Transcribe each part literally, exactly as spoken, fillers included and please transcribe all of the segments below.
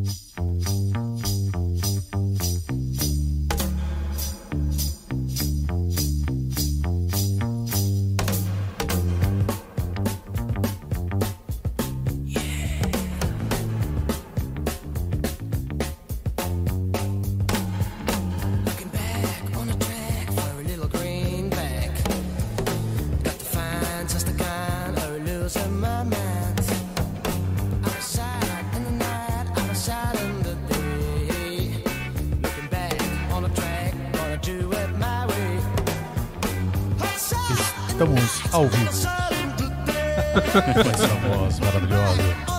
Estamos ao vivo. Com essa voz maravilhosa.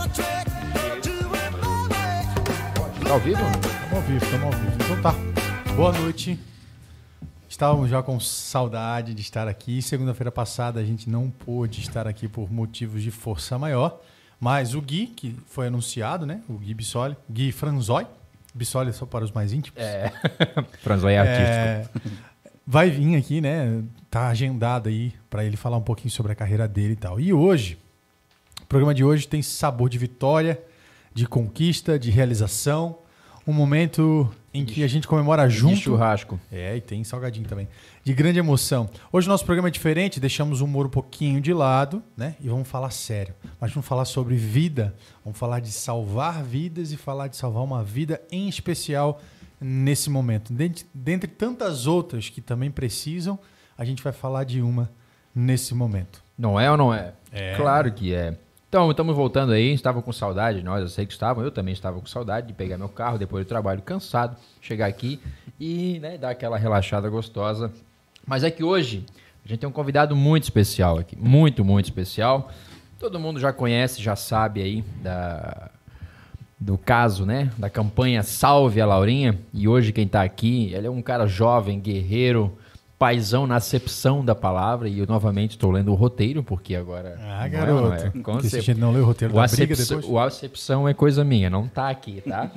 Tá ao vivo? Estamos ao vivo, estamos ao vivo. Então tá. Boa noite. Estávamos já com saudade de estar aqui. Segunda-feira passada a gente não pôde estar aqui por motivos de força maior. Mas o Gui, que foi anunciado, né? O Gui Bissoli. Gui Franzói. Bissoli só para os mais íntimos. É. Franzói é artístico. É... Vai vir aqui, né? Tá agendado aí para ele falar um pouquinho sobre a carreira dele e tal. E hoje, o programa de hoje tem sabor de vitória, de conquista, de realização. Um momento em que a gente comemora junto. De churrasco. É, e tem salgadinho também. De grande emoção. Hoje o nosso programa é diferente, deixamos o humor um pouquinho de lado, né? E vamos falar sério. Mas vamos falar sobre vida, vamos falar de salvar vidas e falar de salvar uma vida em especial nesse momento. Dentre, dentre tantas outras que também precisam, a gente vai falar de uma nesse momento. Não é ou não é? É. Claro que é. Então, estamos voltando aí, estavam com saudade, nós, eu sei que estavam, eu também estava com saudade de pegar meu carro depois do trabalho, cansado, chegar aqui e, né, dar aquela relaxada gostosa. Mas é que hoje a gente tem um convidado muito especial aqui, muito, muito especial. Todo mundo já conhece, já sabe aí da... do caso, né, da campanha Salve a Laurinha, e hoje quem está aqui, ele é um cara jovem, guerreiro, paizão na acepção da palavra, e eu novamente estou lendo o roteiro, porque agora... Ah, garoto, não é, não é. porque se a gente não lê o roteiro o da acep... briga depois... O acepção é coisa minha, não tá aqui, tá?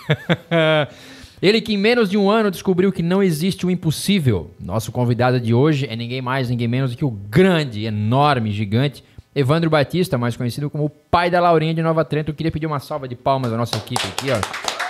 Ele que em menos de um ano descobriu que não existe o impossível. Nosso convidado de hoje é ninguém mais, ninguém menos do que o grande, enorme, gigante Evandro Batista, mais conhecido como o pai da Laurinha de Nova Trento. Eu queria pedir uma salva de palmas à nossa equipe aqui, ó.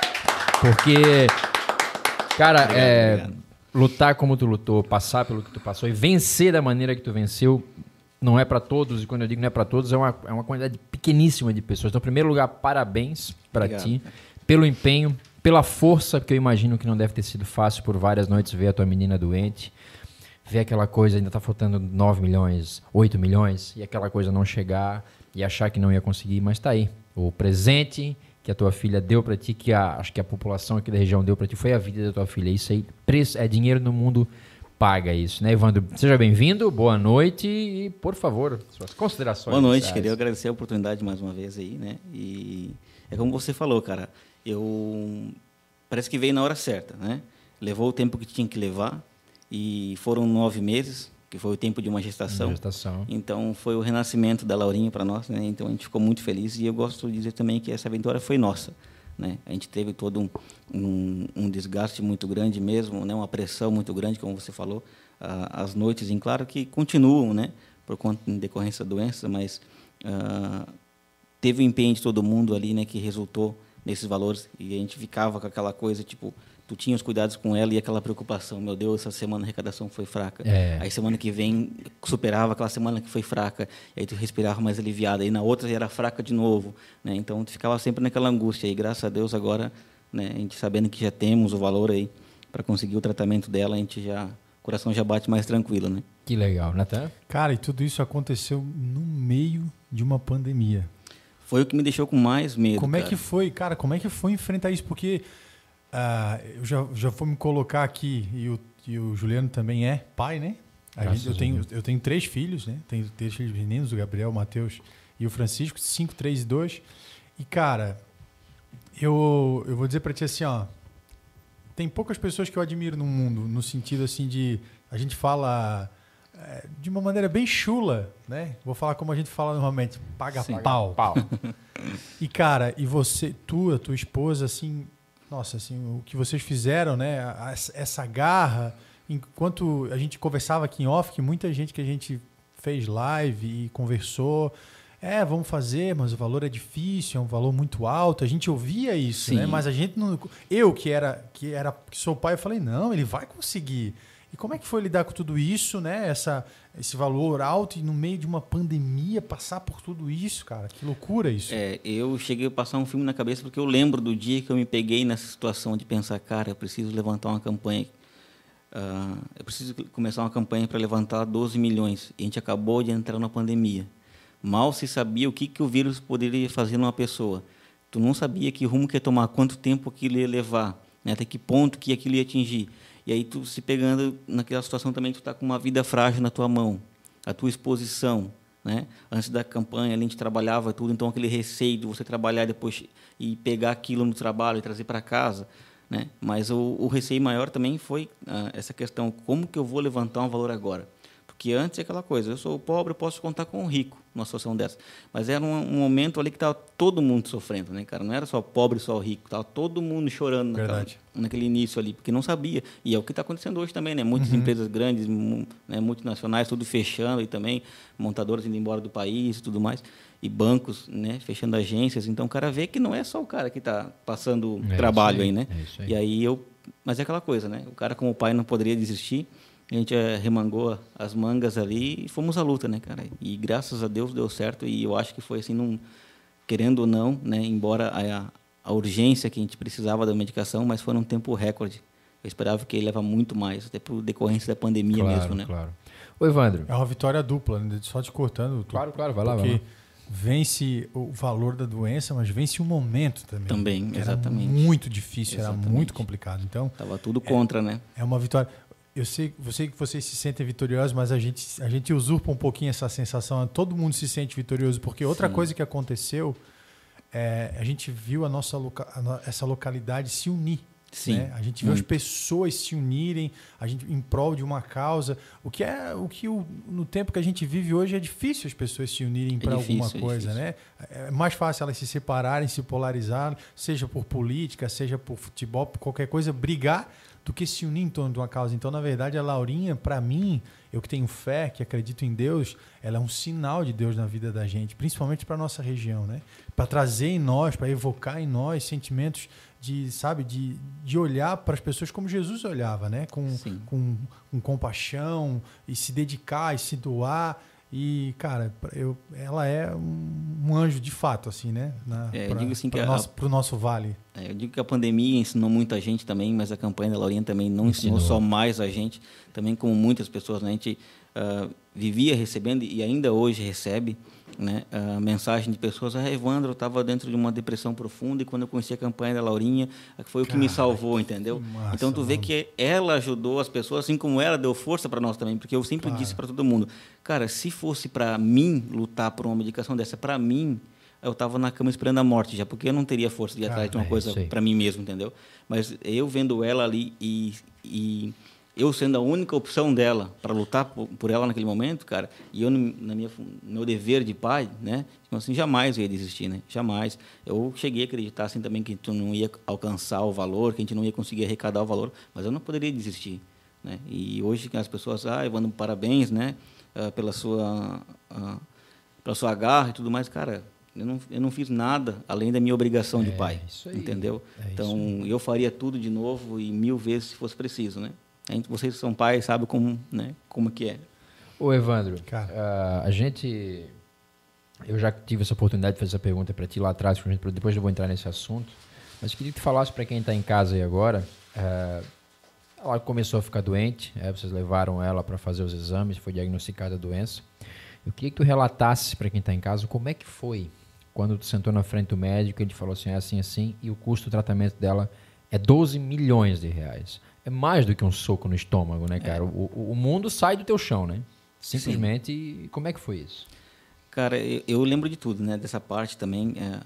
Porque, cara, obrigado, é, obrigado. Lutar como tu lutou, passar pelo que tu passou e vencer da maneira que tu venceu, não é para todos. E quando eu digo não é para todos, é uma, é uma quantidade pequeníssima de pessoas. Então, em primeiro lugar, parabéns para ti, pelo empenho, pela força, porque eu imagino que não deve ter sido fácil por várias noites ver a tua menina doente. Ver aquela coisa, ainda tá faltando nove milhões, oito milhões, e aquela coisa não chegar e achar que não ia conseguir, mas tá aí. O presente que a tua filha deu para ti, que a, acho que a população aqui da região deu para ti, foi a vida da tua filha. Isso aí, preço, é dinheiro no mundo, paga isso, né, Evandro? Seja bem-vindo, boa noite e, por favor, suas considerações. Boa noite, queria agradecer a oportunidade mais uma vez aí, né, e é como você falou, cara, eu... parece que veio na hora certa, né, levou o tempo que tinha que levar, e foram nove meses, que foi o tempo de uma gestação. gestação. Então, foi o renascimento da Laurinha para nós, né? Então, a gente ficou muito feliz. E eu gosto de dizer também que essa aventura foi nossa, né? A gente teve todo um, um, um desgaste muito grande mesmo, né? Uma pressão muito grande, como você falou. Ah, as noites, em claro, que continuam, né? Por conta de decorrência da doença, mas ah, teve o empenho de todo mundo ali, né? Que resultou nesses valores. E a gente ficava com aquela coisa, tipo... Tu tinha os cuidados com ela e aquela preocupação. Meu Deus, essa semana a arrecadação foi fraca. É. Aí semana que vem superava aquela semana que foi fraca. Aí tu respirava mais aliviado. Aí na outra era fraca de novo. Né? Então tu ficava sempre naquela angústia. E graças a Deus agora, né, a gente sabendo que já temos o valor aí para conseguir o tratamento dela, a gente já, o coração já bate mais tranquilo, né? Que legal, Natan? Cara, e tudo isso aconteceu no meio de uma pandemia. Foi o que me deixou com mais medo. Como é cara. que foi, cara? Como é que foi enfrentar isso? Porque... Uh, eu já, já vou me colocar aqui, e o, e o Juliano também é pai, né? A gente, eu, tenho, eu tenho três filhos, né? Tenho três filhos meninos, o Gabriel, o Matheus e o Francisco, cinco, três e dois. E, cara, eu, eu vou dizer pra ti assim, ó, tem poucas pessoas que eu admiro no mundo, no sentido assim de, a gente fala é, de uma maneira bem chula, né? Vou falar como a gente fala normalmente, paga Sim, pau. pau. E, cara, e você, tu, a tua esposa, assim... Nossa, assim, o que vocês fizeram, né? Essa garra, enquanto a gente conversava aqui em off, que muita gente que a gente fez live e conversou, é, vamos fazer, mas o valor é difícil, é um valor muito alto. A gente ouvia isso, Sim. né? Mas a gente não... Eu, que era, que era que sou pai, eu falei, não, ele vai conseguir. E como é que foi lidar com tudo isso, né? Essa, esse valor alto e no meio de uma pandemia passar por tudo isso, cara? Que loucura isso. É, eu cheguei a passar um filme na cabeça porque eu lembro do dia que eu me peguei nessa situação de pensar, cara, eu preciso levantar uma campanha. Uh, eu preciso começar uma campanha para levantar doze milhões. E a gente acabou de entrar na pandemia. Mal se sabia o que, que o vírus poderia fazer numa pessoa. Tu não sabia que rumo que ia tomar, quanto tempo aquilo ia levar, né? Até que ponto que aquilo ia atingir. E aí tu se pegando naquela situação também, tu está com uma vida frágil na tua mão, a tua exposição, né? Antes da campanha, a gente trabalhava tudo, então aquele receio de você trabalhar depois e pegar aquilo no trabalho e trazer para casa, né? Mas o, o receio maior também foi ah, essa questão, como que eu vou levantar um valor agora? Porque antes é aquela coisa, eu sou pobre, eu posso contar com um rico numa situação dessa. Mas era um, um momento ali que estava todo mundo sofrendo, né, cara? Não era só pobre, só rico, estava todo mundo chorando naquela, naquele início ali, porque não sabia. E é o que está acontecendo hoje também, né? Muitas uhum. empresas grandes, né, multinacionais, tudo fechando e também montadoras indo embora do país e tudo mais. E bancos, né, fechando agências. Então o cara vê que não é só o cara que está passando é trabalho aí, aí, né? É isso aí. E aí eu... Mas é aquela coisa, né? O cara como pai não poderia desistir. A gente é, remangou as mangas ali e fomos à luta, né, cara? E graças a Deus deu certo. E eu acho que foi assim, num, querendo ou não, né? Embora a, a urgência que a gente precisava da medicação, mas foi num tempo recorde. Eu esperava que ele leva muito mais, até por decorrência da pandemia claro, mesmo, né? Claro. Ô, Evandro. É uma vitória dupla, né? Só te cortando. Tu, claro, claro, vai lá, porque vai lá. Vence o valor da doença, mas vence o momento também. Também, exatamente. Era muito difícil, exatamente. Era muito complicado. Então, tava tudo contra, é, né? É uma vitória. Eu sei, eu sei que vocês se sentem vitoriosos, mas a gente, a gente usurpa um pouquinho essa sensação. Todo mundo se sente vitorioso, porque outra Sim. coisa que aconteceu, é, a gente viu a nossa loca, a no, essa localidade se unir. Sim, né? A gente viu muito. As pessoas se unirem, a gente em prol de uma causa. O que é o que o, no tempo que a gente vive hoje é difícil as pessoas se unirem para alguma coisa, é né? É mais fácil elas se separarem, se polarizarem, seja por política, seja por futebol, por qualquer coisa, brigar, do que se unir em torno de uma causa. Então, na verdade, a Laurinha, para mim, eu que tenho fé, que acredito em Deus, ela é um sinal de Deus na vida da gente, principalmente para a nossa região, né? Para trazer em nós, para evocar em nós sentimentos de, sabe, de, de olhar para as pessoas como Jesus olhava, né? Com, com, com compaixão e se dedicar e se doar. E, cara, eu, ela é um, um anjo de fato, assim, né? Na, é, pra, eu digo assim que para o nosso vale. É, eu digo que a pandemia ensinou muita gente também, mas a campanha da Laurinha também não ensinou, ensinou só mais a gente, também como muitas pessoas, né? A gente uh, vivia recebendo e ainda hoje recebe, né, a mensagem de pessoas, ah, Evandro, eu estava dentro de uma depressão profunda e quando eu conheci a campanha da Laurinha, foi o que Cara, me salvou, entendeu? Massa, então tu vê mano. Que ela ajudou as pessoas, assim como ela deu força para nós também, porque eu sempre Para. disse para todo mundo, cara, se fosse para mim lutar por uma medicação dessa, para mim, eu estava na cama esperando a morte já, porque eu não teria força de ir atrás de uma é coisa para mim mesmo, entendeu? Mas eu vendo ela ali e, e eu sendo a única opção dela para lutar por, por ela naquele momento, cara, e eu na minha no meu dever de pai, né, assim, jamais eu ia desistir, né, jamais. Eu cheguei a acreditar assim também que tu não ia alcançar o valor, que a gente não ia conseguir arrecadar o valor, mas eu não poderia desistir, né. E hoje que as pessoas, ah, Evandro, parabéns, né, pela sua, uh, pela sua garra e tudo mais, cara. Eu não, eu não fiz nada além da minha obrigação é, de pai, isso aí, entendeu? É então, eu faria tudo de novo e mil vezes se fosse preciso, né? A gente, vocês que são pais, sabem como, né, como que é. Ô, Evandro, uh, a gente... Eu já tive essa oportunidade de fazer essa pergunta para ti lá atrás, depois eu vou entrar nesse assunto, mas queria que tu falasse para quem está em casa aí agora, uh, ela começou a ficar doente, é, vocês levaram ela para fazer os exames, foi diagnosticada a doença. Eu queria que tu relatasse para quem está em casa como é que foi quando tu sentou na frente do médico, ele falou assim, é assim, assim, e o custo do tratamento dela é doze milhões de reais. É mais do que um soco no estômago, né, cara? É. O, o mundo sai do teu chão, né? Simplesmente. E como é que foi isso? Cara, eu, eu lembro de tudo, né? Dessa parte também. É,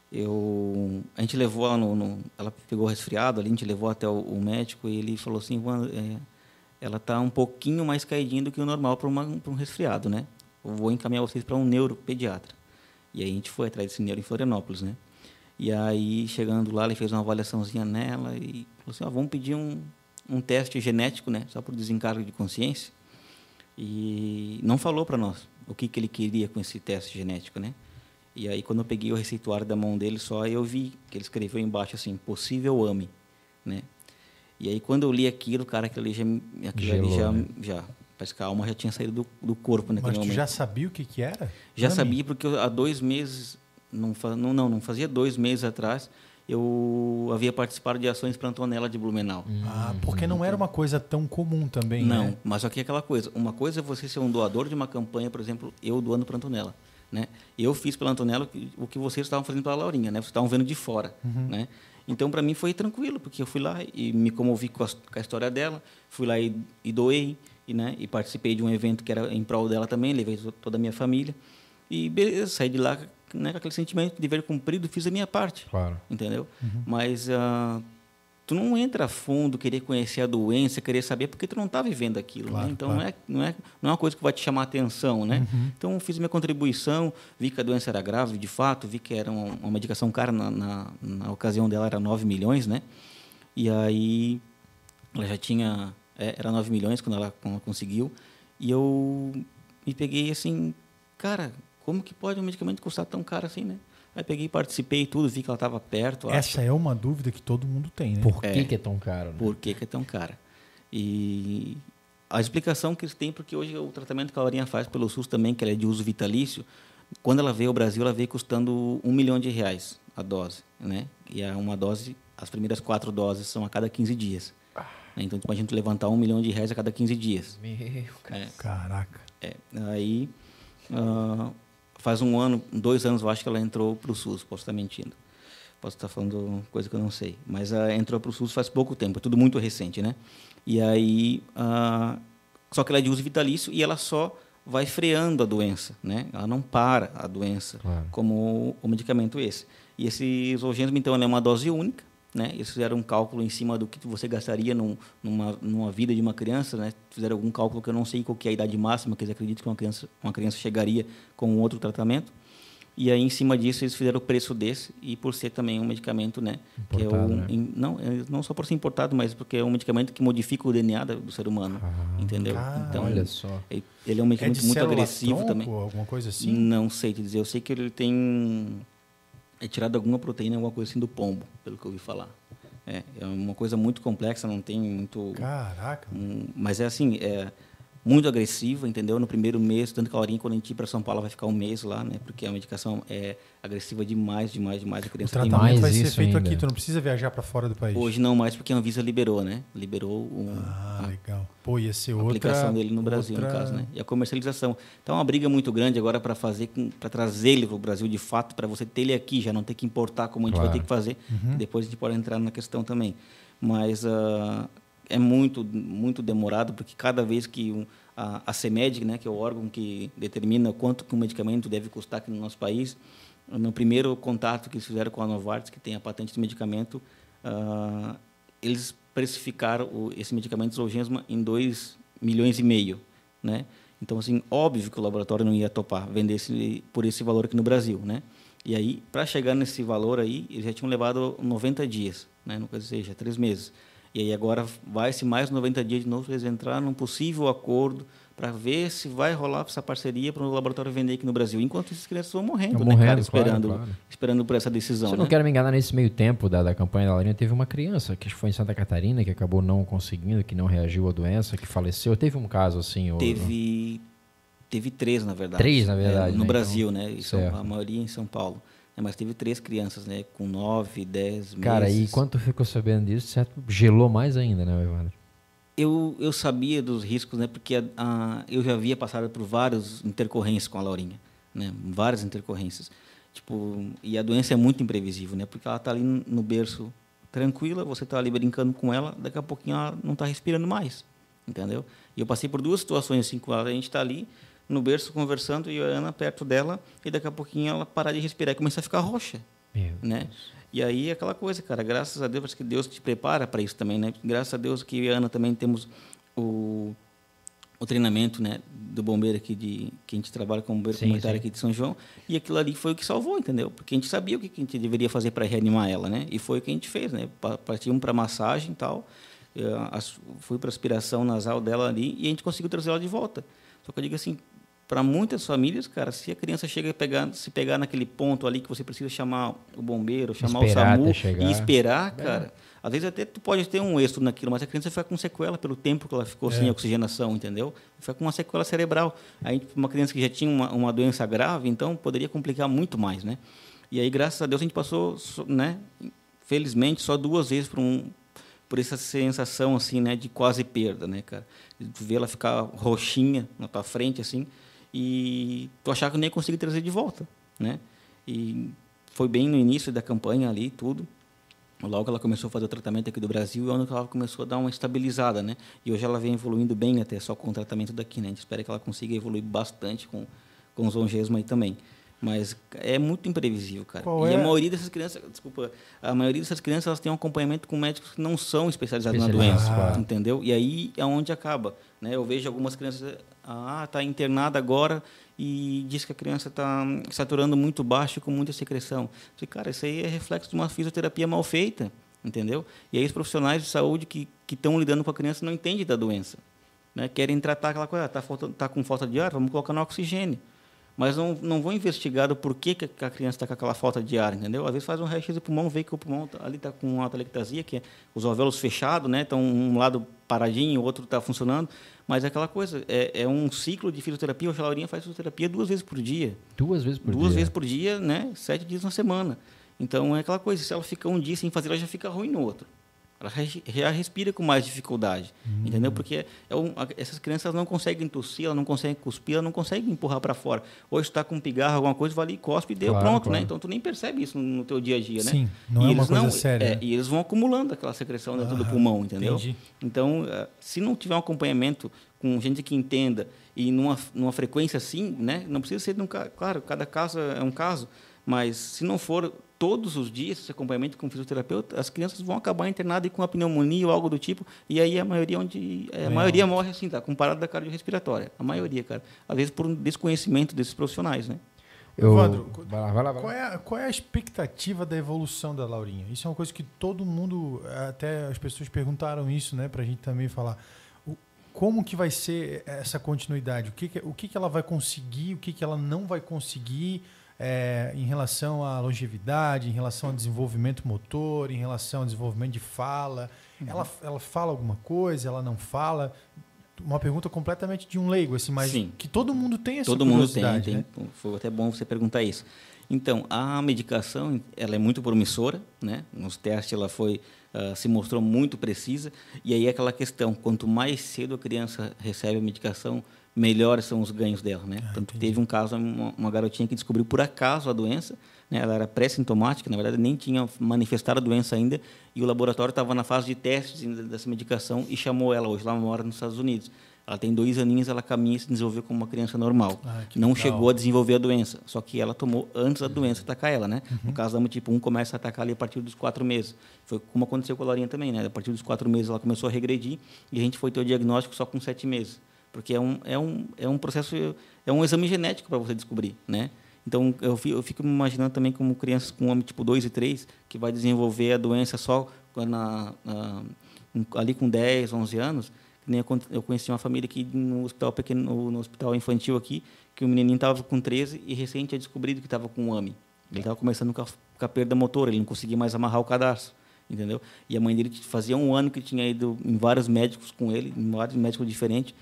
eu, a gente levou ela no, no... Ela pegou resfriado ali, a gente levou até o, o médico e ele falou assim, é, ela tá um pouquinho mais caidinha do que o normal para um resfriado, né? Eu vou encaminhar vocês para um neuropediatra. E aí a gente foi atrás desse neuro em Florianópolis, né? E aí, chegando lá, ele fez uma avaliaçãozinha nela e falou assim, ó, vamos pedir um, um teste genético, né? Só por desencargo de consciência. E não falou para nós, o que, que ele queria com esse teste genético, né? E aí, quando eu peguei o receituário da mão dele só, eu vi que ele escreveu embaixo assim, possível AME, né? E aí, quando eu li aquilo, cara, aquilo ali já... Aquilo Gelou, ali já, né? já parece que a alma já tinha saído do, do corpo naquele Mas tu momento. já sabia o que que era? Já Ami? sabia, porque eu, há dois meses, não, fa- não, não, não fazia dois meses atrás, eu havia participado de ações para Antonella de Blumenau. Ah, porque não era uma coisa tão comum também, Não, né? mas só que é aquela coisa. Uma coisa é você ser um doador de uma campanha, por exemplo, eu doando para Antonella, né? Eu fiz pela Antonella o que vocês estavam fazendo pela Laurinha, né? Vocês estavam vendo de fora, Uhum. né? Então, para mim foi tranquilo, porque eu fui lá e me comovi com a, com a história dela, fui lá e, e doei, e, né? E participei de um evento que era em prol dela também, levei to- toda a minha família e beleza, saí de lá, né, com aquele sentimento de dever cumprido, fiz a minha parte. Claro. Entendeu? Mas ah, tu não entra a fundo, querer conhecer a doença, querer saber, porque tu não está vivendo aquilo. Claro, Né? Então, claro. não, é, não, é, não é uma coisa que vai te chamar a atenção. Né? Então, fiz minha contribuição, vi que a doença era grave, de fato, vi que era uma, uma medicação cara, na, na, na ocasião dela era nove milhões, né? E aí, ela já tinha... é, era nove milhões quando ela, quando ela conseguiu. E eu me peguei assim, cara, como que pode um medicamento custar tão caro assim, né? Aí peguei, participei e tudo, vi que ela estava perto. acho. Essa é uma dúvida que todo mundo tem, né? Por que, É. que é tão caro? Né? Por que, que é tão cara? E a explicação que eles têm, porque hoje o tratamento que a Laurinha faz pelo SUS também, que ela é de uso vitalício, quando ela veio ao Brasil, ela veio custando um milhão de reais a dose, né? E é uma dose, as primeiras quatro doses são a cada quinze dias. Né? Então, imagina tu levantar um milhão de reais a cada quinze dias. Meu, cara. É, Caraca. é. Aí, ah, faz um ano, dois anos, eu acho que ela entrou para o SUS, posso estar mentindo. Posso estar falando coisa que eu não sei. Mas ah, entrou para o SUS faz pouco tempo, é tudo muito recente, né? E aí, ah, só que ela é de uso vitalício e ela só vai freando a doença, né? Ela não para a doença, Claro. como o medicamento esse. E esse Zolgensma, então, ele é uma dose única, né? Eles fizeram um cálculo em cima do que você gastaria num, numa, numa vida de uma criança, né? Fizeram algum cálculo que eu não sei qual que é a idade máxima que eles acreditam que uma criança, uma criança chegaria com um outro tratamento. E aí, em cima disso, eles fizeram o preço desse, e por ser também um medicamento, né? que é Importado, o, né? em- não, é não só por ser importado, mas porque é um medicamento que modifica o D N A da- do ser humano, entendeu? cara, Então, Olha só. ele ele é um É medicamento de muito célula agressivo tronco, também. alguma coisa assim? Não sei te dizer. Eu sei que ele tem... É tirado alguma proteína, alguma coisa assim do pombo, pelo que eu ouvi falar. É, é uma coisa muito complexa, não tem muito... Caraca. um- mas é assim, é muito agressiva, entendeu? No primeiro mês, tanto que a Laurinha, quando a gente ir para São Paulo, vai ficar um mês lá, né? Porque a medicação é agressiva demais, demais, demais. A O criança tem tratamento mais vai ser isso feito ainda. aqui, tu não precisa viajar pra fora do país. Hoje não mais, porque a Anvisa liberou, né? Liberou um, Ah, a legal. Pô, ia ser a outra... aplicação dele no Brasil, outra... no caso, né? E a comercialização. Então, é uma briga muito grande agora para fazer, para trazer ele para o Brasil de fato, para você ter ele aqui, já não ter que importar como a gente Claro. vai ter que fazer. Uhum. Depois a gente pode entrar na questão também. Mas ah, é muito, muito demorado, porque cada vez que um, a, a CEMED, né, que é o órgão que determina quanto que um medicamento deve custar aqui no nosso país, no primeiro contato que eles fizeram com a Novartis, que tem a patente do medicamento, ah, eles precificaram o, esse medicamento Zolgensma em dois milhões e meio, né? Então, assim, óbvio que o laboratório não ia topar vender esse, por esse valor aqui no Brasil, né? E aí, para chegar nesse valor aí, eles já tinham levado noventa dias, né? Não quer dizer, já três meses. E aí agora vai-se mais noventa dias de novo para eles entrarem num possível acordo para ver se vai rolar essa parceria para o laboratório vender aqui no Brasil. Enquanto essas crianças vão morrendo, Vão né, morrendo, cara? Esperando, claro, claro. esperando por essa decisão. Se eu né? não quero me enganar, nesse meio tempo da, da campanha da Laurinha, teve uma criança que foi em Santa Catarina, que acabou não conseguindo, que não reagiu à doença, que faleceu. Teve um caso assim? o- Teve, teve três, na verdade. Três, na verdade, É, no né? Brasil, Então, né? E São- certo. a maioria em São Paulo. É, mas teve três crianças, né? Com nove, dez Cara, e meses. quando tu ficou sabendo disso, certo? Gelou mais ainda, né, Evandro? Eu, eu sabia dos riscos, né? Porque a, a- eu já havia passado por várias intercorrências com a Laurinha, né? Várias intercorrências. Tipo, e a doença é muito imprevisível, né? Porque ela está ali no berço tranquila, você está ali brincando com ela, daqui a pouquinho ela não está respirando mais, entendeu? E eu passei por duas situações assim com ela. A gente está ali no berço conversando e a Ana perto dela e daqui a pouquinho ela parar de respirar e começar a ficar roxa, Meu né? E aí é aquela coisa, cara, graças a Deus, acho que Deus te prepara para isso também, né? Graças a Deus que eu e a Ana também temos o, o treinamento, né, do bombeiro aqui de que a gente trabalha como bombeiro Sim, comunitário sim. aqui de São João, e aquilo ali foi o que salvou, entendeu? Porque a gente sabia o que a gente deveria fazer para reanimar ela, né? E foi o que a gente fez, né? Pa- Partimos para massagem e tal, eu, as- fui para aspiração nasal dela ali e a gente conseguiu trazer ela de volta. Só que eu digo assim, para muitas famílias, cara, se a criança chega a pegar, se pegar naquele ponto ali que você precisa chamar o bombeiro, chamar Esperar o até SAMU chegar. e esperar, É. cara, às vezes até tu pode ter um êxito naquilo, mas a criança fica com sequela pelo tempo que ela ficou É. sem oxigenação, entendeu? Fica com uma sequela cerebral. Aí uma criança que já tinha uma, uma doença grave, então poderia complicar muito mais, né? E aí, graças a Deus, a gente passou, né, felizmente, só duas vezes por um por essa sensação assim, né, de quase perda, né, cara? Tu vê ela ficar roxinha na tua frente assim, e tu achar que nem ia conseguir trazer de volta, né? E foi bem no início da campanha ali, tudo. Logo ela começou a fazer o tratamento aqui do Brasil, e onde ela começou a dar uma estabilizada, né? E hoje ela vem evoluindo bem até só com o tratamento daqui, né? A gente espera que ela consiga evoluir bastante com com os ongesmos aí também. Mas é muito imprevisível, cara. Qual e é? a maioria dessas crianças, desculpa, a maioria dessas crianças elas têm um acompanhamento com médicos que não são especializados na Especializados, doença, claro. entendeu? E aí é onde acaba, né? Eu vejo algumas crianças, ah, tá internada agora e diz que a criança está saturando muito baixo com muita secreção. Eu falei, cara, isso aí é reflexo de uma fisioterapia mal feita, entendeu? E aí os profissionais de saúde que que estão lidando com a criança não entendem da doença, né? Querem tratar aquela coisa, está tá com falta de ar, vamos colocar no oxigênio. Mas não, não vão investigar o porquê que a criança está com aquela falta de ar, entendeu? Às vezes faz um raio-x do pulmão, vê que o pulmão tá, ali está com alta atelectasia, que é os alvéolos fechados, né? Estão um lado paradinho, o outro está funcionando. Mas é aquela coisa, é, é um ciclo de fisioterapia. Hoje a Laurinha faz fisioterapia duas vezes por dia. Duas vezes por duas dia. vezes por dia, né? Sete dias na semana. Então é aquela coisa, se ela fica um dia sem fazer, ela já fica ruim no outro. Ela já respira com mais dificuldade, hum. entendeu? Porque é um, essas crianças não conseguem tossir, elas não conseguem cuspir, elas não conseguem empurrar para fora. Hoje está com um pigarro, alguma coisa, vai ali, cospe e deu, claro, pronto, claro. né? Então tu nem percebe isso no, no teu dia a dia, né? Sim, não e é uma coisa não, séria. É, e eles vão acumulando aquela secreção dentro ah, do pulmão, entendeu? Entendi. Então, se não tiver um acompanhamento com gente que entenda e numa, numa frequência assim, né? Não precisa ser, num, claro, cada caso é um caso, mas se não for todos os dias esse acompanhamento com o fisioterapeuta, as crianças vão acabar internadas com uma pneumonia ou algo do tipo, e aí a maioria onde a Bem maioria alto. morre assim, tá, com parada cardiorrespiratória. A maioria, cara. Às vezes por um desconhecimento desses profissionais, né? Eu... Evandro, vai lá, vai lá, vai lá. Qual, é a, qual é a expectativa da evolução da Laurinha? Isso é uma coisa que todo mundo, até as pessoas perguntaram isso, né, pra gente também falar. O, como que vai ser essa continuidade? O que, que, o que, que ela vai conseguir, o que, que ela não vai conseguir? É, em relação à longevidade, em relação ao desenvolvimento motor, em relação ao desenvolvimento de fala. Uhum. Ela, ela fala alguma coisa, ela não fala? Uma pergunta completamente de um leigo, assim, mas Sim. que todo mundo tem essa todo mundo tem, curiosidade. tem. Né? Foi até bom você perguntar isso. Então, a medicação ela é muito promissora, né? Nos testes ela foi, uh, se mostrou muito precisa, e aí é aquela questão, quanto mais cedo a criança recebe a medicação, melhores são os ganhos dela, né? Ah, Tanto entendi. teve um caso, uma, uma garotinha que descobriu por acaso a doença, né? Ela era pré-sintomática, na verdade nem tinha manifestado a doença ainda, e o laboratório estava na fase de testes ainda dessa medicação e chamou ela hoje, lá mora nos Estados Unidos. Ela tem dois aninhos, ela caminha e se desenvolveu como uma criança normal. Ah, que não legal. chegou a desenvolver a doença, só que ela tomou antes da doença atacar ela, né? Uhum. No caso da tipo um, começa a atacar ali a partir dos quatro meses. Foi como aconteceu com a Laurinha também, né? A partir dos quatro meses ela começou a regredir e a gente foi ter o diagnóstico só com sete meses. Porque é um, é um, é um processo, é um exame genético para você descobrir, né? Então, eu fico, eu fico me imaginando também como crianças com homem tipo dois e três, que vai desenvolver a doença só na, na, ali com dez, onze anos. Eu conheci uma família aqui no hospital pequeno, no hospital infantil aqui, que o menininho estava com treze e recente tinha descobrido que estava com um A M E. Ele estava começando com a, com a perda motora, ele não conseguia mais amarrar o cadarço, entendeu? E a mãe dele fazia um ano que tinha ido em vários médicos com ele, em vários médicos diferentes,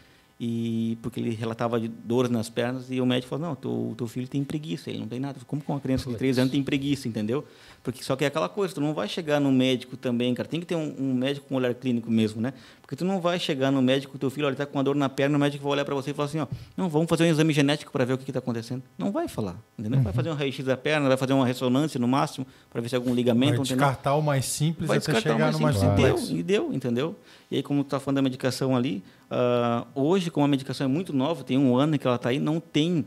e porque ele relatava de dores nas pernas, e o médico falou, não, teu, teu filho tem preguiça, ele não tem nada. Como com uma criança de três anos tem preguiça, entendeu? Porque só que é aquela coisa, tu não vai chegar no médico também, cara, tem que ter um, um médico com olhar clínico mesmo, né? Porque tu não vai chegar no médico, teu filho, olha, ele está com uma dor na perna, o médico vai olhar para você e falar assim, ó, não, vamos fazer um exame genético para ver o que está acontecendo. Não vai falar, entendeu? Uhum. Vai fazer um raio-x da perna, vai fazer uma ressonância no máximo, para ver se é algum ligamento, vai entendeu? descartar o mais simples Vai até descartar chegar o no mais simples, complexo. E deu, e deu, entendeu? E aí, como tu está falando da medicação ali, uh, hoje, como a medicação é muito nova, tem um ano que ela está aí, não tem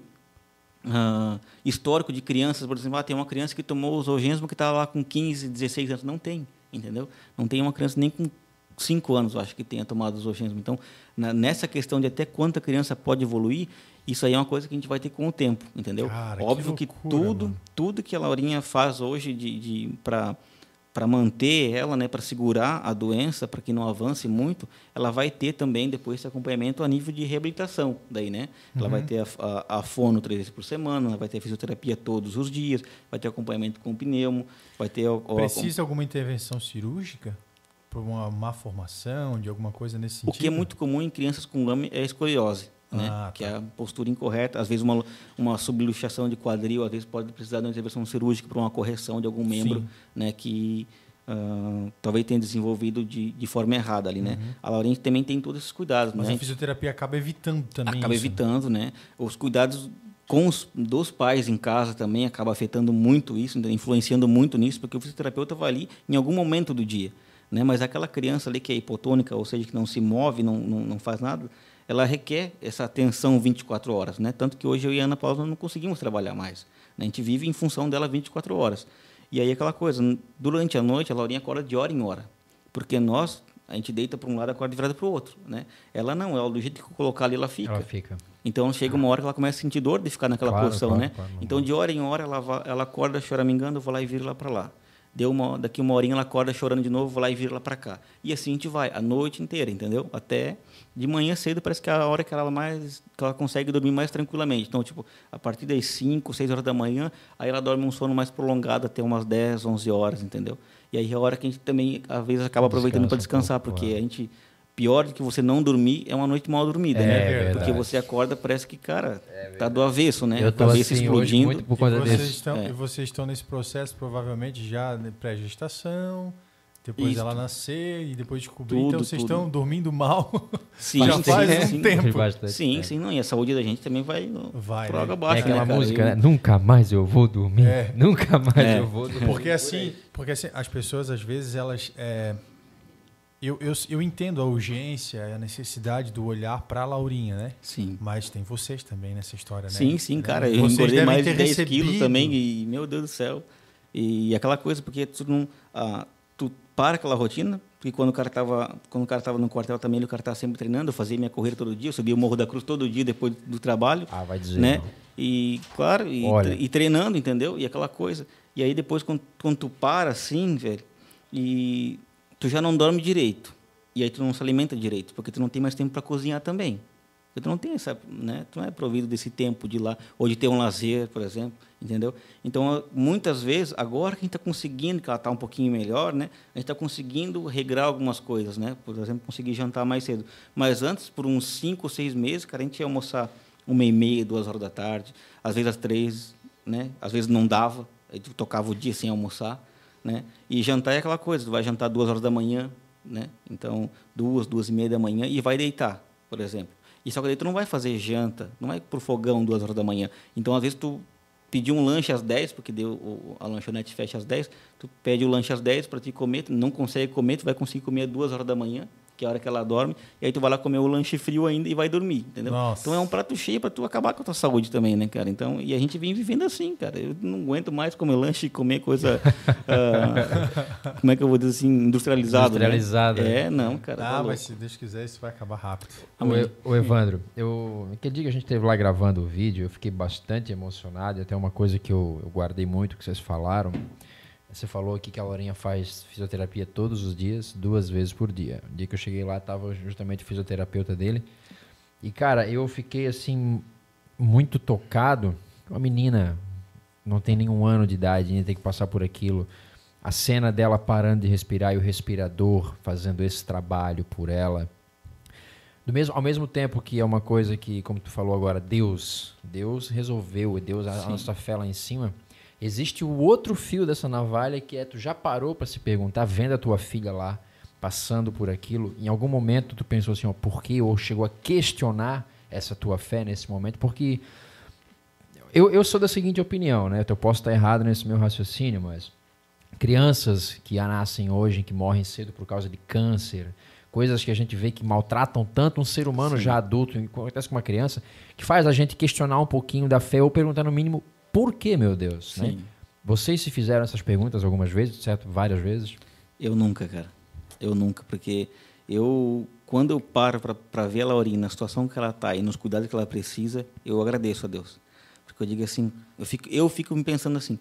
uh, histórico de crianças, por exemplo, ah, tem uma criança que tomou os Zolgensma que está lá com quinze, dezesseis anos. Não tem, entendeu? Não tem uma criança nem com cinco anos, eu acho, que tenha tomado os Zolgensma. Então, na, nessa questão de até quanto a criança pode evoluir, isso aí é uma coisa que a gente vai ter com o tempo, entendeu? Cara, Óbvio que, que loucura, tudo, mano. tudo que a Laurinha faz hoje de, de para para manter ela, né, para segurar a doença, para que não avance muito, ela vai ter também depois esse acompanhamento a nível de reabilitação, daí, né? Ela uhum. vai ter a, a, a fono três vezes por semana, vai ter a fisioterapia todos os dias, vai ter acompanhamento com o pneumo, vai ter... O, o, Precisa a, alguma intervenção cirúrgica? Por uma má formação, de alguma coisa nesse sentido? O que é muito comum em crianças com lame é a escoliose. Né? Ah, tá. Que é a postura incorreta, às vezes uma, uma subluxação de quadril, às vezes pode precisar de uma intervenção cirúrgica para uma correção de algum membro, né, que uh, talvez tenha desenvolvido de, de forma errada ali, né? Uhum. A Laurinha também tem todos esses cuidados. Mas né? a fisioterapia acaba evitando também Acaba isso, evitando, né? né? Os cuidados com os dos pais em casa também acaba afetando muito isso, influenciando muito nisso, porque o fisioterapeuta vai ali em algum momento do dia, né? Mas aquela criança ali que é hipotônica, ou seja, que não se move, não, não, não faz nada, ela requer essa atenção vinte e quatro horas, né? Tanto que hoje eu e a Ana Paula não conseguimos trabalhar mais, né? A gente vive em função dela vinte e quatro horas. E aí aquela coisa, durante a noite a Laurinha acorda de hora em hora, porque nós, a gente deita para um lado e acorda de virada para o outro, né? Ela não, ela do jeito que eu colocar ali, ela fica. Ela fica. Então chega uma hora que ela começa a sentir dor de ficar naquela claro, posição, claro, né? Claro, então de hora em hora ela, vai, ela acorda choramingando, eu vou lá e viro lá para lá. Deu uma, daqui uma horinha ela acorda chorando de novo, vou lá e vira lá para cá. E assim a gente vai, a noite inteira, entendeu? Até de manhã cedo parece que é a hora que ela mais que ela consegue dormir mais tranquilamente. Então, tipo, a partir das cinco, seis horas da manhã, aí ela dorme um sono mais prolongado até umas dez, onze horas, entendeu? E aí é a hora que a gente também, às vezes, acaba aproveitando para descansar, um pouco, porque é. a gente... Pior do que você não dormir é uma noite mal dormida, é, né? Verdade. Porque você acorda, parece que, cara, é tá do avesso, né? Eu tô cabeça assim, explodindo. Muito por conta e, vocês disso. estão, é. e vocês estão nesse processo, provavelmente, já pré-gestação, depois Isso. ela nascer e depois descobrir. Tudo, então, vocês tudo. estão dormindo mal Sim, já sim, faz sim, um sim. tempo. Bastante, sim, é. sim. Não, e a saúde da gente também vai, vai por água né? abaixo, é aquela né, cara? música, Eu... né? Nunca mais eu vou dormir. É. Nunca mais É. eu vou dormir. Porque assim, porque assim, as pessoas, às vezes, elas... É, Eu, eu, eu entendo a urgência, a necessidade do olhar para a Laurinha, né? Sim. Mas tem vocês também nessa história, né? Sim, sim, cara. Né? Eu Vocês engordei devem mais ter de dez recebido... quilos também e, meu Deus do céu. E aquela coisa, porque tu não... Ah, tu para aquela rotina, porque quando o cara estava quando o cara tava no quartel também, o cara estava sempre treinando, eu fazia minha corrida todo dia, eu subia o Morro da Cruz todo dia depois do trabalho. Ah, vai dizer. Né? Não. E, claro, e, e treinando, entendeu? E aquela coisa. E aí depois, quando, quando tu para assim, velho, e tu já não dorme direito. E aí tu não se alimenta direito, porque tu não tem mais tempo para cozinhar também. Porque tu não tem essa, né? Tu não é provido desse tempo de ir lá, ou de ter um lazer, por exemplo, entendeu? Então, muitas vezes, agora que a gente está conseguindo, que ela está um pouquinho melhor, né? A gente está conseguindo regrar algumas coisas, né? Por exemplo, conseguir jantar mais cedo. Mas antes, por uns cinco ou seis meses, cara, a gente ia almoçar uma e meia, duas horas da tarde, às vezes às três, né? Às vezes não dava, aí tu tocava o dia sem almoçar, né? E jantar é aquela coisa, tu vai jantar duas horas da manhã, né? Então, duas, duas e meia da manhã e vai deitar, por exemplo. E só que daí tu não vai fazer janta, não vai pro fogão duas horas da manhã. Então, às vezes, tu pedir um lanche às dez, porque deu, o, a lanchonete fecha às dez, tu pede o lanche às dez para te comer, tu não consegue comer, tu vai conseguir comer às duas horas da manhã, que é a hora que ela dorme, e aí tu vai lá comer o lanche frio ainda e vai dormir, entendeu? Nossa. Então é um prato cheio para tu acabar com a tua saúde também, né, cara? Então, e a gente vem vivendo assim, cara. Eu não aguento mais comer lanche e comer coisa, uh, como é que eu vou dizer assim, industrializado, Industrializada. Né? É, não, cara. Ah, tá mas se Deus quiser, isso vai acabar rápido. O, o Evandro, eu, aquele dia que a gente esteve lá gravando o vídeo, eu fiquei bastante emocionado, e até uma coisa que eu, eu guardei muito, que vocês falaram. Você falou aqui que a Laurinha faz fisioterapia todos os dias, duas vezes por dia. O dia que eu cheguei lá, estava justamente o fisioterapeuta dele. E, cara, eu fiquei, assim, muito tocado. Uma menina, não tem nenhum ano de idade, ainda tem que passar por aquilo. A cena dela parando de respirar e o respirador fazendo esse trabalho por ela. Do mesmo, ao mesmo tempo que é uma coisa que, como tu falou agora, Deus, Deus resolveu, Deus, a, a nossa fé lá em cima... Existe o outro fio dessa navalha que é, tu já parou para se perguntar, vendo a tua filha lá, passando por aquilo, em algum momento tu pensou assim, ó, por quê? Ou chegou a questionar essa tua fé nesse momento? Porque eu, eu sou da seguinte opinião, né? Eu posso estar errado nesse meu raciocínio, mas crianças que nascem hoje, que morrem cedo por causa de câncer, coisas que a gente vê que maltratam tanto um ser humano Sim. já adulto, acontece com uma criança, que faz a gente questionar um pouquinho da fé ou perguntar no mínimo, por que, meu Deus? Né? Vocês se fizeram essas perguntas algumas vezes, certo? Várias vezes? Eu nunca, cara. Eu nunca, porque eu, quando eu paro para ver a Laurinha na situação que ela está e nos cuidados que ela precisa, eu agradeço a Deus. Porque eu digo assim, eu fico, eu fico me pensando assim,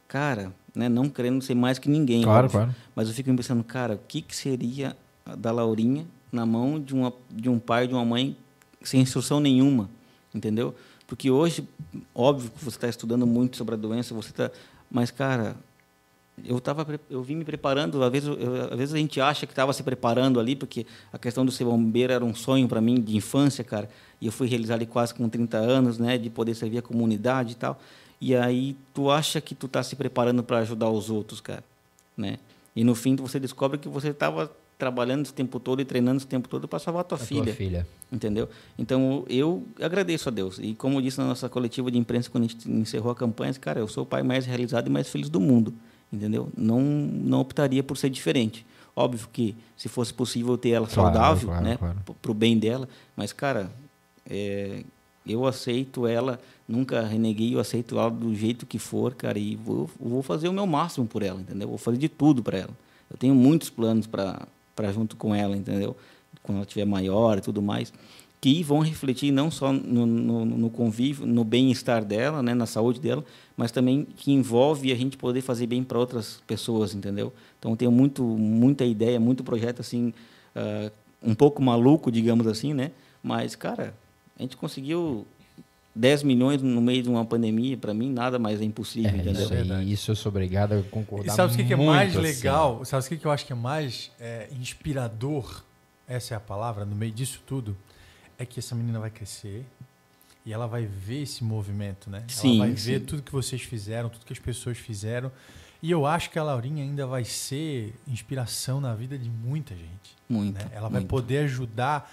cara, né, não querendo ser mais que ninguém, Claro, óbvio, claro. mas eu fico pensando, cara, o que, que seria da Laurinha na mão de, uma, de um pai, de uma mãe, sem instrução nenhuma, entendeu? Porque hoje, óbvio que você está estudando muito sobre a doença, você tá, mas, cara, eu, tava, eu vim me preparando, às vezes, eu, às vezes a gente acha que estava se preparando ali, porque a questão do ser bombeiro era um sonho para mim de infância, cara, e eu fui realizar ali quase com trinta anos, né, de poder servir a comunidade e tal. E aí tu acha que tu tá se preparando para ajudar os outros, cara, né? E no fim você descobre que você estava trabalhando esse tempo todo e treinando esse tempo todo para salvar a tua A filha. tua filha. Entendeu? Então eu agradeço a Deus. E como eu disse na nossa coletiva de imprensa quando a gente encerrou a campanha, cara, eu sou o pai mais realizado e mais feliz do mundo, entendeu? Não não optaria por ser diferente. Óbvio que se fosse possível ter ela Claro, saudável, claro, né, claro. para o bem dela, mas cara, é, eu aceito ela, nunca reneguei, eu aceito ela do jeito que for, cara, e vou, vou fazer o meu máximo por ela, entendeu? Vou fazer de tudo para ela. Eu tenho muitos planos para para junto com ela, entendeu? Quando ela estiver maior e tudo mais, que vão refletir não só no, no, no convívio, no bem-estar dela, né, na saúde dela, mas também que envolve a gente poder fazer bem para outras pessoas, entendeu? Então, eu tenho muito, muita ideia, muito projeto, assim, uh, um pouco maluco, digamos assim, né? Mas, cara, a gente conseguiu dez milhões no meio de uma pandemia, para mim, nada mais é impossível, É, entendeu? isso, aí, isso eu sou obrigado a concordar. E sabe o que, que é muito, mais assim. legal? Sabe o que, que eu acho que é mais é, inspirador? Essa é a palavra, no meio disso tudo. É que essa menina vai crescer e ela vai ver esse movimento, né? Sim, ela vai sim. ver tudo que vocês fizeram, tudo que as pessoas fizeram. E eu acho que a Laurinha ainda vai ser inspiração na vida de muita gente. Muito. Né? Ela vai muito. poder ajudar,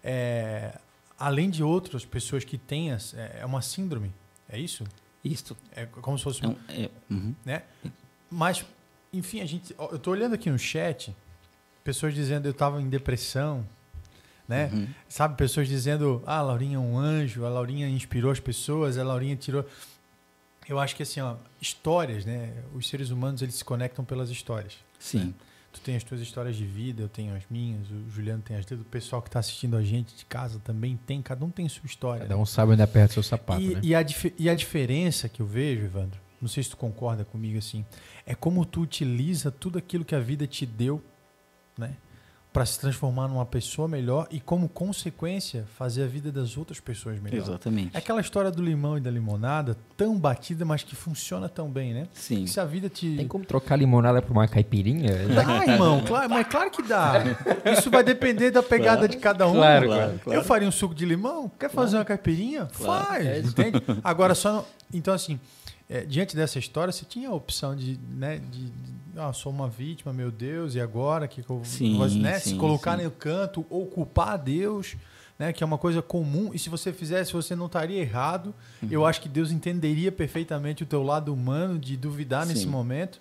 é, além de outras pessoas que têm, as- é é uma síndrome, é isso? Isso. É como se fosse É um, um- é, uhum. né? Mas, enfim, a gente, ó, eu tô olhando aqui no chat, pessoas dizendo eu estava em depressão, né? Uhum. Sabe, pessoas dizendo, ah, a Laurinha é um anjo, a Laurinha inspirou as pessoas, a Laurinha tirou... Eu acho que assim, ó, histórias, né? Os seres humanos, eles se conectam pelas histórias. Sim. Tu tem as tuas histórias de vida, eu tenho as minhas, o Juliano tem as dele, o pessoal que está assistindo a gente de casa também tem, cada um tem sua história. Cada um sabe onde aperta o seu sapato, E, né? e, a, dif- e a diferença que eu vejo, Evandro, não sei se tu concorda comigo assim, é como tu utiliza tudo aquilo que a vida te deu, né, para se transformar numa pessoa melhor e, como consequência, fazer a vida das outras pessoas melhor. Exatamente. É aquela história do limão e da limonada, tão batida, mas que funciona tão bem, né? Sim. Se a vida te... Tem como trocar limonada por uma caipirinha? Dá, irmão, claro, mas claro que dá. Isso vai depender da pegada Claro. de cada um. Claro, claro, claro. Eu faria um suco de limão? Quer fazer uma caipirinha? Claro. Faz, É isso. entende? Agora só não... Então, assim, é, diante dessa história, você tinha a opção de, né, de, de ah, sou uma vítima, meu Deus, e agora que, que eu Sim, vou, né, sim, se colocar sim. no canto ou culpar a Deus, né, que é uma coisa comum. E se você fizesse, você não estaria errado. Uhum. Eu acho que Deus entenderia perfeitamente o teu lado humano de duvidar nesse Sim. momento.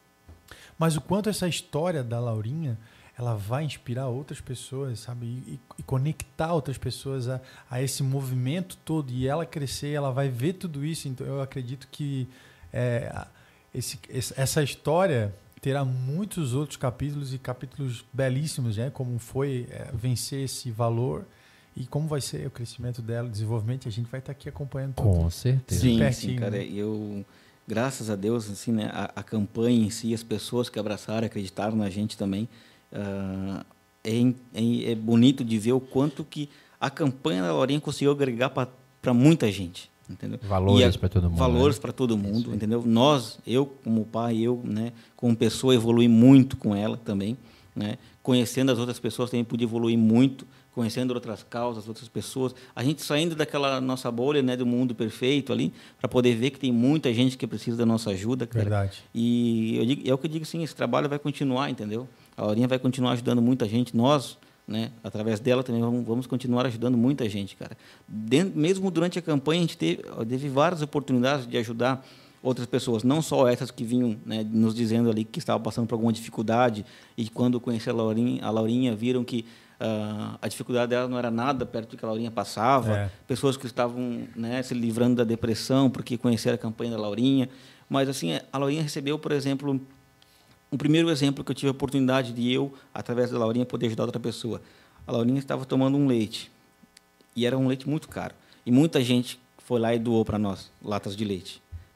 Mas o quanto essa história da Laurinha, ela vai inspirar outras pessoas, sabe? E, e conectar outras pessoas a, a esse movimento todo. E ela crescer, ela vai ver tudo isso. Então, eu acredito que é, a- esse, esse- essa história terá muitos outros capítulos e capítulos belíssimos, né? Como foi é, vencer esse valor e como vai ser o crescimento dela, o desenvolvimento. E a gente vai estar aqui acompanhando tudo. Com certeza. Sim, pertinho, sim, cara. né? Eu, graças a Deus, assim, né, a, a campanha em si, as pessoas que abraçaram, acreditaram na gente também, ah, é, in- é, é bonito de ver o quanto que a campanha da Laurinha conseguiu agregar para muita gente, entendeu? Valores E a- para todo mundo. Valores né? para todo Isso mundo, aí. entendeu? Nós, eu como pai, eu, né, como pessoa, evolui muito com ela também, né? Conhecendo as outras pessoas também pude evoluir muito, conhecendo outras causas, outras pessoas. A gente saindo daquela nossa bolha, né, do mundo perfeito ali, para poder ver que tem muita gente que precisa da nossa ajuda, cara. Verdade. E eu digo, é o que eu digo, sim, esse trabalho vai continuar, entendeu? A Laurinha vai continuar ajudando muita gente, nós, né, através dela também vamos, vamos continuar ajudando muita gente, cara. Dentro, mesmo durante a campanha, a gente teve, teve várias oportunidades de ajudar outras pessoas, não só essas que vinham, né, nos dizendo ali que estavam passando por alguma dificuldade e quando conheceram a Laurinha, a Laurinha viram que ah, a dificuldade dela não era nada perto do que a Laurinha passava, É. pessoas que estavam, né, se livrando da depressão porque conheceram a campanha da Laurinha. Mas assim, a Laurinha recebeu, por exemplo, o primeiro exemplo que eu tive a oportunidade de eu, através da Laurinha, poder ajudar outra pessoa. A Laurinha estava tomando um leite e era um leite muito caro. E muita gente foi lá e doou para nós latas de leite, né?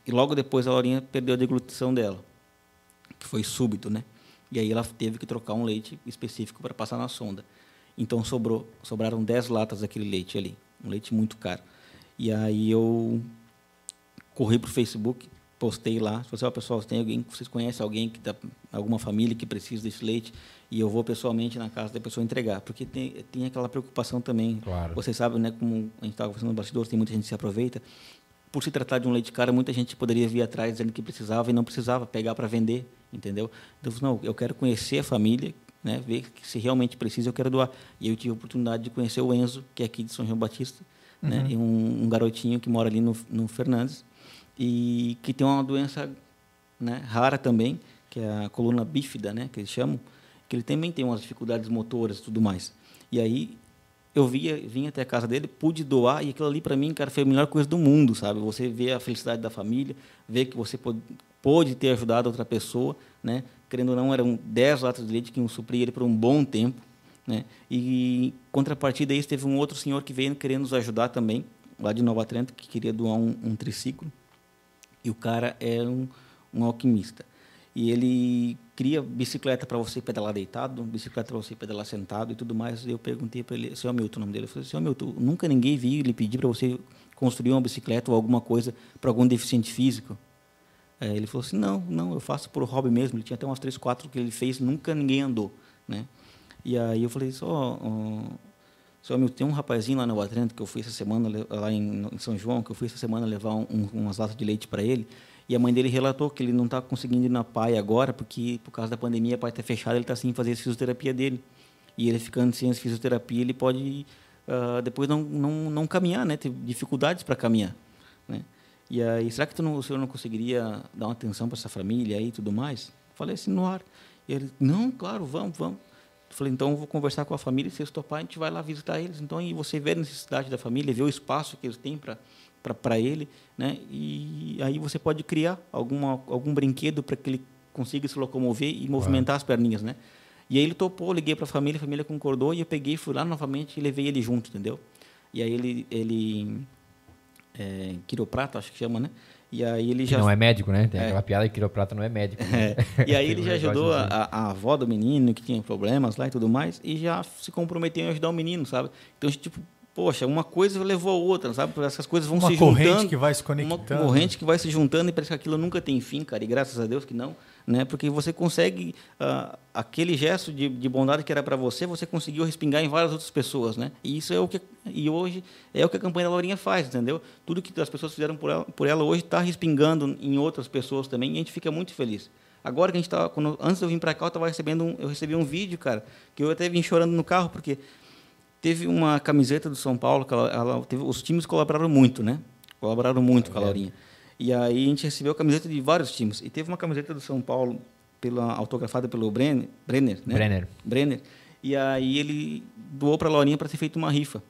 e logo depois a Laurinha perdeu a deglutição dela, que foi súbito, né? E aí ela teve que trocar um leite específico para passar na sonda. Então sobrou, sobraram dez latas daquele leite ali, um leite muito caro. E aí eu corri para o Facebook, postei lá, falei assim, oh, pessoal, tem alguém, vocês conhecem alguém, que tá, alguma família que precisa desse leite? E eu vou pessoalmente na casa da pessoa entregar, porque tem, tem aquela preocupação também. Claro. Vocês sabem, né, como a gente estava conversando no bastidor, tem muita gente que se aproveita. Por se tratar de um leite caro, muita gente poderia vir atrás dizendo que precisava e não precisava, pegar para vender, entendeu? Então, não, eu quero conhecer a família, né, ver que se realmente precisa, eu quero doar. E eu tive a oportunidade de conhecer o Enzo, que é aqui de São João Batista, uhum. né, e um, um garotinho que mora ali no, no Fernandes, e que tem uma doença, né, rara também, que é a coluna bífida, né, que eles chamam, que ele também tem umas dificuldades motoras e tudo mais. E aí eu via, vim até a casa dele, pude doar, e aquilo ali para mim, cara, foi a melhor coisa do mundo, sabe? Você vê a felicidade da família, vê que você pôde, pôde ter ajudado outra pessoa, né? Querendo ou não, eram dez latas de leite que iam suprir ele por um bom tempo, né? E contrapartida a isso, teve um outro senhor que veio querendo nos ajudar também, lá de Nova Trento, que queria doar um, um triciclo. E o cara é um, um alquimista. E ele cria bicicleta para você pedalar deitado, bicicleta para você pedalar sentado e tudo mais. E eu perguntei para ele, senhor Milton, o nome dele, eu falei, senhor Milton, nunca ninguém viu ele pedir para você construir uma bicicleta ou alguma coisa para algum deficiente físico? É, ele falou assim, não, não, eu faço por hobby mesmo. Ele tinha até umas três, quatro que ele fez, nunca ninguém andou, né? E aí eu falei, só... Oh, senhor Milton, tem um rapazinho lá na Nova Trento que eu fui essa semana, lá em, em São João, que eu fui essa semana levar um, um, umas latas de leite para ele, e a mãe dele relatou que ele não está conseguindo ir na P A I agora, porque por causa da pandemia a P A I está fechada, ele está sem fazer a fisioterapia dele. E ele ficando sem a fisioterapia, ele pode uh, depois não, não, não caminhar, né? Ter dificuldades para caminhar, né? E aí, será que tu não, o senhor não conseguiria dar uma atenção para essa família aí e tudo mais? Falei assim, no ar. E ele, não, claro, vamos, vamos. Eu falei, então eu vou conversar com a família, se eles topar, a gente vai lá visitar eles. Então, e você vê a necessidade da família, vê o espaço que eles têm para para ele, né? E aí você pode criar alguma, algum brinquedo para que ele consiga se locomover e movimentar as perninhas, né? E aí ele topou, liguei para a família, a família concordou, e eu peguei, fui lá novamente e levei ele junto, entendeu? E aí ele, ele é, quiroprata, acho que chama, né? E aí ele já... Não é médico, né? Tem é. aquela piada que quiroprata não é médico. Né? É. E aí ele já ajudou a, a avó do menino, que tinha problemas lá e tudo mais, e já se comprometeu em ajudar o menino, sabe? Então, tipo, poxa, uma coisa levou a outra, sabe? Essas coisas vão uma se juntando. Uma corrente que vai se conectando. Uma corrente que vai se juntando e parece que aquilo nunca tem fim, cara. E graças a Deus que não, né? Porque você consegue... Uh, aquele gesto de, de bondade que era para você, você conseguiu respingar em várias outras pessoas, né? E isso é o que... E hoje é o que a campanha da Laurinha faz, entendeu? Tudo que as pessoas fizeram por ela, por ela hoje está respingando em outras pessoas também, e a gente fica muito feliz. Agora que a gente estava... Antes de eu vir para cá, eu estava recebendo um, eu recebi um vídeo, cara, que eu até vim chorando no carro, porque... Teve uma camiseta do São Paulo, que ela, ela teve, os times colaboraram muito, né? Colaboraram muito é com a Laurinha. E aí a gente recebeu a camiseta de vários times. E teve uma camiseta do São Paulo, pela, autografada pelo Brenner, Brenner, né? Brenner. Brenner. E aí ele doou para a Laurinha para ser feita uma rifa.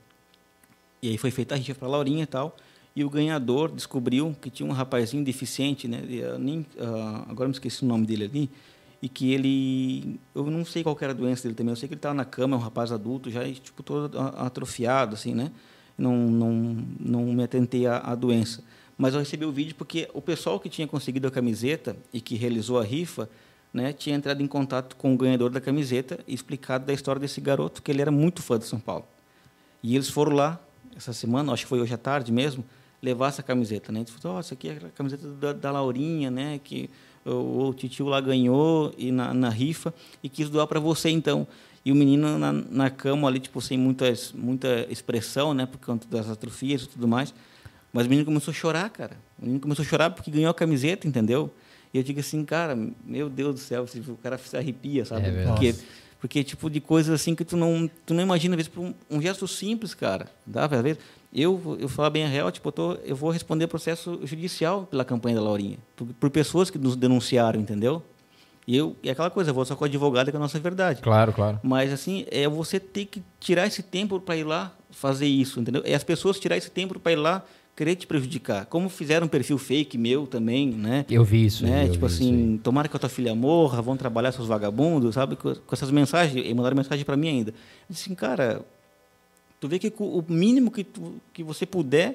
E aí foi feita a rifa para a Laurinha e tal. E o ganhador descobriu que tinha um rapazinho deficiente, né? Eu nem, uh, agora me esqueci o nome dele ali. E que ele... Eu não sei qual era a doença dele também. Eu sei que ele estava na cama, é um rapaz adulto, já tipo, todo atrofiado, assim, né? Não, não, não me atentei à, à doença. Mas eu recebi o vídeo porque o pessoal que tinha conseguido a camiseta e que realizou a rifa, né, tinha entrado em contato com o ganhador da camiseta e explicado da história desse garoto, que ele era muito fã de São Paulo. E eles foram lá, essa semana, acho que foi hoje à tarde mesmo, levar essa camiseta, né? Eles falaram, oh, essa aqui é a camiseta da, da Laurinha, né? Que o, o titio lá ganhou e na, na rifa e quis doar para você, então. E o menino na, na cama ali, tipo, sem muitas, muita expressão, né? Por conta das atrofias e tudo mais. Mas o menino começou a chorar, cara. O menino começou a chorar porque ganhou a camiseta, entendeu? E eu digo assim, cara, meu Deus do céu, o cara se arrepia, sabe? É porque, porque tipo de coisas assim que tu não, tu não imagina, às vezes, por um, um gesto simples, cara. Dá, às vezes, eu, eu falar bem a real, tipo, eu, tô, eu vou responder processo judicial pela campanha da Laurinha, por, por pessoas que nos denunciaram, entendeu? E eu, e aquela coisa, eu vou só com a advogada, que é a nossa verdade. Claro, claro. Mas, assim, é você ter que tirar esse tempo para ir lá fazer isso, entendeu? É as pessoas tirar esse tempo para ir lá querer te prejudicar. Como fizeram um perfil fake meu também, né? Eu vi isso. Né? Eu tipo vi assim, isso tomara que a tua filha morra, vão trabalhar seus vagabundos, sabe? Com, com essas mensagens, e mandaram mensagem para mim ainda. Eu disse assim, cara, tu vê que o mínimo que, tu, que você puder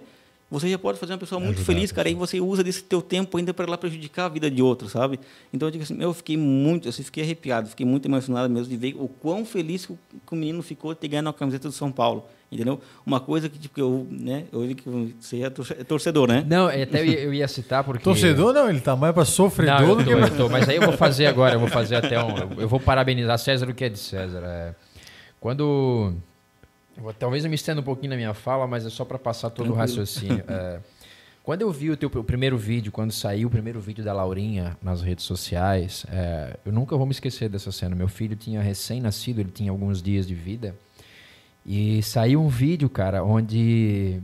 você já pode fazer uma pessoa muito Ajudar feliz, cara, e você usa desse teu tempo ainda para lá prejudicar a vida de outros, sabe? Então eu digo assim, eu fiquei muito, assim, fiquei arrepiado, fiquei muito emocionado mesmo de ver o quão feliz que o, que o menino ficou de ter ganhado uma camiseta do São Paulo, entendeu? Uma coisa que, tipo, eu, né, eu vi que você é torcedor, né? Não, até eu ia, eu ia citar porque... Torcedor não, ele tá mais para sofredor não, eu do tô, que... eu tô, mas aí eu vou fazer agora, eu vou fazer até um... Eu vou parabenizar César o que é de César. É, quando... Eu vou, talvez eu me estenda um pouquinho na minha fala, mas é só para passar todo Tranquilo. o raciocínio. É, quando eu vi o teu o primeiro vídeo, quando saiu o primeiro vídeo da Laurinha nas redes sociais, é, eu nunca vou me esquecer dessa cena. Meu filho tinha recém-nascido, ele tinha alguns dias de vida, e saiu um vídeo, cara, onde...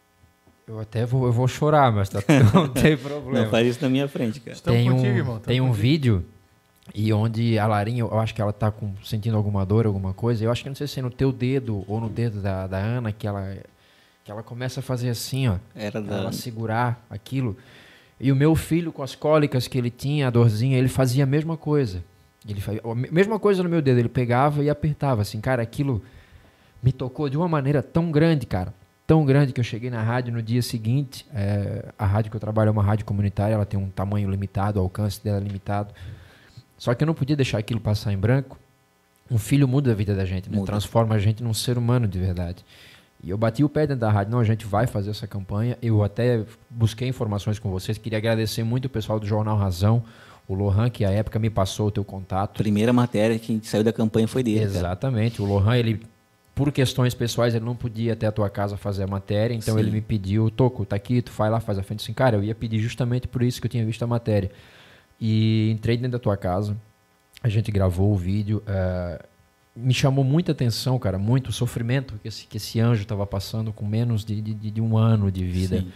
Eu até vou, eu vou chorar, mas tá, não tem problema. Não faz isso na minha frente, cara. Tem um, contigo, irmão, tem um vídeo e onde a Laurinha, eu acho que ela tá com, sentindo alguma dor, alguma coisa. Eu acho que não sei se é no teu dedo ou no dedo da, da Ana que ela, que ela começa a fazer assim, ó. Era da... Ela segurar aquilo. E o meu filho, com as cólicas que ele tinha, a dorzinha, ele fazia a mesma coisa. Ele fazia, a mesma coisa no meu dedo. Ele pegava e apertava, assim. Cara, aquilo me tocou de uma maneira tão grande, cara. Tão grande que eu cheguei na rádio no dia seguinte. É, a rádio que eu trabalho é uma rádio comunitária, ela tem um tamanho limitado, o alcance dela é limitado. Só que eu não podia deixar aquilo passar em branco. Um filho muda a vida da gente, né? Transforma a gente num ser humano de verdade. E eu bati o pé dentro da rádio, não, a gente vai fazer essa campanha. Eu até busquei informações com vocês, queria agradecer muito o pessoal do Jornal Razão, o Lohan, que à época me passou o teu contato. Primeira matéria que saiu da campanha foi dele. Exatamente, cara. O Lohan, ele... Por questões pessoais, ele não podia ir até a tua casa fazer a matéria, então Sim. ele me pediu, Toco, tá aqui, tu vai lá, faz a frente. Assim, cara, eu ia pedir justamente por isso que eu tinha visto a matéria. E entrei dentro da tua casa, a gente gravou o vídeo, uh, me chamou muita atenção, cara, muito o sofrimento que esse, que esse anjo estava passando com menos de, de, de um ano de vida. Sim.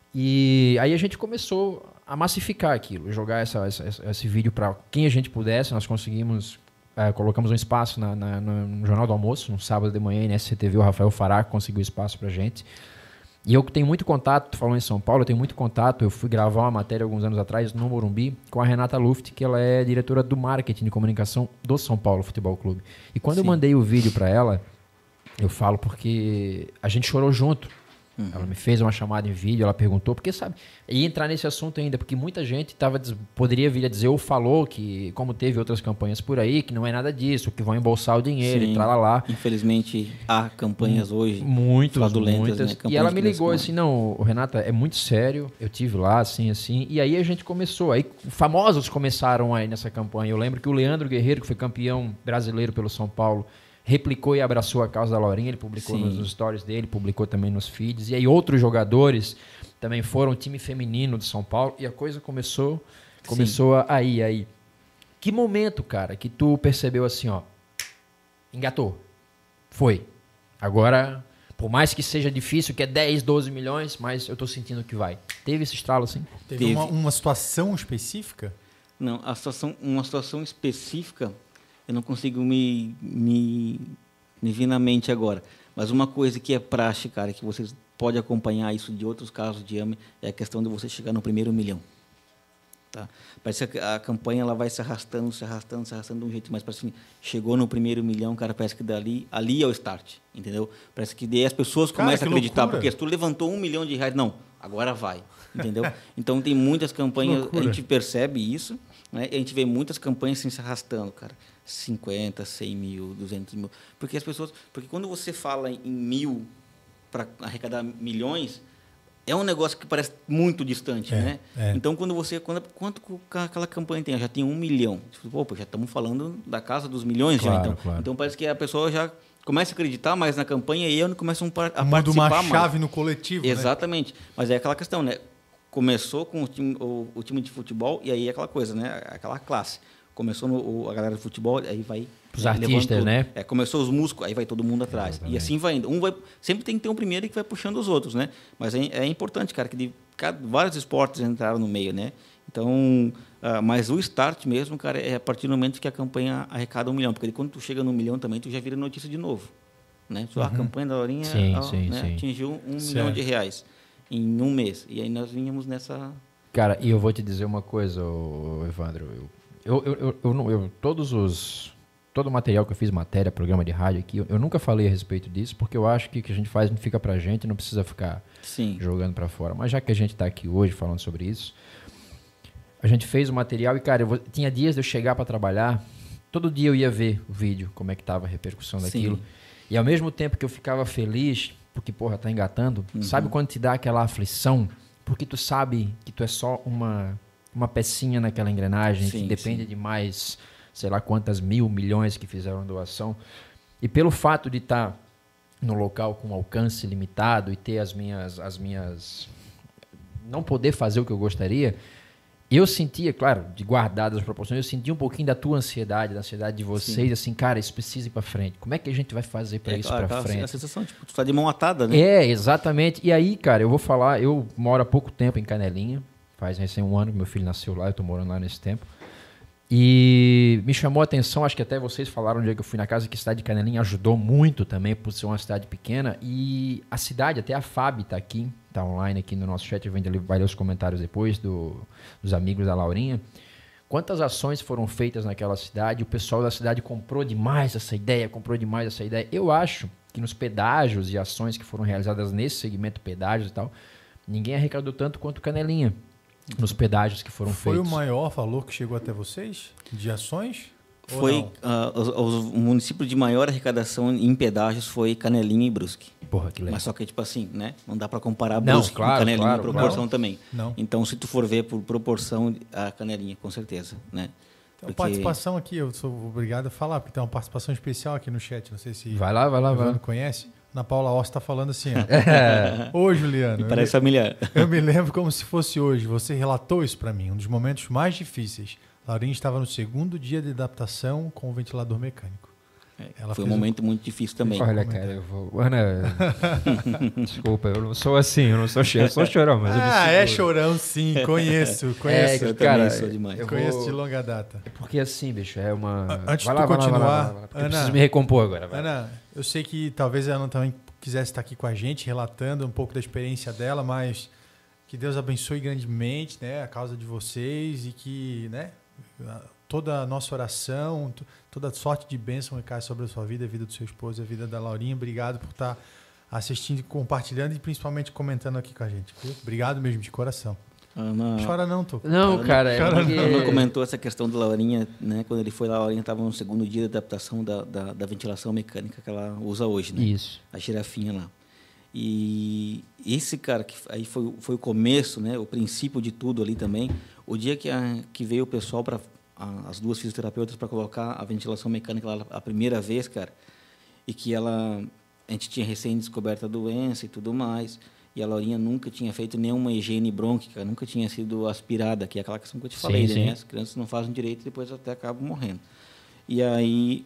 E aí a gente começou a massificar aquilo, jogar essa, essa, esse vídeo para quem a gente pudesse, nós conseguimos... Uh, colocamos um espaço na, na, no Jornal do Almoço, no sábado de manhã, e na S C T V, o Rafael Fará conseguiu espaço pra gente. E eu tenho muito contato, tu falou em São Paulo, eu tenho muito contato, eu fui gravar uma matéria alguns anos atrás no Morumbi com a Renata Luft, que ela é diretora do marketing de comunicação do São Paulo Futebol Clube. E quando Sim. eu mandei o vídeo para ela, eu falo porque a gente chorou junto. Uhum. Ela me fez uma chamada em vídeo, ela perguntou, porque sabe, ia entrar nesse assunto ainda, porque muita gente tava, poderia vir a dizer ou falou que, como teve outras campanhas por aí, que não é nada disso, que vão embolsar o dinheiro Sim. e tralalá. Infelizmente, há campanhas hoje muitas, fraudulentas, muitas. Né? E ela me ligou assim, não, Renata, é muito sério, eu tive lá, assim, assim, e aí a gente começou, aí famosos começaram aí nessa campanha. Eu lembro que o Leandro Guerreiro, que foi campeão brasileiro pelo São Paulo, replicou e abraçou a causa da Laurinha, ele publicou Sim. nos stories dele, publicou também nos feeds, e aí outros jogadores também foram, o time feminino de São Paulo, e a coisa começou, começou a aí, aí. Que momento, cara, que tu percebeu assim, ó, engatou, foi, agora, por mais que seja difícil, que é dez, doze milhões, mas eu tô sentindo que vai. Teve esse estralo assim? Teve, Teve. Uma, uma situação específica? Não, a situação, uma situação específica... Eu não consigo me, me, me vir na mente agora. Mas uma coisa que é praxe, cara, que vocês podem acompanhar isso de outros casos de A M E, é a questão de você chegar no primeiro milhão. Tá? Parece que a campanha ela vai se arrastando, se arrastando, se arrastando de um jeito mais para cima. Chegou no primeiro milhão, cara, parece que dali, ali é o start, entendeu? Parece que daí as pessoas cara, começam a acreditar, loucura. Porque se tu levantou um milhão de reais, não, agora vai, entendeu? Então tem muitas campanhas, a gente percebe isso, né? A gente vê muitas campanhas assim, se arrastando, cara. cinquenta, cem mil, duzentos mil. Porque as pessoas. Porque quando você fala em mil para arrecadar milhões, é um negócio que parece muito distante, é, né? É. Então, quando você. Quando, quanto aquela campanha tem? Já tem um milhão. Opa, já estamos falando da casa dos milhões claro, já. Então. Claro. Então parece que a pessoa já começa a acreditar mais na campanha e aí começam a Muda participar uma chave mais. no coletivo. Exatamente. Né? Mas é aquela questão, né? Começou com o time, o, o time de futebol e aí é aquela coisa, né? Aquela classe. Começou no, a galera do futebol, aí vai... Os artistas, né? É, começou os músicos, aí vai todo mundo atrás. Exatamente. E assim vai indo. Um vai, sempre tem que ter um primeiro que vai puxando os outros, né? Mas é, é importante, cara, que de, cada, vários esportes entraram no meio, né? Então, uh, mas o start mesmo, cara, é a partir do momento que a campanha arrecada um milhão. Porque quando tu chega no milhão também, tu já vira notícia de novo. Né? Uhum. A campanha da Laurinha sim, ó, sim, né? sim. atingiu um certo. milhão de reais em um mês. E aí nós vínhamos nessa... Cara, e eu vou te dizer uma coisa, Evandro. Eu, eu, eu, eu, eu, eu todos os... todo o material que eu fiz, matéria, programa de rádio aqui, eu, eu nunca falei a respeito disso, porque eu acho que o que a gente faz não fica pra gente, não precisa ficar Sim. jogando pra fora. Mas já que a gente tá aqui hoje falando sobre isso, a gente fez o material e, cara, eu vou, tinha dias de eu chegar pra trabalhar, todo dia eu ia ver o vídeo, como é que tava a repercussão daquilo. Sim. E ao mesmo tempo que eu ficava feliz, porque, porra, tá engatando, uhum. sabe quando te dá aquela aflição? Porque tu sabe que tu é só uma, uma pecinha naquela engrenagem, sim, que depende sim. de mais, sei lá quantas mil, milhões que fizeram doação. E pelo fato de estar no local com alcance limitado e ter as minhas, as minhas... não poder fazer o que eu gostaria, eu sentia, claro, de guardadas as proporções, eu sentia um pouquinho da tua ansiedade, da ansiedade de vocês, sim. assim, cara, isso precisa ir para frente. Como é que a gente vai fazer para é, isso claro, para frente? A sensação, tipo, tu tá de mão atada, né? É, exatamente. E aí, cara, eu vou falar, eu moro há pouco tempo em Canelinha, faz recém um ano que meu filho nasceu lá, eu tô morando lá nesse tempo. E me chamou a atenção, acho que até vocês falaram no dia que eu fui na casa, que a cidade de Canelinha ajudou muito também, por ser uma cidade pequena. E a cidade, até a Fábio tá aqui, tá online aqui no nosso chat, vai ler os comentários depois do, dos amigos da Laurinha. Quantas ações foram feitas naquela cidade, o pessoal da cidade comprou demais essa ideia, comprou demais essa ideia. Eu acho que nos pedágios e ações que foram realizadas nesse segmento pedágios e tal, ninguém arrecadou tanto quanto Canelinha. Nos pedágios que foram foi feitos. Foi o maior valor que chegou até vocês? De ações? Foi uh, o município de maior arrecadação em pedágios foi Canelinha e Brusque. Porra, que legal. Mas só que, tipo assim, né? Não dá para comparar não, Brusque claro, com Canelinha claro, em proporção claro. também. Não. Então, se tu for ver por proporção, a Canelinha, com certeza, né? Tem uma participação aqui, eu sou obrigado a falar, porque tem uma participação especial aqui no chat, não sei se vai lá, vai lá, o vai lá. conhece. Ana Paula Ossa está falando assim, ó. Ô, Juliano. Me parece familiar. Eu me lembro como se fosse hoje. Você relatou isso para mim, um dos momentos mais difíceis. Laurinha estava no segundo dia de adaptação com o ventilador mecânico. É, Ela foi um momento um... muito difícil também. Olha, cara, eu vou... Ana, desculpa, eu não sou assim, eu não sou chorão, eu sou chorão, mas ah, eu me é chorão sim, conheço, conheço. É, eu cara, sou demais. Eu conheço vou... de longa data. É porque assim, bicho, é uma... Antes vai de lá, tu continuar, vai lá, vai lá, vai lá, Ana, eu preciso me recompor agora. Vai. Ana, eu sei que talvez a Ana também quisesse estar aqui com a gente, relatando um pouco da experiência dela, mas que Deus abençoe grandemente, né, a causa de vocês e que, né, toda a nossa oração, toda a sorte de bênção recai sobre a sua vida, a vida do seu esposo, a vida da Laurinha. Obrigado por estar assistindo, compartilhando e principalmente comentando aqui com a gente. Viu? Obrigado mesmo, de coração. Ana... Chora não, Tô. Não, Ana, cara. Chora é porque... não. Ana comentou essa questão da Laurinha, né? Quando ele foi lá, a Laurinha estava no segundo dia de adaptação da, da, da ventilação mecânica que ela usa hoje, né? Isso. A girafinha lá. E esse cara, que aí foi, foi o começo, né? O princípio de tudo ali também. O dia que, a, que veio o pessoal, para as duas fisioterapeutas, para colocar a ventilação mecânica lá a primeira vez, cara, e que ela... A gente tinha recém-descoberto a doença e tudo mais... E a Laurinha nunca tinha feito nenhuma higiene brônquica, nunca tinha sido aspirada, que é aquela questão que eu te falei, sim, né? sim. As crianças não fazem direito e depois até acabam morrendo. E aí,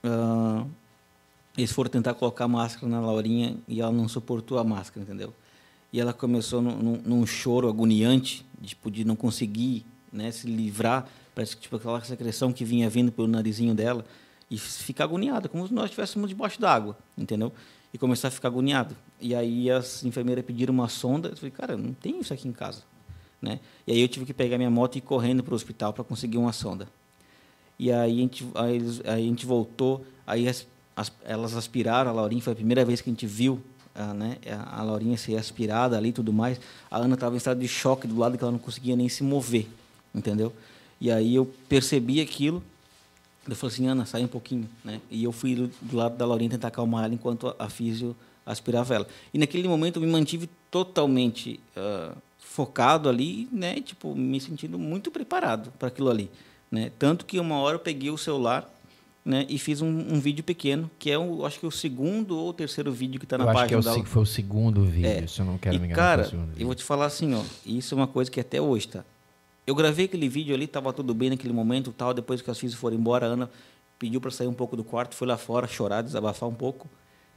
uh, eles foram tentar colocar máscara na Laurinha e ela não suportou a máscara, entendeu? E ela começou num, num, num choro agoniante, tipo, de não conseguir, né, se livrar, parece que tipo, aquela secreção que vinha vindo pelo narizinho dela, e ficar agoniada, como se nós estivéssemos debaixo d'água, entendeu? E começar a ficar agoniado. E aí as enfermeiras pediram uma sonda. Eu falei, cara, não tem isso aqui em casa, né? E aí eu tive que pegar minha moto e ir correndo para o hospital para conseguir uma sonda. E aí a gente, aí, aí a gente voltou, aí as, as, elas aspiraram a Laurinha, foi a primeira vez que a gente viu a, né, a, a Laurinha ser aspirada ali e tudo mais. A Ana estava em estado de choque do lado que ela não conseguia nem se mover, entendeu? E aí eu percebi aquilo. Eu falei assim, Ana, sai um pouquinho, né? E eu fui do lado da Laurinha tentar acalmar ela enquanto a físio aspirava ela. E naquele momento eu me mantive totalmente uh, focado ali, né? Tipo, me sentindo muito preparado para aquilo ali, né? Tanto que uma hora eu peguei o celular, né? E fiz um, um vídeo pequeno, que é, o, acho que o segundo ou terceiro vídeo que está na eu página acho que é o, da... foi o segundo vídeo, é. se eu não quero e, me enganar. Cara, eu vou te falar assim, ó, isso é uma coisa que até hoje, tá? Eu gravei aquele vídeo ali, estava tudo bem naquele momento, tal. Depois que as filhas foram embora, a Ana pediu para sair um pouco do quarto, fui lá fora chorar, desabafar um pouco.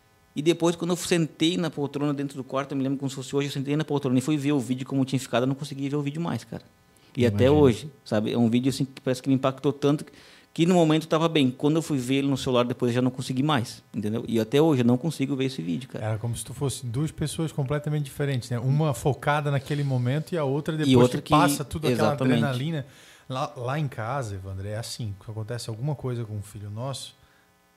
E depois, quando eu sentei na poltrona dentro do quarto, eu me lembro como se fosse hoje, eu sentei na poltrona e fui ver o vídeo como tinha ficado, eu não consegui ver o vídeo mais, cara. E Imagina. Até hoje, sabe? É um vídeo assim que parece que me impactou tanto que no momento estava bem. Quando eu fui ver ele no celular, depois eu já não consegui mais, entendeu? E até hoje eu não consigo ver esse vídeo, cara. Era como se tu fosse duas pessoas completamente diferentes, né? Uma focada naquele momento e a outra depois e outra que, que passa tudo exatamente. aquela adrenalina. Lá, lá em casa, Evandro, é assim, quando acontece alguma coisa com um filho nosso,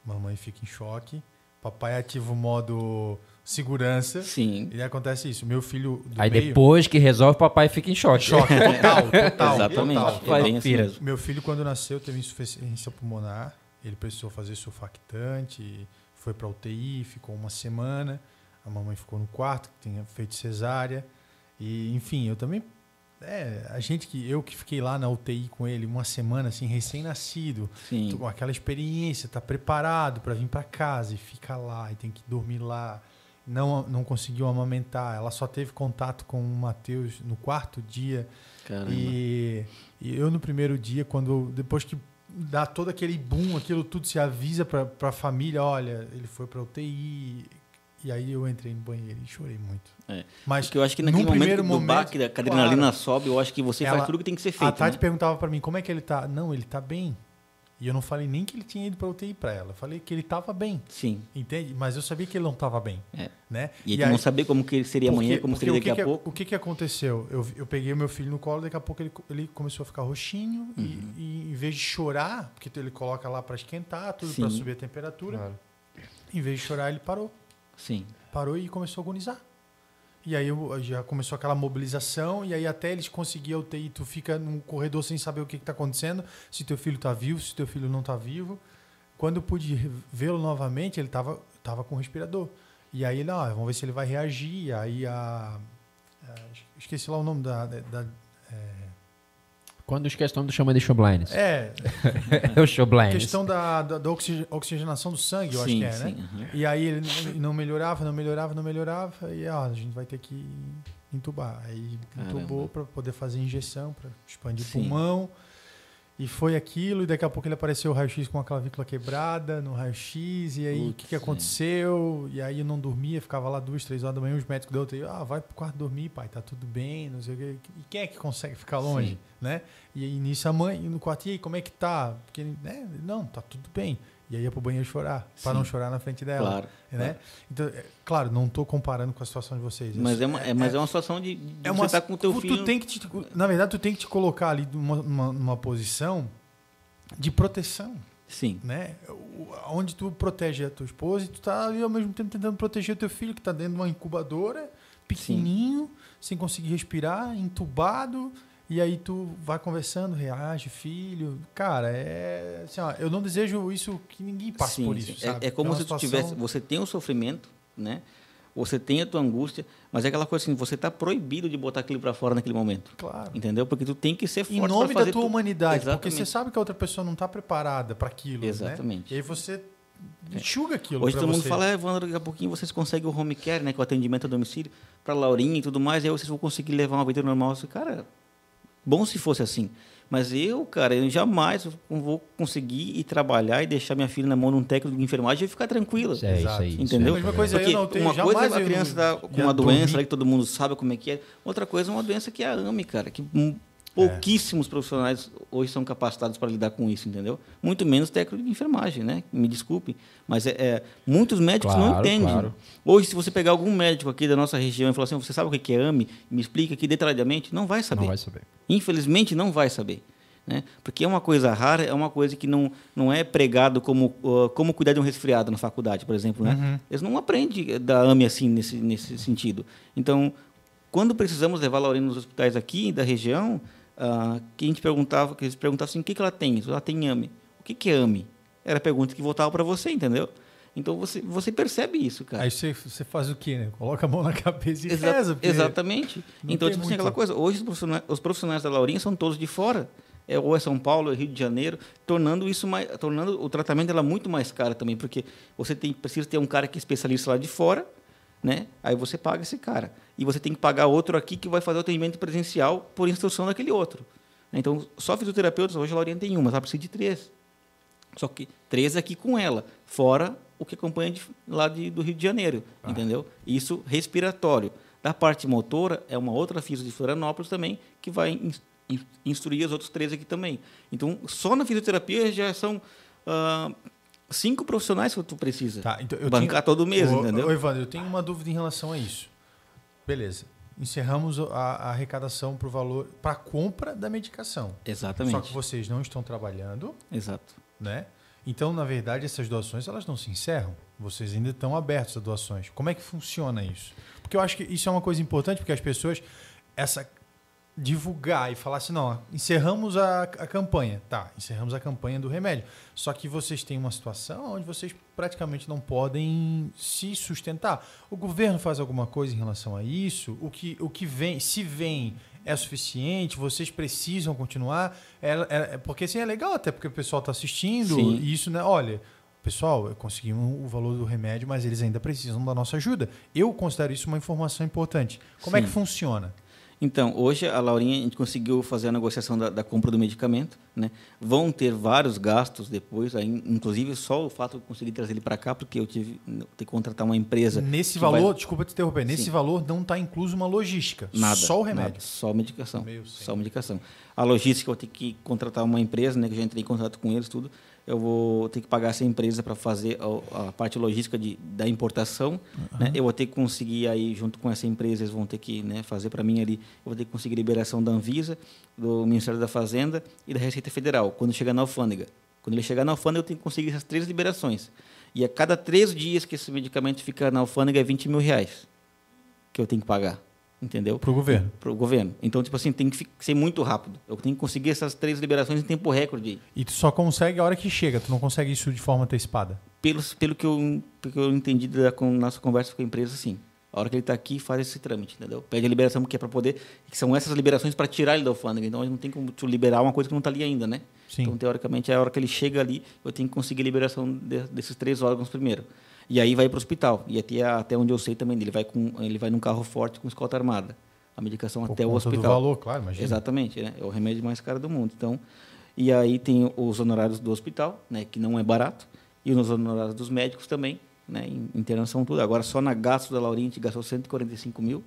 mamãe fica em choque, papai ativa o modo segurança. Sim. E acontece isso. Meu filho do Aí meio, depois que resolve, o papai fica em choque. choque total, total. Exatamente. Total. É bem assim Pira. mesmo. Meu filho, quando nasceu, teve insuficiência pulmonar. Ele precisou fazer surfactante, foi para U T I, ficou uma semana. A mamãe ficou no quarto, que tinha feito cesárea. E, enfim, eu também... É, a gente que... Eu que fiquei lá na U T I com ele uma semana, assim, recém-nascido. Sim. Com aquela experiência, tá preparado para vir para casa e fica lá e tem que dormir lá. Não, não conseguiu amamentar. Ela só teve contato com o Matheus no quarto dia. Caramba. E, e eu no primeiro dia, quando depois que dá todo aquele boom, aquilo tudo se avisa para a família, olha, ele foi para U T I. E aí eu entrei no banheiro e chorei muito. É. Mas Porque eu acho que naquele num momento primeiro do momento, baque, da adrenalina claro, sobe, eu acho que você ela- faz tudo que tem que ser feito. a Tati né? perguntava para mim, como é que ele tá? Não, ele tá bem. E eu não falei nem que ele tinha ido para U T I para ela. Eu falei que ele tava bem. Sim. Entende? Mas eu sabia que ele não estava bem. É. Né? E, e não saber como que seria porque- amanhã, como porque seria o daqui que a que, pouco. O que, que aconteceu? Eu, eu peguei o meu filho no colo, daqui a pouco ele, ele começou a ficar roxinho. Uhum. E, e em vez de chorar, porque ele coloca lá para esquentar, tudo Sim. para subir a temperatura, Claro. em vez de chorar, ele parou. Sim. Parou e começou a agonizar. E aí eu- já começou aquela mobilização, e aí até eles conseguiam U T I, tu fica num corredor sem saber o que está acontecendo, se teu filho está vivo, se teu filho não está vivo. Quando eu pude vê-lo novamente, ele estava tava com respirador. E aí, não, vamos ver se ele vai reagir. Aí a... a- esqueci lá o nome da... da, da Quando esquece o nome, chama de Showblindness. é, É o Showblindness. questão da, da, da oxi- oxigenação do sangue, eu acho Sim, que é, sim. né? Uhum. E aí ele não- não melhorava, não melhorava, não melhorava. E ó, a gente vai ter que entubar. Aí entubou para poder fazer injeção, para expandir Sim. o pulmão. E foi aquilo. E daqui a pouco ele apareceu o raio-x com a clavícula quebrada no raio-x. E aí o que, Putz, que aconteceu? E aí eu não dormia, ficava lá duas, três horas da manhã. Os médicos da U T I, ah, vai pro quarto dormir, pai, tá tudo bem, não sei o quê. E quem é que consegue ficar longe, Sim. né? E aí nisso a mãe no quarto, e aí, como é que tá? Porque, né? Não, tá tudo bem. E aí ia pro banheiro chorar, para Sim. não chorar na frente dela. Claro. Né? claro. Então, é, claro, não estou comparando com a situação de vocês. Mas é uma, é, mas é uma situação de, de é você uma- estar com o teu tu filho. tem que te- na verdade, tu tem que te colocar ali numa, numa, numa posição de proteção, Sim. né? O- Onde tu protege a tua esposa e tu tá ali ao mesmo tempo tentando proteger o teu filho que está dentro de uma incubadora, pequenininho, sem conseguir respirar, entubado. E aí tu vai conversando, reage, filho. Cara, é assim, ó, eu não desejo isso que ninguém passe Sim, por sim. isso, É- sabe? É, como uma se tu situação- tivesse. Você tem o sofrimento, né? Você tem a tua angústia, mas é aquela coisa assim, você está proibido de botar aquilo para fora naquele momento. Claro. Entendeu? Porque tu tem que ser forte Em pra nome fazer da tua tu- humanidade, porque Exatamente. você sabe que a outra pessoa não está preparada para aquilo. Exatamente. Né? E aí você enxuga aquilo. Hoje pra todo mundo você. fala, é, Evandro, daqui a pouquinho vocês conseguem o home care, né, com o atendimento a domicílio, para Laurinha e tudo mais, e aí vocês vão conseguir levar uma vida normal. Eu disse, cara, bom se fosse assim. Mas eu, cara, eu jamais vou conseguir ir trabalhar e deixar minha filha na mão de um técnico de enfermagem e ficar tranquila. É isso Exato. aí. Entendeu? A mesma coisa Porque eu não tenho, uma coisa jamais é a eu criança não- tá com ia uma doença dormir. lá que todo mundo sabe como é que é. Outra coisa é uma doença que é a A M E, cara, que hum, pouquíssimos profissionais hoje são capacitados para lidar com isso, entendeu? Muito menos técnico de enfermagem, né? Me desculpe, mas é, é- muitos médicos não Claro, entendem. claro. Hoje, se você pegar algum médico aqui da nossa região e falar assim, você sabe o que é A M E? Me explica aqui detalhadamente, não vai saber. Não vai saber. Infelizmente, não vai saber. Né? Porque é uma coisa rara, é uma coisa que não, não é pregado como, uh, como cuidar de um resfriado na faculdade, por exemplo. Né? Uhum. Eles não aprendem da A M E assim, nesse, nesse sentido. Então, quando precisamos levar a Laurina nos hospitais aqui da região, uh, que a gente perguntava, que eles perguntavam assim, o que, que ela tem? Ela tem A M E. O que, que é A M E? Era a pergunta que voltava para você, entendeu? Então, você, você percebe isso, cara. Aí você, você faz o quê, né? Coloca a mão na cabeça e Exa- reza. porque Exatamente. não Então, tem tipo assim, muito- aquela coisa. Hoje, os profissionais, os profissionais da Laurinha são todos de fora. É, ou é São Paulo, ou é Rio de Janeiro, tornando isso mais, tornando o tratamento dela muito mais caro também, porque você tem, precisa ter um cara que é especialista lá de fora, né? Aí você paga esse cara. E você tem que pagar outro aqui que vai fazer o atendimento presencial por instrução daquele outro. Então, só fisioterapeutas, hoje a Laurinha tem uma, ela precisa de três. Só que três aqui com ela, fora o que acompanha de, lá de, do Rio de Janeiro, Ah. entendeu? Isso respiratório. Da parte motora, é uma outra fisio de Florianópolis também, que vai in, in, instruir os outros três aqui também. Então, só na fisioterapia já são ah, cinco profissionais que tu precisa Tá, então eu bancar tinha- todo mês, Ô, entendeu? ô, Evandro, eu tenho uma dúvida em relação a isso. Beleza. Encerramos a, a arrecadação para o valor, para a compra da medicação. Exatamente. Só que vocês não estão trabalhando, Exato. né? Então, na verdade, essas doações elas não se encerram. Vocês ainda estão abertos a doações. Como é que funciona isso? Porque eu acho que isso é uma coisa importante, porque as pessoas... essa divulgar e falar assim, não, encerramos a, a campanha. Tá, encerramos a campanha do remédio. Só que vocês têm uma situação onde vocês praticamente não podem se sustentar. O governo faz alguma coisa em relação a isso? O que, o que vem, se vem, é suficiente? Vocês precisam continuar? É, é, porque assim, é legal até porque o pessoal está assistindo. Sim. E isso, né? Olha, pessoal, eu consegui o valor do remédio, mas eles ainda precisam da nossa ajuda. Eu considero isso uma informação importante. Como Sim. é que funciona? Então, hoje a Laurinha, a gente conseguiu fazer a negociação da, da compra do medicamento, né? Vão ter vários gastos depois, aí, inclusive só o fato de eu conseguir trazer ele para cá, porque eu tive eu ter que contratar uma empresa. Nesse valor, vai... desculpa te interromper, nesse Sim. valor não está incluso uma logística, Nada, só o remédio. Nada, só a medicação. Meu Só a medicação. A logística, eu vou ter que contratar uma empresa, né, que eu já entrei em contato com eles, tudo. Eu vou ter que pagar essa empresa para fazer a, a parte logística de, da importação. Uhum. Né? Eu vou ter que conseguir aí, junto com essa empresa, eles vão ter que, né, fazer para mim ali, eu vou ter que conseguir liberação da Anvisa, do Ministério da Fazenda e da Receita Federal, quando chegar na alfândega. Quando ele chegar na alfândega, eu tenho que conseguir essas três liberações. E a cada três dias que esse medicamento fica na alfândega é vinte mil reais que eu tenho que pagar. Entendeu? Para o governo. Para o governo. Então, tipo assim, tem que ser muito rápido. Eu tenho que conseguir essas três liberações em tempo recorde. E tu só consegue a hora que chega, tu não consegue isso de forma antecipada? Pelo, pelo, que, eu, pelo que eu entendi da com, nossa conversa com a empresa, sim. A hora que ele está aqui, faz esse trâmite, entendeu? Pede a liberação, porque é para poder... Que são essas liberações para tirar ele da alfândega. Então, a gente não tem como tu liberar uma coisa que não está ali ainda, né? Sim. Então, teoricamente, é a hora que ele chega ali, eu tenho que conseguir a liberação de, desses três órgãos primeiro. E aí vai para o hospital. E até, até onde eu sei também, ele vai, com, ele vai num carro forte com escolta armada. A medicação Por até o conta hospital. do valor, claro, imagina. Exatamente, né? É o remédio mais caro do mundo. Então, e aí tem os honorários do hospital, né, que não é barato, e os honorários dos médicos também, né, em internação tudo. Agora só na gasto da Laurinha a gente gastou cento e quarenta e cinco mil,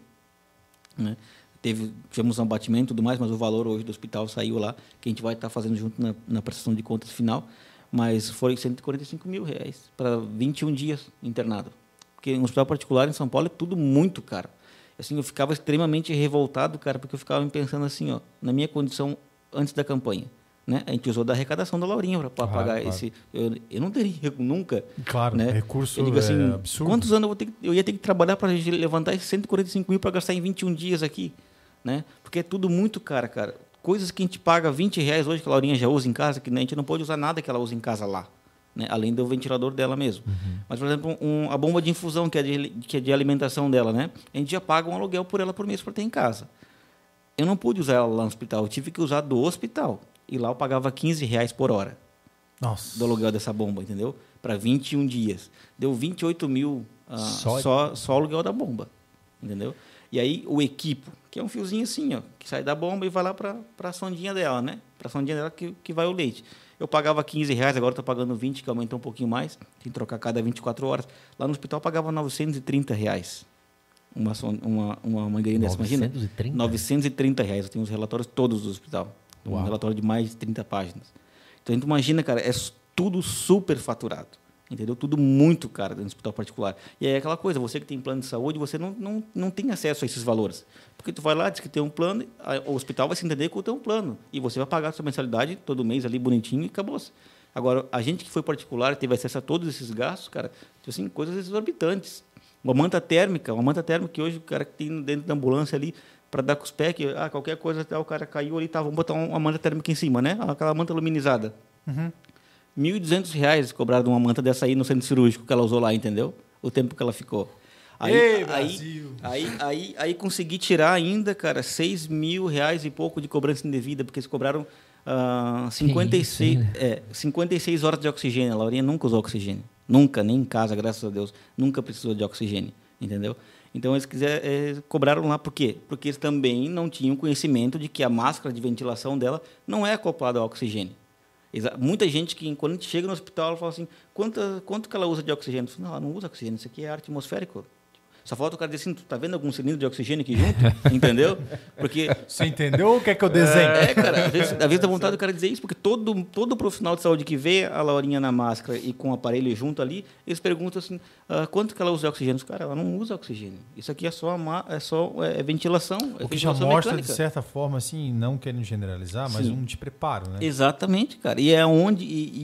né? Teve, tivemos um abatimento e tudo mais, mas o valor hoje do hospital saiu lá, que a gente vai estar fazendo junto na, na prestação de contas final, mas foi cento e quarenta e cinco mil reais para vinte e um dias internado. Porque no hospital particular em São Paulo é tudo muito caro. Assim, eu ficava extremamente revoltado, cara, porque eu ficava pensando assim, ó, na minha condição antes da campanha, né? A gente usou da arrecadação da Laurinha para claro, pagar claro. esse... Eu, eu não teria nunca... Claro, né? Recurso eu digo assim, é absurdo. Quantos anos eu, vou ter, eu ia ter que trabalhar para levantar esses cento e quarenta e cinco mil para gastar em vinte e um dias aqui, né? Porque é tudo muito caro, cara. Coisas que a gente paga vinte reais hoje, que a Laurinha já usa em casa, que a gente não pode usar nada que ela usa em casa lá. Né? Além do ventilador dela mesmo. Uhum. Mas, por exemplo, um, a bomba de infusão, que é de, que é de alimentação dela, né? A gente já paga um aluguel por ela por mês para ter em casa. Eu não pude usar ela lá no hospital, eu tive que usar do hospital. E lá eu pagava quinze reais por hora. Nossa. Do aluguel dessa bomba, entendeu? Para vinte e um dias. Deu vinte e oito mil uh, só, só, só o aluguel da bomba. Entendeu? E aí o equipo, que é um fiozinho assim, ó, que sai da bomba e vai lá para a sondinha dela, né? Para a sondinha dela que, que vai o leite. Eu pagava quinze reais, agora estou pagando vinte, que aumentou um pouquinho mais. Tem que trocar cada vinte e quatro horas. Lá no hospital eu pagava novecentos e trinta reais. Uma, uma, uma mangueirinha dessa, imagina? novecentos e trinta? novecentos e trinta reais. Eu tenho os relatórios todos do hospital. Uau. Um relatório de mais de trinta páginas. Então, a gente imagina, cara, é tudo super faturado. Entendeu? Tudo muito caro dentro do hospital particular. E aí é aquela coisa, você que tem plano de saúde, você não, não, não tem acesso a esses valores. Porque tu vai lá, diz que tem um plano, o hospital vai se entender que tem um plano. E você vai pagar a sua mensalidade todo mês ali bonitinho e acabou-se. Agora, a gente que foi particular, teve acesso a todos esses gastos, cara, tipo assim, coisas exorbitantes. Uma manta térmica, uma manta térmica que hoje o cara que tem dentro da ambulância ali, para dar com os pés, que ah, qualquer coisa, até o cara caiu ali, tá, vamos botar uma manta térmica em cima, né? Aquela manta luminizada. Uhum. mil e duzentos reais cobraram de uma manta dessa aí no centro cirúrgico que ela usou lá, entendeu? O tempo que ela ficou. Aí, Ei, aí, Brasil. aí, aí, aí, aí consegui tirar ainda, cara, seis mil reais e pouco de cobrança indevida, porque eles cobraram uh, cinquenta e seis, isso, é, cinquenta e seis horas de oxigênio. A Laurinha nunca usou oxigênio. Nunca, nem em casa, graças a Deus. Nunca precisou de oxigênio, entendeu? Então, eles quiser, é, cobraram lá por quê? Porque eles também não tinham conhecimento de que a máscara de ventilação dela não é acoplada ao oxigênio. Muita gente que, quando a gente chega no hospital, ela fala assim, quanto, quanto que ela usa de oxigênio? Eu falo, não, ela não usa oxigênio, isso aqui é ar atmosférico. Só falta o cara dizer assim, tu tá vendo algum cilindro de oxigênio aqui junto? Entendeu? Porque... Você entendeu ou quer que eu desenhe? É, cara, às vezes, às vezes dá vontade do cara dizer isso, porque todo, todo profissional de saúde que vê a Laurinha na máscara e com o aparelho junto ali, eles perguntam assim, ah, quanto que ela usa de oxigênio? Cara, ela não usa oxigênio. Isso aqui é só, uma, é só é ventilação. É o que já ventilação mostra, mecânica. de certa forma, assim, não querendo generalizar, mas Sim. um despreparo, né? Exatamente, cara. E é onde... E, e,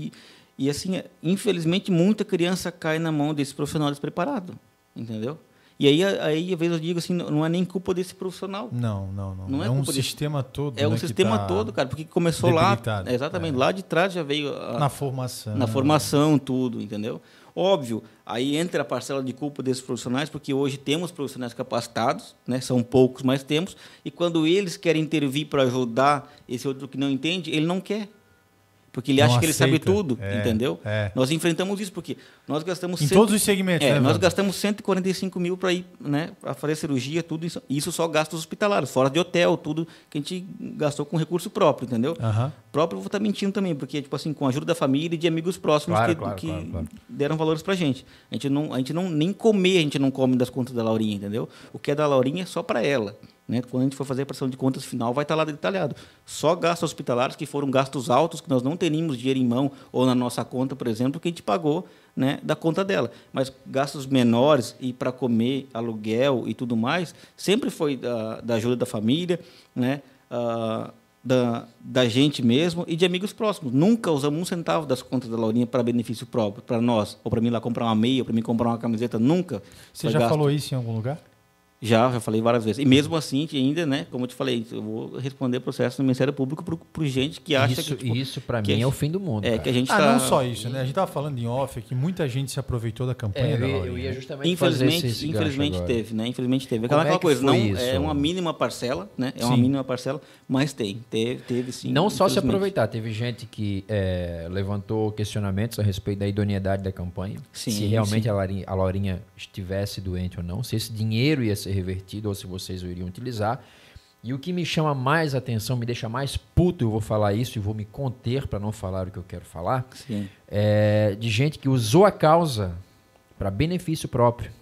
E assim, infelizmente, muita criança cai na mão desse profissional despreparado, entendeu? E aí, aí, às vezes, eu digo assim, não é nem culpa desse profissional. Não, não, não. Não é é um culpa desse- sistema todo. É o né, sistema que tá todo, cara, porque começou lá, debilitado. exatamente, É. lá de trás já veio a- Na formação. na formação, tudo, entendeu? Óbvio, aí entra a parcela de culpa desses profissionais, porque hoje temos profissionais capacitados, né? São poucos, mas temos, e quando eles querem intervir para ajudar esse outro que não entende, ele não quer. Porque ele Não acha que ele sabe aceita. tudo, É, entendeu? é. Nós enfrentamos isso, porque nós gastamos... Em cento- todos os segmentos, é, né, nós Wander? gastamos cento e quarenta e cinco mil para ir, né, para fazer cirurgia, tudo isso, isso só gastos hospitalares, fora de hotel, tudo que a gente gastou com recurso próprio, entendeu? Aham. Próprio eu vou estar mentindo também, porque tipo assim, com a ajuda da família e de amigos próximos Claro, que, claro, que claro, claro. deram valores pra gente. A gente não, a gente não nem comer, a gente não come das contas da Laurinha, entendeu? O que é da Laurinha é só para ela, né? Quando a gente for fazer a prestação de contas final, vai estar lá detalhado. Só gastos hospitalares que foram gastos altos que nós não teríamos dinheiro em mão ou na nossa conta, por exemplo, que a gente pagou, né, da conta dela. Mas gastos menores e para comer, aluguel e tudo mais, sempre foi da, da ajuda da família, né? Ah, da, da gente mesmo e de amigos próximos. Nunca usamos um centavo das contas da Laurinha para benefício próprio, para nós, ou para mim lá comprar uma meia, ou para mim comprar uma camiseta, nunca. Você foi já gasto. falou isso em algum lugar? Já, já falei várias vezes. E mesmo assim, a gente ainda, né, como eu te falei, eu vou responder processo no Ministério Público por gente que acha Isso, que... tipo, isso para que mim a é o gente- fim do mundo. É, cara. que a gente Ah, tá... não só isso, né? A gente tava falando em off aqui, muita gente se aproveitou da campanha É, da eu, ia, Laurinha. eu ia né? justamente fazer Infelizmente, esse, esse gancho infelizmente agora. teve, né? Infelizmente teve. Como Aquela, é aquela que coisa, foi não isso? é uma mínima parcela, né? É uma Sim. mínima parcela, mas tem, teve, teve sim. Não só se infelizmente. aproveitar, teve gente que é, levantou questionamentos a respeito da idoneidade da campanha. Sim, se realmente sim. a Laurinha, a Laurinha estivesse doente ou não, se esse dinheiro ia ser revertido ou se vocês o iriam utilizar. E o que me chama mais atenção, me deixa mais puto, eu vou falar isso e vou me conter para não falar o que eu quero falar, Sim. é de gente que usou a causa para benefício próprio,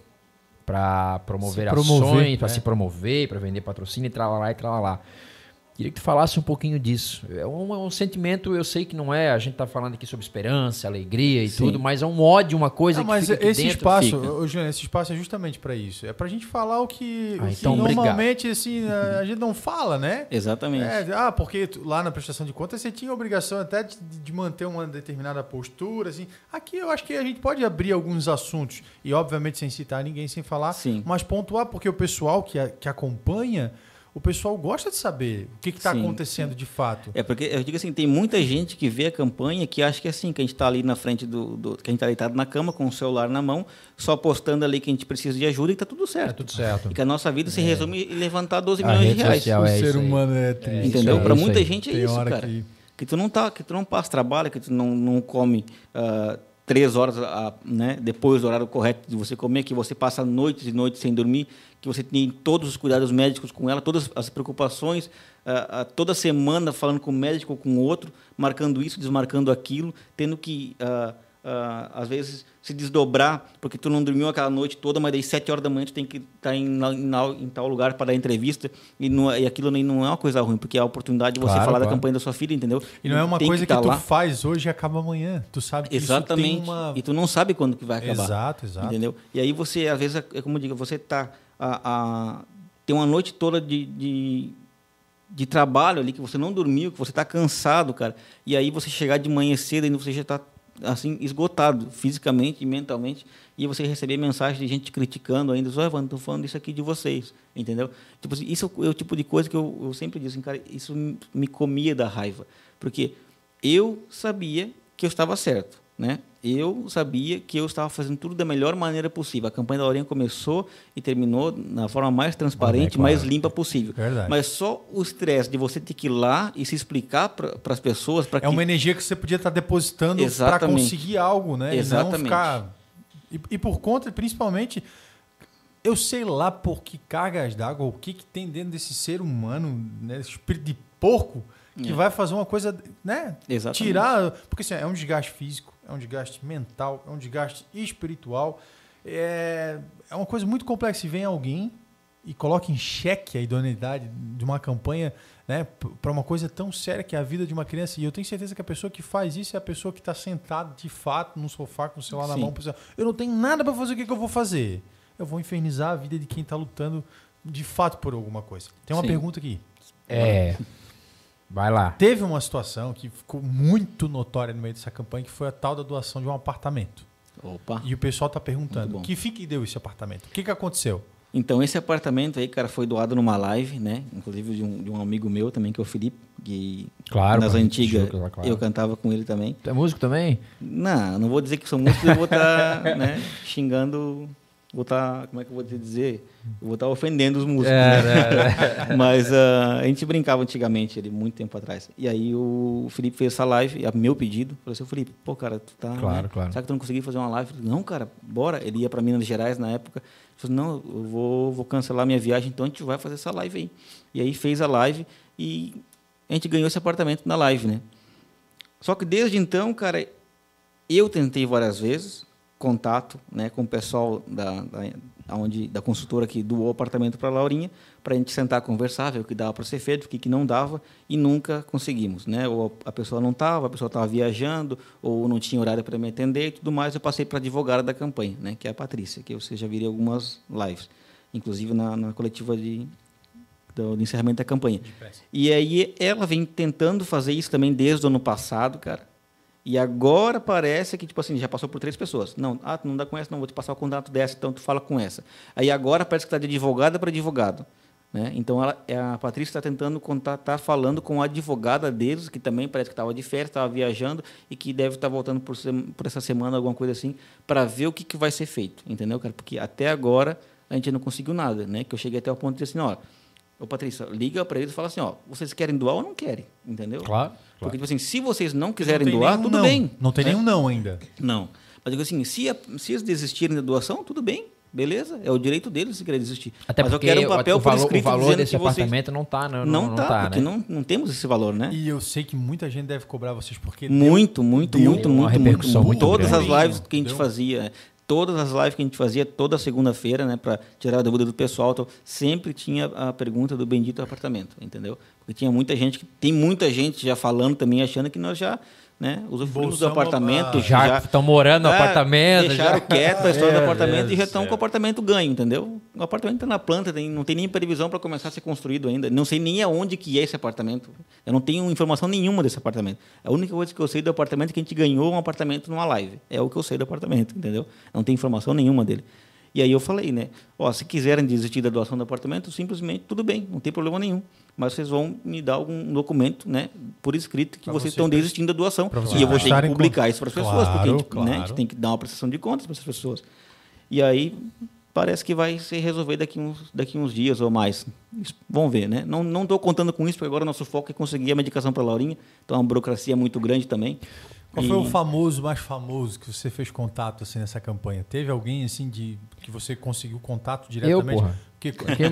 para promover, Se promover, ações, para é. se promover, para vender patrocínio e tralalá e tralalá. Queria que tu falasse um pouquinho disso. É um, é um sentimento, eu sei que não é, a gente tá falando aqui sobre esperança, alegria e Sim. tudo, mas é um ódio, uma coisa Não, que mas fica aqui esse dentro. espaço, fica. ô, Juliano, esse espaço é justamente para isso. É pra gente falar o que, Ah, o que então, normalmente assim, a a gente não fala, né? Exatamente. É, ah, porque tu- lá na prestação de contas você tinha a obrigação até de, de manter uma determinada postura, assim. Aqui eu acho que a gente pode abrir alguns assuntos e obviamente sem citar ninguém, sem falar, Sim. mas pontuar porque o pessoal que, a- que acompanha, o pessoal gosta de saber o que está Sim, acontecendo de fato. É porque eu digo assim, tem muita gente que vê a campanha que acha que é assim, que a gente está ali na frente do, do- que a gente está deitado na cama com o celular na mão, só postando ali que a gente precisa de ajuda e está tudo certo. É tudo certo. E que a nossa vida se resume em levantar doze A milhões de rede reais. social o é ser isso aí. humano é triste. Entendeu? isso Para aí. muita gente é Tem isso, hora cara. que- Que tu não tá, que tu não passa trabalho, que tu não, não come ah, três horas ah, né, depois do horário correto de você comer, que você passa noites e noites sem dormir, que você tem todos os cuidados médicos com ela, todas as preocupações, ah, ah, toda semana falando com o médico ou com o outro, marcando isso, desmarcando aquilo, tendo que ah, ah, às vezes se desdobrar porque tu não dormiu aquela noite toda, mas daí sete horas da manhã tu tem que estar em, em, em tal lugar para dar entrevista e, não, e aquilo nem não é uma coisa ruim, porque é a oportunidade de você Claro, falar claro. da campanha da sua filha, entendeu? E não é uma Tem coisa que, tá tu lá. faz hoje e acaba amanhã. Tu sabe que Exatamente. isso tem uma... E tu não sabe quando que vai acabar. Exato, exato. Entendeu? E aí você, às vezes, é como eu digo, você tá a, a, tem uma noite toda de, de, de trabalho ali que você não dormiu, que você está cansado, cara. E aí você chegar de manhã cedo e você já está assim esgotado fisicamente e mentalmente, e você receber mensagem de gente criticando ainda, só Evandro, estou falando isso aqui de vocês, entendeu? Tipo assim, isso é o tipo de coisa que eu, eu sempre digo assim, cara, isso me comia da raiva, porque eu sabia que eu estava certo, né? Eu sabia que eu estava fazendo tudo da melhor maneira possível. A campanha da Laurinha começou e terminou na forma mais transparente, É, claro. mais limpa possível. Verdade. Mas só o estresse de você ter que ir lá e se explicar para as pessoas, para É que uma energia que você podia estar depositando para Exatamente. conseguir algo, né? Exatamente. E não ficar... E, e por conta, principalmente, eu sei lá por que cargas d'água, o que, que tem dentro desse ser humano, né? Esse espírito de porco, que É. vai fazer uma coisa, né? Exatamente. Tirar... Porque assim, é um desgaste físico, é um desgaste mental, é um desgaste espiritual. É, é uma coisa muito complexa. Se vem alguém e coloca em xeque a idoneidade de uma campanha, né, para uma coisa tão séria que é a vida de uma criança. E eu tenho certeza que a pessoa que faz isso é a pessoa que está sentada de fato no sofá com o celular na Sim. mão, pensando, eu não tenho nada para fazer, o que, que eu vou fazer? Eu vou infernizar a vida de quem está lutando de fato por alguma coisa. Tem uma Sim. pergunta aqui. É. Vai lá. Teve uma situação que ficou muito notória no meio dessa campanha, que foi a tal da doação de um apartamento. Opa. E o pessoal está perguntando, que fim que deu esse apartamento? O que, que aconteceu? Então, esse apartamento aí, cara, foi doado numa live, né? Inclusive de um, de um amigo meu também, que é o Felipe, que claro, nas antigas claro. eu cantava com ele também. Tu é músico também? Não, não vou dizer que sou músico, eu vou estar tá, né, xingando, vou estar, tá, como é que eu vou te dizer? Eu vou estar tá ofendendo os músicos, é, né? é, é. Mas uh, a gente brincava antigamente, ele, muito tempo atrás. E aí o Felipe fez essa live, a meu pedido, falou assim, Felipe, pô, cara, tu tá... Claro, né? claro. Será que tu não conseguiu fazer uma live? Falei, não, cara, bora. Ele ia para Minas Gerais na época. Ele falou, não, eu vou, vou cancelar minha viagem, então a gente vai fazer essa live aí. E aí fez a live e a gente ganhou esse apartamento na live, né? Só que desde então, cara, eu tentei várias vezes contato, né, com o pessoal da, da, onde, da consultora que doou o apartamento para a Laurinha, para a gente sentar, conversar, ver o que dava para ser feito, o que, que não dava, e nunca conseguimos, né? Ou a pessoa não estava, a pessoa estava viajando, ou não tinha horário para me atender e tudo mais. Eu passei para a advogada da campanha, né, que é a Patrícia, que você já viria algumas lives, inclusive na, na coletiva de, do, do encerramento da campanha. E aí ela vem tentando fazer isso também desde o ano passado, cara. E agora parece que, tipo assim, já passou por três pessoas. Não, ah, tu não dá com essa, não, vou te passar o contato dessa, então tu fala com essa. Aí agora parece que está de advogada para advogado. Né? Então ela, a Patrícia está tentando contatar, falando com a advogada deles, que também parece que estava de férias, estava viajando e que deve estar voltando por, por essa semana, alguma coisa assim, para ver o que, que vai ser feito. Entendeu, cara? Porque até agora a gente não conseguiu nada. Né? Que eu cheguei até o ponto de dizer assim, ó, ô Patrícia, liga para eles e fala assim, ó, vocês querem doar ou não querem? Entendeu? Claro. Porque, tipo assim, se vocês não quiserem não doar, tudo não. bem. Não tem né? nenhum não ainda. Não. Mas, digo assim, se, a, se eles desistirem da doação, tudo bem. Beleza? É o direito deles se querer desistir. Até Mas eu porque quero um papel o, por valor, escrito o valor dizendo desse que vocês... apartamento não está, não, não, não tá, tá, porque né? não, não temos esse valor, né? E eu sei que muita gente deve cobrar vocês porque... Muito, deu, muito, deu muito, uma muito, repercussão muito. muito Todas grande. as lives que a gente Deu. fazia... Todas as lives que a gente fazia, toda segunda-feira, né, para tirar a dúvida do pessoal, então, sempre tinha a pergunta do bendito apartamento, entendeu? Porque tinha muita gente, tem muita gente já falando também, achando que nós já, né, usufruímos do apartamento. Ah, Já estão morando no é, apartamento. Deixaram já... quieto a história É, do apartamento Deus e já estão céu. com o apartamento ganho, entendeu? O apartamento está na planta, tem, não tem nem previsão para começar a ser construído ainda. Não sei nem aonde que é esse apartamento. Eu não tenho informação nenhuma desse apartamento. A única coisa que eu sei do apartamento é que a gente ganhou um apartamento numa live. É o que eu sei do apartamento, entendeu? Não tem informação nenhuma dele. E aí eu falei, né? Ó, se quiserem desistir da doação do apartamento, simplesmente tudo bem, não tem problema nenhum. Mas vocês vão me dar algum documento, né, por escrito, que Pra vocês vocês estão pre- desistindo da doação. pra E vocês eu vou ter que prestarem publicar conta. isso para as pessoas, Claro, porque a gente, claro. né, a gente tem que dar uma prestação de contas para essas pessoas. E aí parece que vai ser resolvido daqui uns, daqui uns dias ou mais. Isso, vamos ver, né? Não não estou contando com isso, porque agora o nosso foco é conseguir a medicação para a Laurinha. Então é uma burocracia muito grande também. Qual E- foi o famoso, mais famoso que você fez contato assim, nessa campanha? Teve alguém assim de que você conseguiu contato diretamente? porra. Que- Que-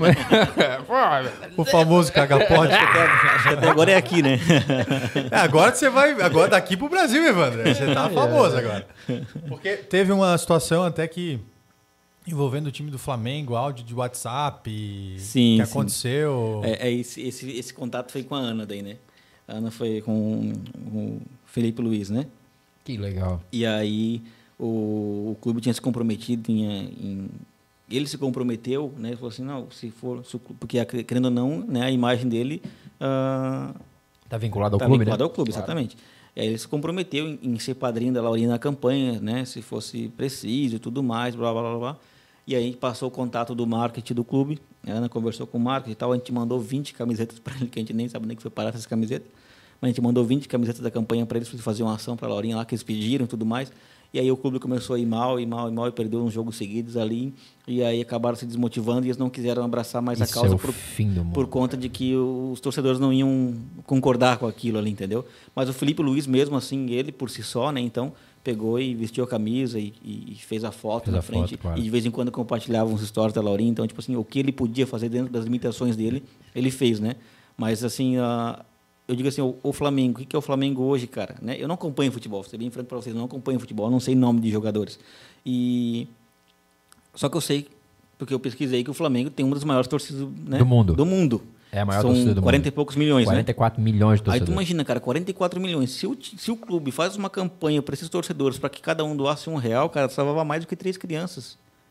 o famoso cagapote. Acho que até agora é aqui, né? É, agora que você vai. Agora daqui pro Brasil, Evandro. Você tá famoso agora. Porque teve uma situação até que. Envolvendo o time do Flamengo, áudio de WhatsApp. Sim, que sim. aconteceu. É, é esse, esse, esse contato foi com a Ana daí, né? A Ana foi com o Felipe Luiz, né? Que legal. E aí o, o clube tinha se comprometido em, em- ele se comprometeu, né? Falou assim, não, se for, se o clube- porque querendo ou não, né, a imagem dele ah, Tá vinculado ao tá clube, vinculado né? ao clube, Claro. exatamente. E aí ele se comprometeu em, em ser padrinho da Laurinha na campanha, né? Se fosse preciso e tudo mais, blá, blá, blá, blá. E aí passou o contato do marketing do clube, a Ana conversou com o marketing e tal, a gente mandou vinte camisetas para ele, que a gente nem sabe nem que foi parar essas camisetas, mas a gente mandou vinte camisetas da campanha para eles, para fazer uma ação para a Laurinha lá, que eles pediram e tudo mais. E aí o clube começou a ir mal, e mal, e mal, e perdeu uns jogos seguidos ali, e aí acabaram se desmotivando e eles não quiseram abraçar mais Isso a causa é o por, fim do mundo. por conta de que os torcedores não iam concordar com aquilo ali, entendeu? Mas o Felipe Luiz mesmo assim, ele por si só, né, então pegou e vestiu a camisa e, e fez a foto Fez na a frente, foto, claro. e de vez em quando compartilhava uns stories da Laurinha, então tipo assim, o que ele podia fazer dentro das limitações dele, ele fez, né? Mas assim, a eu digo assim, o, o Flamengo, o que é o Flamengo hoje, cara? Né? Eu não acompanho futebol, vou ser bem franco para vocês, eu não acompanho futebol, eu não sei nome de jogadores. E só que eu sei, porque eu pesquisei, que o Flamengo tem uma das maiores torcidas, né? Do mundo. Do mundo. É a maior São torcida do quarenta mundo. e poucos milhões, quarenta e né? quatro milhões de Aí tu torcedores. imagina, cara, quarenta e quatro milhões. Se o, ti- se o clube faz uma campanha para esses torcedores, para que cada um doasse um real, cara, salvava mais do que três crianças.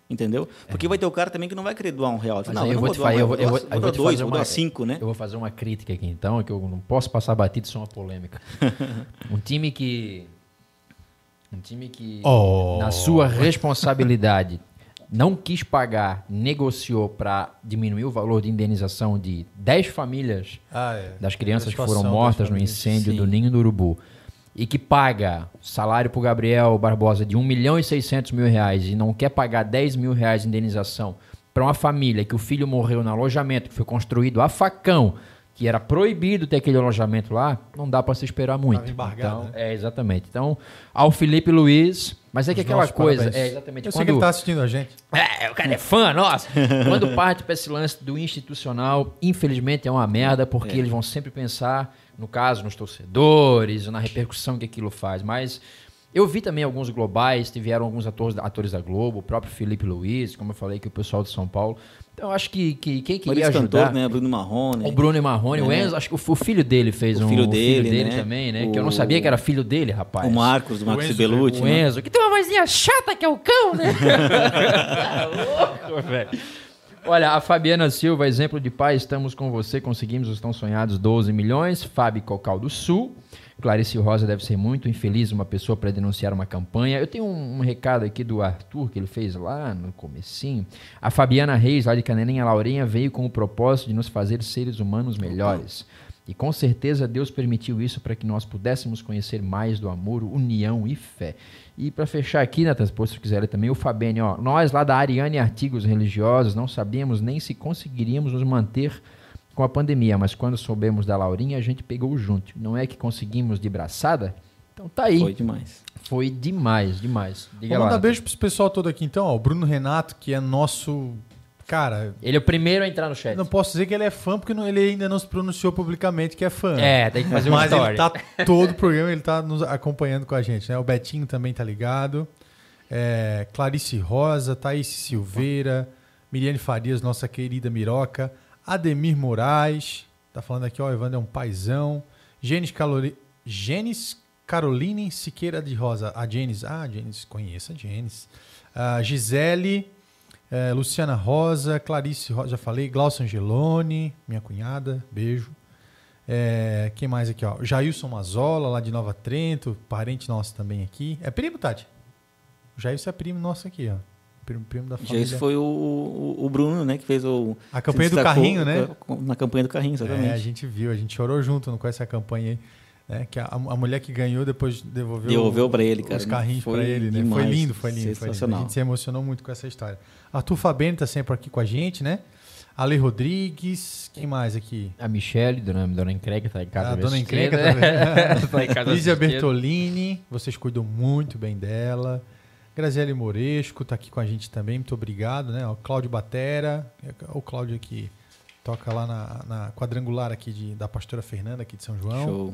Entendeu? Porque é. vai ter o cara também que não vai querer doar um real. Mas não, eu, eu não vou vou te falar, eu vou, eu vou, vou, eu vou doar dois, vou uma, doar cinco, né? Eu vou fazer uma crítica aqui então, que eu não posso passar batido, isso é uma polêmica. Um time que... Um time que, oh. na sua responsabilidade, não quis pagar, negociou para diminuir o valor de indenização de dez famílias ah, é. das crianças que foram mortas no incêndio Sim. do Ninho do Urubu, e que paga salário para o Gabriel Barbosa de um milhão e seiscentos mil reais e não quer pagar dez mil reais de indenização para uma família que o filho morreu no alojamento que foi construído a facão, que era proibido ter aquele alojamento lá, não dá para se esperar muito. Então, né? É, exatamente. Então, ao Felipe Luiz, mas é que Os aquela coisa... Parabéns. É, exatamente. Eu quando, sei que ele está assistindo a gente. É, o cara é fã, nossa. Quando parte para esse lance do institucional, infelizmente é uma merda, porque é. eles vão sempre pensar, no caso, nos torcedores, na repercussão que aquilo faz. Mas eu vi também alguns globais, tiveram alguns atores, atores da Globo, o próprio Felipe Luiz, como eu falei, que o pessoal de São Paulo... Então, acho que, que quem queria Mas ajudar... cantor, né? Bruno Marrone. O Bruno Marrone, é. o Enzo, acho que o, o filho dele fez o um... Filho o dele, filho dele né? também, né? O... Que eu não sabia que era filho dele, rapaz. O Marcos, do Marcos Bellucci. O né? Enzo, que tem uma vozinha chata que é o cão, né? Louco, velho. Olha, a Fabiana Silva, exemplo de pai, estamos com você, conseguimos os tão sonhados doze milhões. Fábio Cocal do Sul. Clarice Rosa deve ser muito infeliz uma pessoa para denunciar uma campanha. Eu tenho um, um recado aqui do Arthur, que ele fez lá no comecinho. A Fabiana Reis, lá de Canelinha, Laurinha, veio com o propósito de nos fazer seres humanos melhores. E com certeza Deus permitiu isso para que nós pudéssemos conhecer mais do amor, união e fé. E para fechar aqui, Nathan, se você quiser ler também, o Fabene, ó, nós lá da Ariane Artigos Religiosos não sabíamos nem se conseguiríamos nos manter com a pandemia, mas quando soubemos da Laurinha, a gente pegou junto. Não é que conseguimos de braçada? Então tá aí. Foi demais. Foi demais, demais. Diga Vou lá. mandar beijo pro pessoal todo aqui então, ó. O Bruno Renato, que é nosso... Cara... Ele é o primeiro a entrar no chat. Não posso dizer que ele é fã, porque não, ele ainda não se pronunciou publicamente que é fã. É, tem que fazer uma Mas história. ele tá todo o programa, ele tá nos acompanhando com a gente, né? O Betinho também tá ligado. É, Clarice Rosa, Thaís Silveira, Miriane Farias, nossa querida Miroca, Ademir Moraes, tá falando aqui, ó, Evandro é um paizão. Gênesis, Calori... Gênesis Caroline Siqueira de Rosa. A Gênesis, ah, a Gênesis, conheço a Gênesis. Uh, Gisele, uh, Luciana Rosa, Clarice Rosa, já falei, Glaucio Angeloni, minha cunhada, beijo. É, quem mais aqui, ó? Jailson Mazola, lá de Nova Trento, parente nosso também aqui. É primo, Tati? O Jailson é primo nosso aqui, ó. Primo, primo da família. Jailson foi o, o, o Bruno, né? Que fez o... A campanha do carrinho, né? Na campanha do carrinho, exatamente. É, a gente viu, a gente chorou junto com essa campanha aí. Né? Que a, a mulher que ganhou depois devolveu, devolveu para ele, cara. Os carrinhos para ele, né? Demais, foi lindo, foi lindo. Sensacional. Foi lindo. A gente se emocionou muito com essa história. Arthur Fabene tá sempre aqui com a gente, né? Ale Rodrigues, quem mais aqui? A Michele, dona, dona Encrenca, tá em casa. A dona Encrenca tá em casa. Lígia Bertolini, vocês cuidam muito bem dela. Graziele Moresco tá aqui com a gente também, muito obrigado, né? O Cláudio Batera, o Cláudio aqui toca lá na, na quadrangular aqui de, da pastora Fernanda aqui de São João. Show.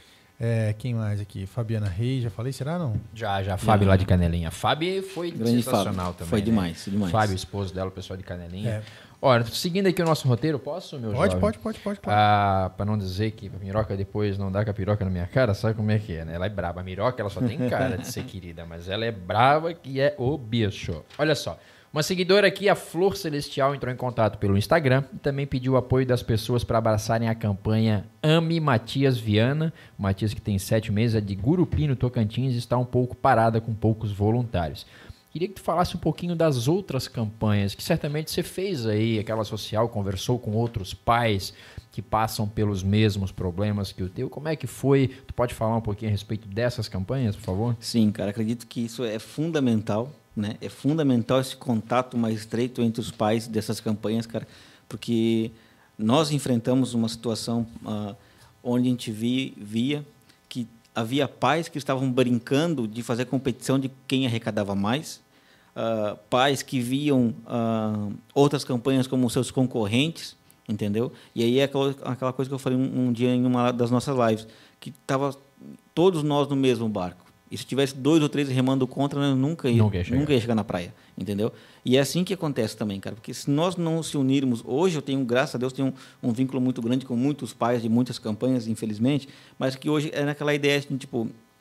É, quem mais aqui? Fabiana Reis, já falei, será não? Já, já. Fábio lá de Canelinha. Fábio foi Grande sensacional Fábio. também. Foi né? demais, demais. Fábio, esposo dela, o pessoal de Canelinha. É. Olha, seguindo aqui o nosso roteiro, posso, meu Pode, jovem? pode, pode, pode. Claro. Ah, pra não dizer que a Miroca depois não dá com a piroca na minha cara, sabe como é que é, né? Ela é braba. A Miroca, ela só tem cara de ser querida, mas ela é brava que é o bicho. Olha só. Uma seguidora aqui, a Flor Celestial, entrou em contato pelo Instagram e também pediu o apoio das pessoas para abraçarem a campanha Ame Matias Viana. O Matias, que tem sete meses, é de Gurupi, no Tocantins, e está um pouco parada com poucos voluntários. Queria que tu falasse um pouquinho das outras campanhas, que certamente você fez aí, aquela social, conversou com outros pais que passam pelos mesmos problemas que o teu. Como é que foi? Tu pode falar um pouquinho a respeito dessas campanhas, por favor? Sim, cara, acredito que isso é fundamental, né? É fundamental esse contato mais estreito entre os pais dessas campanhas, cara, porque nós enfrentamos uma situação uh, onde a gente via, via que havia pais que estavam brincando de fazer competição de quem arrecadava mais, uh, pais que viam uh, outras campanhas como seus concorrentes, entendeu? E aí é aquela, aquela coisa que eu falei um, um dia em uma das nossas lives, que estava todos nós no mesmo barco. E se tivesse dois ou três remando contra, nós nunca ia, nunca ia, chegar. Nunca ia chegar na praia, entendeu? E é assim que acontece também, cara, porque se nós não se unirmos, hoje eu tenho, graças a Deus, tenho um, um vínculo muito grande com muitos pais de muitas campanhas, infelizmente, mas que hoje é naquela ideia de, tipo,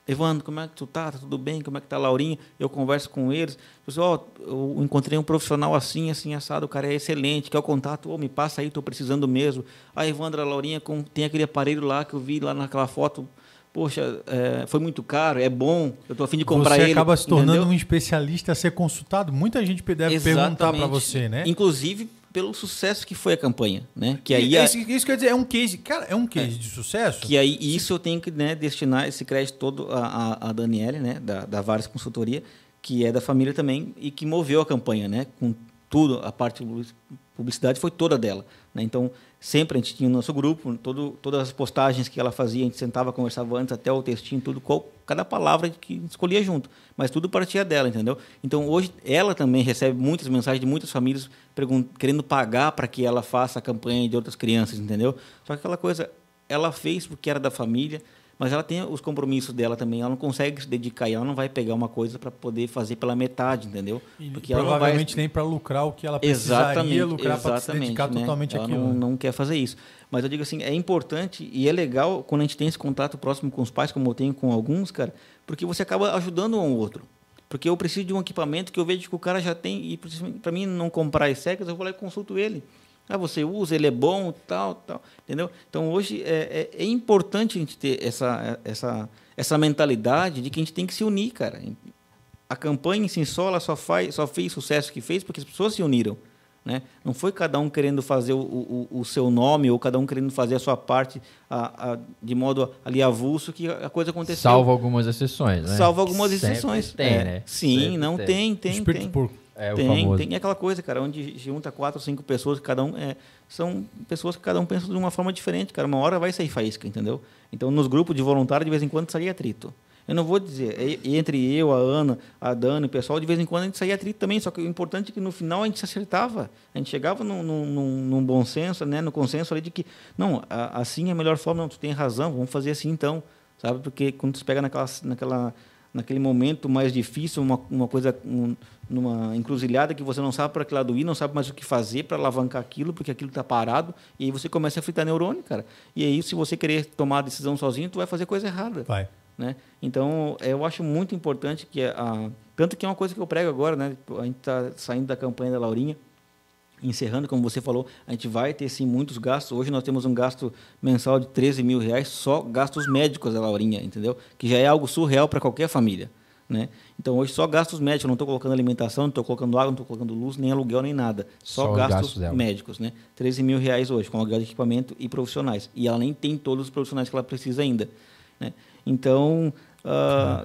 Evandro, como é que tu tá? Tá tudo bem? Como é que tá a Laurinha? Eu converso com eles. Eu, ó, eu encontrei um profissional assim, assim, assado, o cara é excelente, quer o contato? Oh, me passa aí, estou precisando mesmo. Ah, Evandro, a Laurinha com, tem aquele aparelho lá que eu vi lá naquela foto. Poxa, é, foi muito caro, é bom, eu estou a fim de comprar ele. Você acaba se tornando entendeu? um especialista a ser consultado. Muita gente deve Exatamente. perguntar para você, né? Inclusive pelo sucesso que foi a campanha, né? Que aí isso, isso quer dizer, é um case, cara, é um case é. de sucesso. Que aí isso eu tenho que, né, destinar esse crédito todo a, a, a Daniele, né, da, da Vares Consultoria, que é da família também e que moveu a campanha, né, com tudo, a parte de publicidade foi toda dela, né? Então sempre a gente tinha o nosso grupo, todo, todas as postagens que ela fazia, a gente sentava, conversava antes, até o textinho, tudo, qual, cada palavra que a gente escolhia junto, mas tudo partia dela, entendeu? Então hoje ela também recebe muitas mensagens de muitas famílias querendo pagar para que ela faça a campanha de outras crianças, entendeu? Só que aquela coisa, ela fez porque era da família, mas ela tem os compromissos dela também, ela não consegue se dedicar e ela não vai pegar uma coisa para poder fazer pela metade, entendeu? Porque provavelmente ela não vai... nem para lucrar o que ela precisaria exatamente, lucrar para se dedicar né? totalmente ela àquilo. Não, não quer fazer isso. Mas eu digo assim, é importante e é legal quando a gente tem esse contato próximo com os pais, como eu tenho com alguns, cara, porque você acaba ajudando um ao outro. Porque eu preciso de um equipamento que eu vejo que o cara já tem e para mim não comprar as secas, eu vou lá e consulto ele. Ah, você usa, ele é bom, tal, tal, entendeu? Então, hoje, é, é, é importante a gente ter essa, essa, essa mentalidade de que a gente tem que se unir, cara. A campanha em si só, ela só, faz, só fez o sucesso que fez porque as pessoas se uniram, né? Não foi cada um querendo fazer o, o, o seu nome ou cada um querendo fazer a sua parte a, a, de modo ali avulso que a coisa aconteceu. Salvo algumas exceções, né? Salvo algumas Sempre exceções. Tem, é, né? Sim, Sempre não tem, tem, Espírito tem. porco. É, o tem, famoso. tem aquela coisa, cara, onde junta quatro, cinco pessoas, cada um é, são pessoas que cada um pensa de uma forma diferente, cara. Uma hora vai sair faísca, entendeu? Então, nos grupos de voluntários, de vez em quando, saía atrito. Eu não vou dizer, entre eu, a Ana, a Dani, o pessoal, de vez em quando a gente saía atrito também, só que o importante é que no final a gente se acertava. A gente chegava num, num, num bom senso, né, no consenso ali de que, não, a, assim é a melhor forma, não, tu tem razão, vamos fazer assim então, sabe? Porque quando tu pega naquela... naquela naquele momento mais difícil, uma, uma coisa, um, numa encruzilhada que você não sabe para que lado ir, não sabe mais o que fazer para alavancar aquilo, porque aquilo está parado, e aí você começa a fritar neurônio, cara. E aí, se você querer tomar a decisão sozinho, tu vai fazer coisa errada. Vai. Né? Então, eu acho muito importante que... A, tanto que é uma coisa que eu prego agora, né? A gente está saindo da campanha da Laurinha, encerrando, como você falou, a gente vai ter sim muitos gastos. Hoje nós temos um gasto mensal de treze mil reais, só gastos médicos da Laurinha, entendeu? Que já é algo surreal para qualquer família, né? Então hoje só gastos médicos, eu não estou colocando alimentação, não estou colocando água, não estou colocando luz, nem aluguel, nem nada. Só, só gastos, gastos médicos, né? treze mil reais hoje, com aluguel de equipamento e profissionais. E ela nem tem todos os profissionais que ela precisa ainda, né? Então, uh,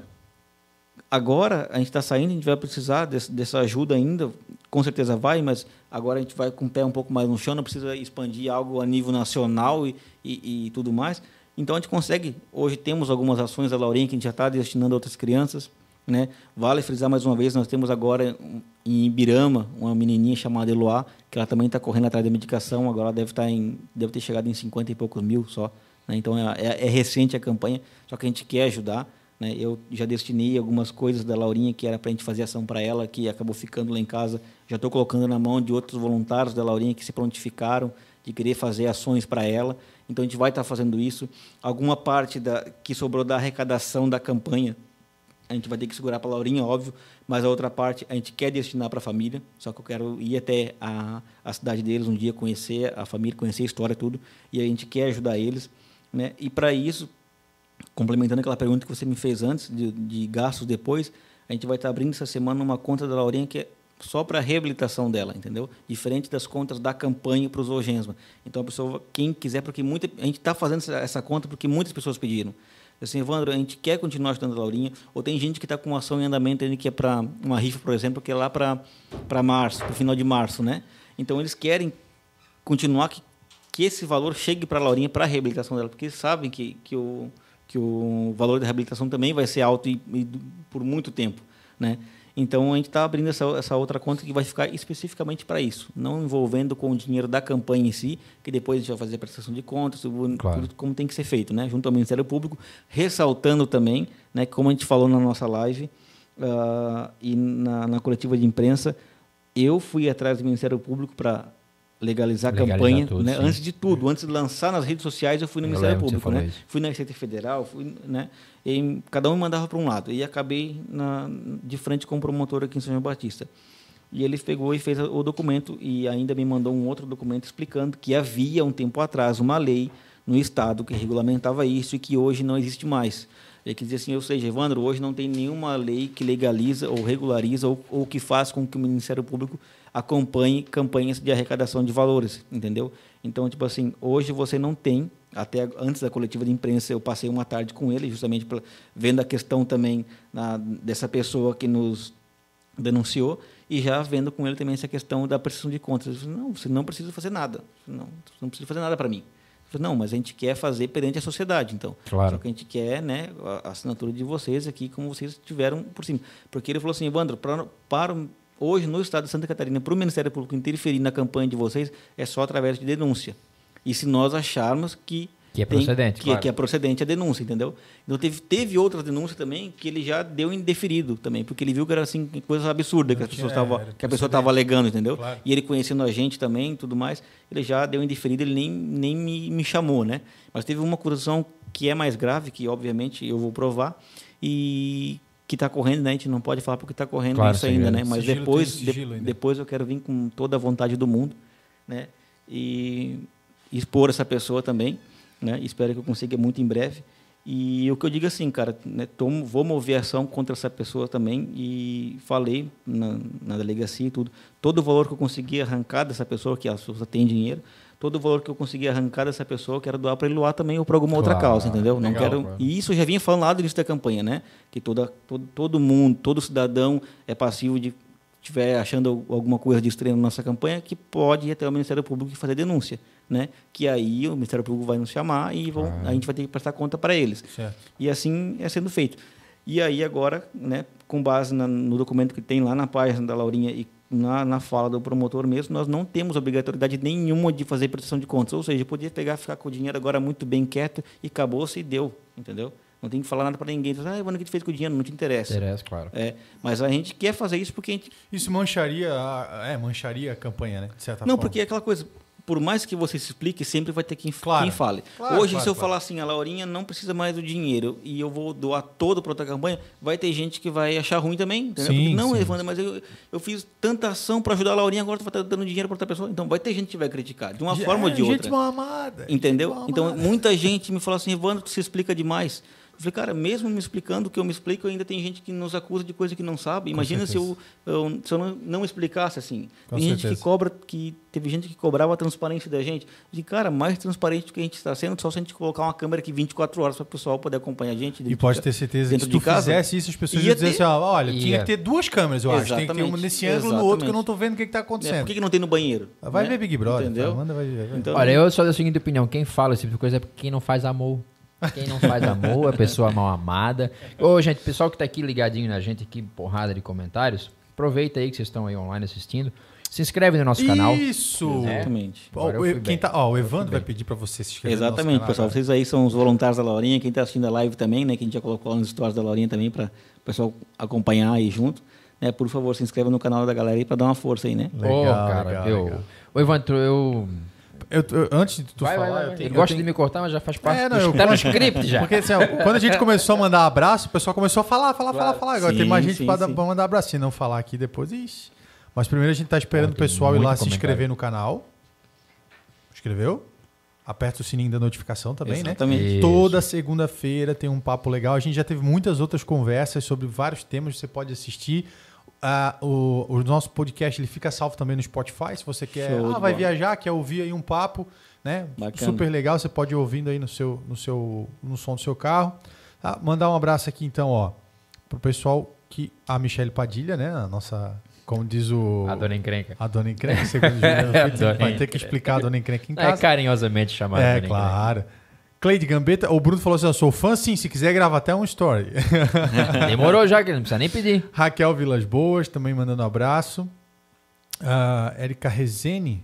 agora a gente está saindo, a gente vai precisar desse, dessa ajuda ainda, com certeza vai, mas agora a gente vai com o pé um pouco mais no chão, não precisa expandir algo a nível nacional e, e, e tudo mais. Então a gente consegue, hoje temos algumas ações da Laurinha que a gente já está destinando a outras crianças, né? Vale frisar mais uma vez, nós temos agora em Ibirama uma menininha chamada Eloá, que ela também está correndo atrás da medicação, agora ela deve, estar em, deve ter chegado em cinquenta e poucos mil só, né? Então é, é, é recente a campanha, só que a gente quer ajudar. Né? Eu já destinei algumas coisas da Laurinha que era para a gente fazer ação para ela, que acabou ficando lá em casa. Já estou colocando na mão de outros voluntários da Laurinha que se prontificaram de querer fazer ações para ela. Então, a gente vai estar fazendo isso. Alguma parte da, que sobrou da arrecadação da campanha, a gente vai ter que segurar para a Laurinha, óbvio, mas a outra parte a gente quer destinar para a família, só que eu quero ir até a, a cidade deles um dia, conhecer a família, conhecer a história, tudo, e a gente quer ajudar eles. Né? E, para isso, complementando aquela pergunta que você me fez antes, de, de gastos depois, a gente vai estar abrindo essa semana uma conta da Laurinha que é só para a reabilitação dela, entendeu? Diferente das contas da campanha para os Zoogesma. Então, a pessoa, quem quiser, porque muita, a gente está fazendo essa, essa conta porque muitas pessoas pediram. Assim, Evandro, a gente quer continuar ajudando a Laurinha, ou tem gente que está com uma ação em andamento ainda que é para uma rifa, por exemplo, que é lá para março, para o final de março, né? Então, eles querem continuar que, que esse valor chegue para a Laurinha, para a reabilitação dela, porque eles sabem que, que o... que o valor da reabilitação também vai ser alto e, e por muito tempo, né? Então, a gente está abrindo essa, essa outra conta que vai ficar especificamente para isso, não envolvendo com o dinheiro da campanha em si, que depois a gente vai fazer a prestação de contas, tudo, claro. Tudo como tem que ser feito, né? Junto ao Ministério Público, ressaltando também, né, como a gente falou na nossa live uh, e na, na coletiva de imprensa, eu fui atrás do Ministério Público para legalizar a Legalizar campanha, tudo, né? sim. Antes de tudo, antes de lançar nas redes sociais, eu fui no Eu Ministério lembro que você Público, falou né? isso. Fui na Receita Federal, fui, né? E cada um mandava para um lado. E acabei na, de frente com o promotor aqui em São João Batista. E ele pegou e fez o documento e ainda me mandou um outro documento explicando que havia, um tempo atrás, uma lei no Estado que regulamentava isso e que hoje não existe mais. Ele quis dizer assim, ou seja, Evandro, hoje não tem nenhuma lei que legaliza ou regulariza ou, ou que faz com que o Ministério Público acompanhe campanhas de arrecadação de valores, entendeu? Então, tipo assim, hoje você não tem, até antes da coletiva de imprensa, eu passei uma tarde com ele, justamente pra, vendo a questão também na, dessa pessoa que nos denunciou, e já vendo com ele também essa questão da prestação de contas. Eu falei, não, você não precisa fazer nada, não, você não precisa fazer nada para mim. Eu falei, não, mas a gente quer fazer perante a sociedade, então. Claro. Só que a gente quer, né, a assinatura de vocês aqui, como vocês tiveram por cima. Porque ele falou assim, Evandro, para, para hoje no estado de Santa Catarina, para o Ministério Público interferir na campanha de vocês, é só através de denúncia. E se nós acharmos que Que é tem- procedente, que, claro. que é procedente a denúncia, entendeu? Então teve, teve outras denúncias também que ele já deu indeferido também, porque ele viu que era assim coisa absurda que, Não as pessoas tinha- tava, era que a pessoa procedente. estava alegando, entendeu? Claro. E ele conhecendo a gente também e tudo mais, ele já deu indeferido, ele nem, nem me, me chamou, né? Mas teve uma acusação que é mais grave, que obviamente eu vou provar, e que está correndo, né? A gente não pode falar porque está correndo Claro, isso ainda, segredo. né? Mas Sigilo, depois, tem sigilo de- ainda. depois eu quero vir com toda a vontade do mundo, né? E expor essa pessoa também, né? Espero que eu consiga muito em breve. E o que eu digo assim, cara, né, tomo, vou mover ação contra essa pessoa também e falei na, na delegacia e tudo, todo o valor que eu consegui arrancar dessa pessoa, que a pessoa tem dinheiro, todo o valor que eu consegui arrancar dessa pessoa, eu quero doar para ele doar também ou para alguma outra Claro, causa, entendeu? Não legal, quero. claro. E isso eu já vinha falando lá do início da campanha, né? Que toda, todo, todo mundo, todo cidadão é passivo de estiver achando alguma coisa de estranho na nossa campanha, que pode ir até o Ministério Público e fazer denúncia, né? Que aí o Ministério Público vai nos chamar e vão, Claro. a gente vai ter que prestar conta para eles. Certo. E assim é sendo feito. E aí agora, né, com base na, no documento que tem lá na página da Laurinha e na, na fala do promotor mesmo, nós não temos obrigatoriedade nenhuma de fazer prestação de contas. Ou seja, eu podia pegar, ficar com o dinheiro agora muito bem quieto e acabou-se e deu, entendeu? Não tem que falar nada para ninguém. Você fala, ah, Evandro, o que tu fez com o dinheiro? Não te interessa. Interessa, claro. É, mas a gente quer fazer isso porque a gente... Isso mancharia, a- é, mancharia a campanha, né? De certa Não, forma. porque é aquela coisa... Por mais que você se explique, sempre vai ter quem, Claro. quem fale. Claro, Hoje, claro, se eu claro. falar assim, a Laurinha não precisa mais do dinheiro e eu vou doar todo para outra campanha, vai ter gente que vai achar ruim também. Entendeu? Sim, Porque, não, sim. Evandro, mas eu, eu fiz tanta ação para ajudar a Laurinha, agora tu vai estar dando dinheiro para outra pessoa. Então, vai ter gente que vai criticar, de uma É, forma ou de gente outra. mal amada. Entendeu? gente mal Então, amada. muita gente me falou assim, Evandro, tu se explica demais. Eu falei, cara, mesmo me explicando o que eu me explico, ainda tem gente que nos acusa de coisa que não sabe. Imagina se eu, eu, se eu não, não explicasse assim. Com tem gente certeza. que cobra, que teve gente que cobrava a transparência da gente. Eu disse, cara, mais transparente do que a gente está sendo, só se a gente colocar uma câmera aqui vinte e quatro horas para o pessoal poder acompanhar a gente. E pode ter certeza que dentro se de tu casa, fizesse isso, as pessoas ia iam dizer ter- assim, ó, olha, Ia. tinha que ter duas câmeras, eu acho. Tem que ter uma Exatamente. nesse ângulo e no outro que eu não Exatamente. tô vendo o que está É, acontecendo. por que, que não tem no banheiro? Vai Né? ver Big Brother. Entendeu? Fala, manda, vai ver. vai. Então, Olha, eu sou da seguinte opinião: quem fala esse tipo de coisa é quem não faz amor. Quem não faz amor é pessoa mal amada. Ô, gente, pessoal que tá aqui ligadinho na gente, aqui, porrada de comentários, aproveita aí que vocês estão aí online assistindo. Se inscreve no nosso canal. Isso! Exatamente. Ó, Agora eu o- fui quem bem. tá, ó, o Eu fui Evandro vai bem. pedir para você se inscrever no Exatamente, nosso pessoal. canal. Vocês aí são os voluntários da Laurinha. Quem está assistindo a live também, né? Que a gente já colocou lá nos stories da Laurinha também, para o pessoal acompanhar aí junto. Né? Por favor, se inscreva no canal da galera aí para dar uma força aí, né? Legal, Ô, cara, legal, eu... legal. Ô, Evandro, eu... Eu, eu- antes de tu vai, falar, vai, vai, eu vai. tenho, Ele eu gosta tenho- de me cortar, mas já faz parte. É, não, do- eu- Tá no script já. Porque assim, ó, quando a gente começou a mandar abraço, o pessoal começou a falar, falar, falar, Claro. falar. Agora Sim, tem mais gente sim, para sim. mandar abraço. Se não falar aqui depois, ixi. Mas primeiro a gente tá esperando Pô, o tem pessoal ir lá muito se inscrever comentário. no canal. Inscreveu? Aperta o sininho da notificação também, né? Exatamente. Isso. Toda segunda-feira tem um papo legal. A gente já teve muitas outras conversas sobre vários temas que você pode assistir. Ah, o, o nosso podcast ele fica salvo também no Spotify. Se você quer, Show ah, de vai bola. viajar, quer ouvir aí um papo, né? Bacana. Super legal. Você pode ir ouvindo aí no seu, no seu, no som do seu carro. Ah, mandar um abraço aqui então, ó, pro pessoal que a Michele Padilha, né? A nossa, como diz o A dona encrenca. a dona encrenca, segundo o Juliano, A dona vai ter que encrenca. explicar a dona encrenca em É casa. carinhosamente chamado. É, dona claro. Cleide Gambetta, o Bruno falou assim: eu sou fã, sim, se quiser gravar até um story. encrenca. Demorou já, que não precisa nem pedir. Raquel Vilas Boas, também mandando um abraço. Ah, Érica Rezene.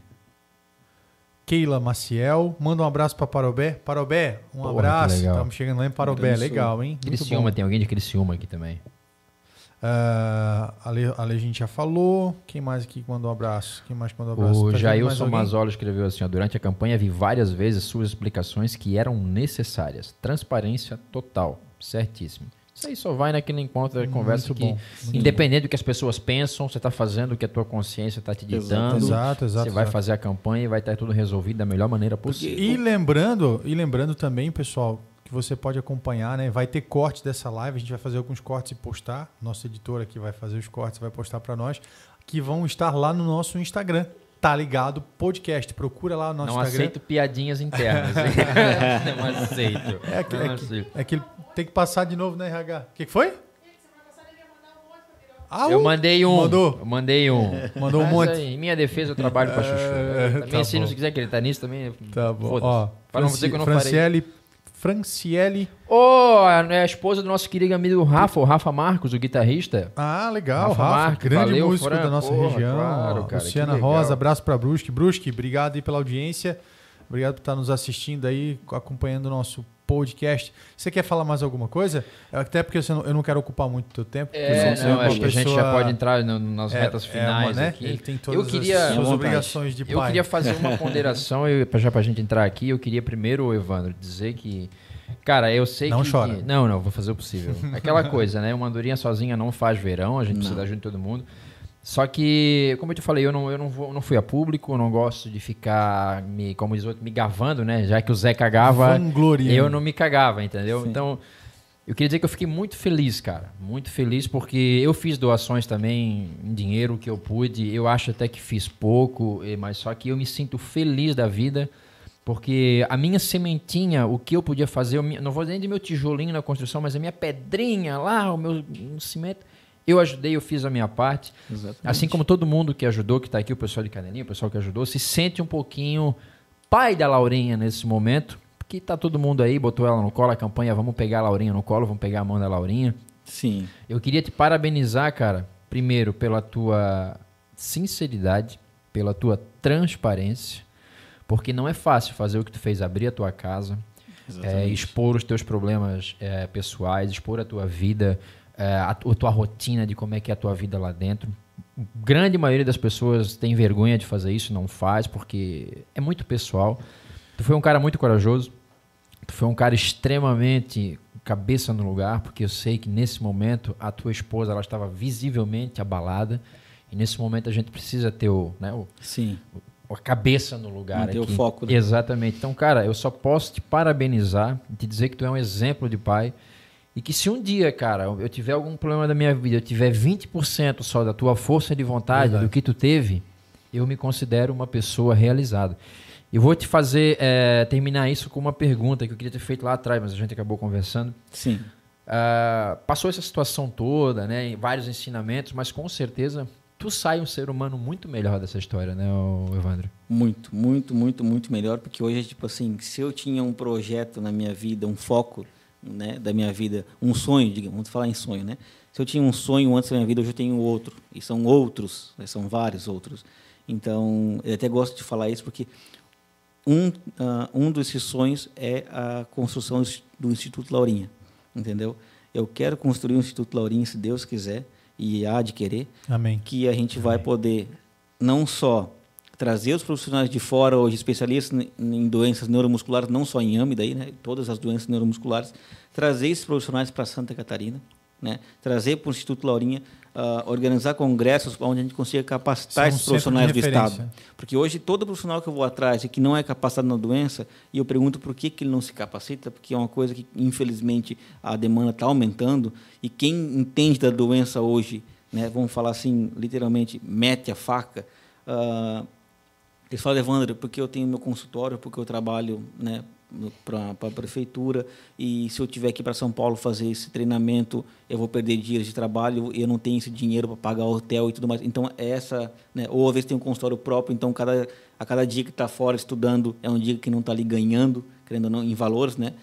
Keila Maciel, manda um abraço para Parobé. Parobé, um Porra, abraço. que legal. Estamos chegando lá em Parobé, Grande Sul. legal, hein? Muito Criciúma, bom. tem alguém de Criciúma aqui também. Uh, a, Le, a Le a gente já falou. Quem mais aqui mandou um abraço? Quem mais mandou um abraço? O tá Jailson Mazola escreveu assim, ó, durante a campanha vi várias vezes suas explicações que eram necessárias. Transparência total. Certíssimo. Isso aí só vai naquele encontro, da conversa Muito que, bom. independente do que as pessoas pensam, você está fazendo o que a tua consciência está te ditando. Exato, exato. Você vai exato. fazer a campanha e vai estar tudo resolvido da melhor maneira possível. E lembrando, e lembrando também, pessoal, que você pode acompanhar, né? Vai ter corte dessa live, a gente vai fazer alguns cortes e postar. Nosso editor aqui vai fazer os cortes, vai postar para nós, que vão estar lá no nosso Instagram. Tá ligado? Podcast. Procura lá no nosso não Instagram. Não aceito piadinhas internas. Não aceito. É que, não é, que, aceito. é que tem que passar de novo na R H. O que, que foi? Ah, eu mandei um. Mandou? Eu mandei um. Mandou um Mas, monte. Aí, em minha defesa, eu trabalho pra chuchu. Né? Também, tá se bom. não quiser acreditar nisso, também. Tá bom. Ó, para não dizer que eu não Franciele, farei. Franciele. Oh, é a esposa do nosso querido amigo Rafa, o Rafa Marcos, o guitarrista. Ah, legal. Rafa, Rafa Marques, grande valeu, músico Fran, da nossa porra, região. claro, cara, Luciana que legal. Rosa, abraço pra Brusque. Brusque, obrigado aí pela audiência. Obrigado por estar nos assistindo aí, acompanhando o nosso podcast. Você quer falar mais alguma coisa? Até porque você não, eu não quero ocupar muito do teu tempo. É, você não, uma acho que a gente pessoa- já pode entrar no- nas É, retas é finais uma, né? aqui. Ele tem todas eu queria, as suas vontade. obrigações de pai. Eu queria fazer uma ponderação, eu, já pra gente entrar aqui, eu queria primeiro, Evandro, dizer que, cara, eu sei Não que... chora. que- não, não, vou fazer o possível. Aquela coisa, né? Uma andorinha sozinha não faz verão, a gente precisa Não. da ajuda de todo mundo. Só que, como eu te falei, eu não, eu não, vou, não fui a público, eu não gosto de ficar, me, como diz o outro, me gavando, né? Já que o Zé cagava, Vangloriando. eu não me cagava, entendeu? Sim. Então, eu queria dizer que eu fiquei muito feliz, cara. Muito feliz porque eu fiz doações também em dinheiro que eu pude. Eu acho até que fiz pouco, eh, mas só que eu me sinto feliz da vida porque a minha sementinha, o que eu podia fazer, eu me- não vou dizer nem de meu tijolinho na construção, mas a minha pedrinha lá, o meu um cimento, eu ajudei, eu fiz a minha parte. Exatamente. Assim como todo mundo que ajudou, que está aqui, o pessoal de Canelinha, o pessoal que ajudou, se sente um pouquinho pai da Laurinha nesse momento, porque tá todo mundo aí, botou ela no colo, a campanha, vamos pegar a Laurinha no colo, vamos pegar a mão da Laurinha. Sim. Eu queria te parabenizar, cara, primeiro pela tua sinceridade, pela tua transparência, porque não é fácil fazer o que tu fez, abrir a tua casa, é, Exatamente. expor os teus problemas é, pessoais, expor a tua vida, é, a, tu- a tua rotina de como é que é a tua vida lá dentro. A grande maioria das pessoas tem vergonha de fazer isso, não faz, porque é muito pessoal. Tu foi um cara muito corajoso, tu foi um cara extremamente cabeça no lugar, porque eu sei que nesse momento a tua esposa ela estava visivelmente abalada, e nesse momento a gente precisa ter o, né, o, Sim. a cabeça no lugar Manter o aqui. foco, né? Exatamente. Então, cara, eu só posso te parabenizar e te dizer que tu é um exemplo de pai e que se um dia, cara, eu tiver algum problema da minha vida, eu tiver vinte por cento só da tua força de vontade, Verdade. do que tu teve, eu me considero uma pessoa realizada. Eu vou te fazer, é, terminar isso com uma pergunta que eu queria ter feito lá atrás, mas a gente acabou conversando. Sim. Ah, passou essa situação toda, né, vários ensinamentos, mas com certeza tu sai um ser humano muito melhor dessa história, né, ô Evandro? Muito, muito, muito, muito melhor, porque hoje, tipo assim, se eu tinha um projeto na minha vida, um foco, né, da minha vida, um sonho, digamos, vamos falar em sonho, né? Se eu tinha um sonho antes da minha vida, hoje eu tenho outro, e são outros, né, são vários outros. Então, eu até gosto de falar isso, porque um, uh, um desses sonhos é a construção do Instituto Laurinha, entendeu? Eu quero construir um Instituto Laurinha, se Deus quiser, e há de querer, Amém. que a gente vai poder não só trazer os profissionais de fora, hoje especialistas em- em doenças neuromusculares, não só em A M, daí, né, todas as doenças neuromusculares, trazer esses profissionais para Santa Catarina, né, trazer para o Instituto Laurinha, ah, organizar congressos onde a gente consiga capacitar Ser um esses centro profissionais de do referência. Estado. Porque hoje todo profissional que eu vou atrás e que não é capacitado na doença, e eu pergunto por que, que ele não se capacita, porque é uma coisa que, infelizmente, a demanda está aumentando, e quem entende da doença hoje, né, vamos falar assim, literalmente, mete a faca. ah, Eles falam, Evandro, porque eu tenho meu consultório, porque eu trabalho, né, para a prefeitura, e se eu tiver aqui para São Paulo fazer esse treinamento, eu vou perder dias de trabalho, e eu não tenho esse dinheiro para pagar o hotel e tudo mais. Então, é essa, né, ou às vezes tem um consultório próprio, então cada, a cada dia que está fora estudando é um dia que não está ali ganhando, querendo ou não, em valores, né?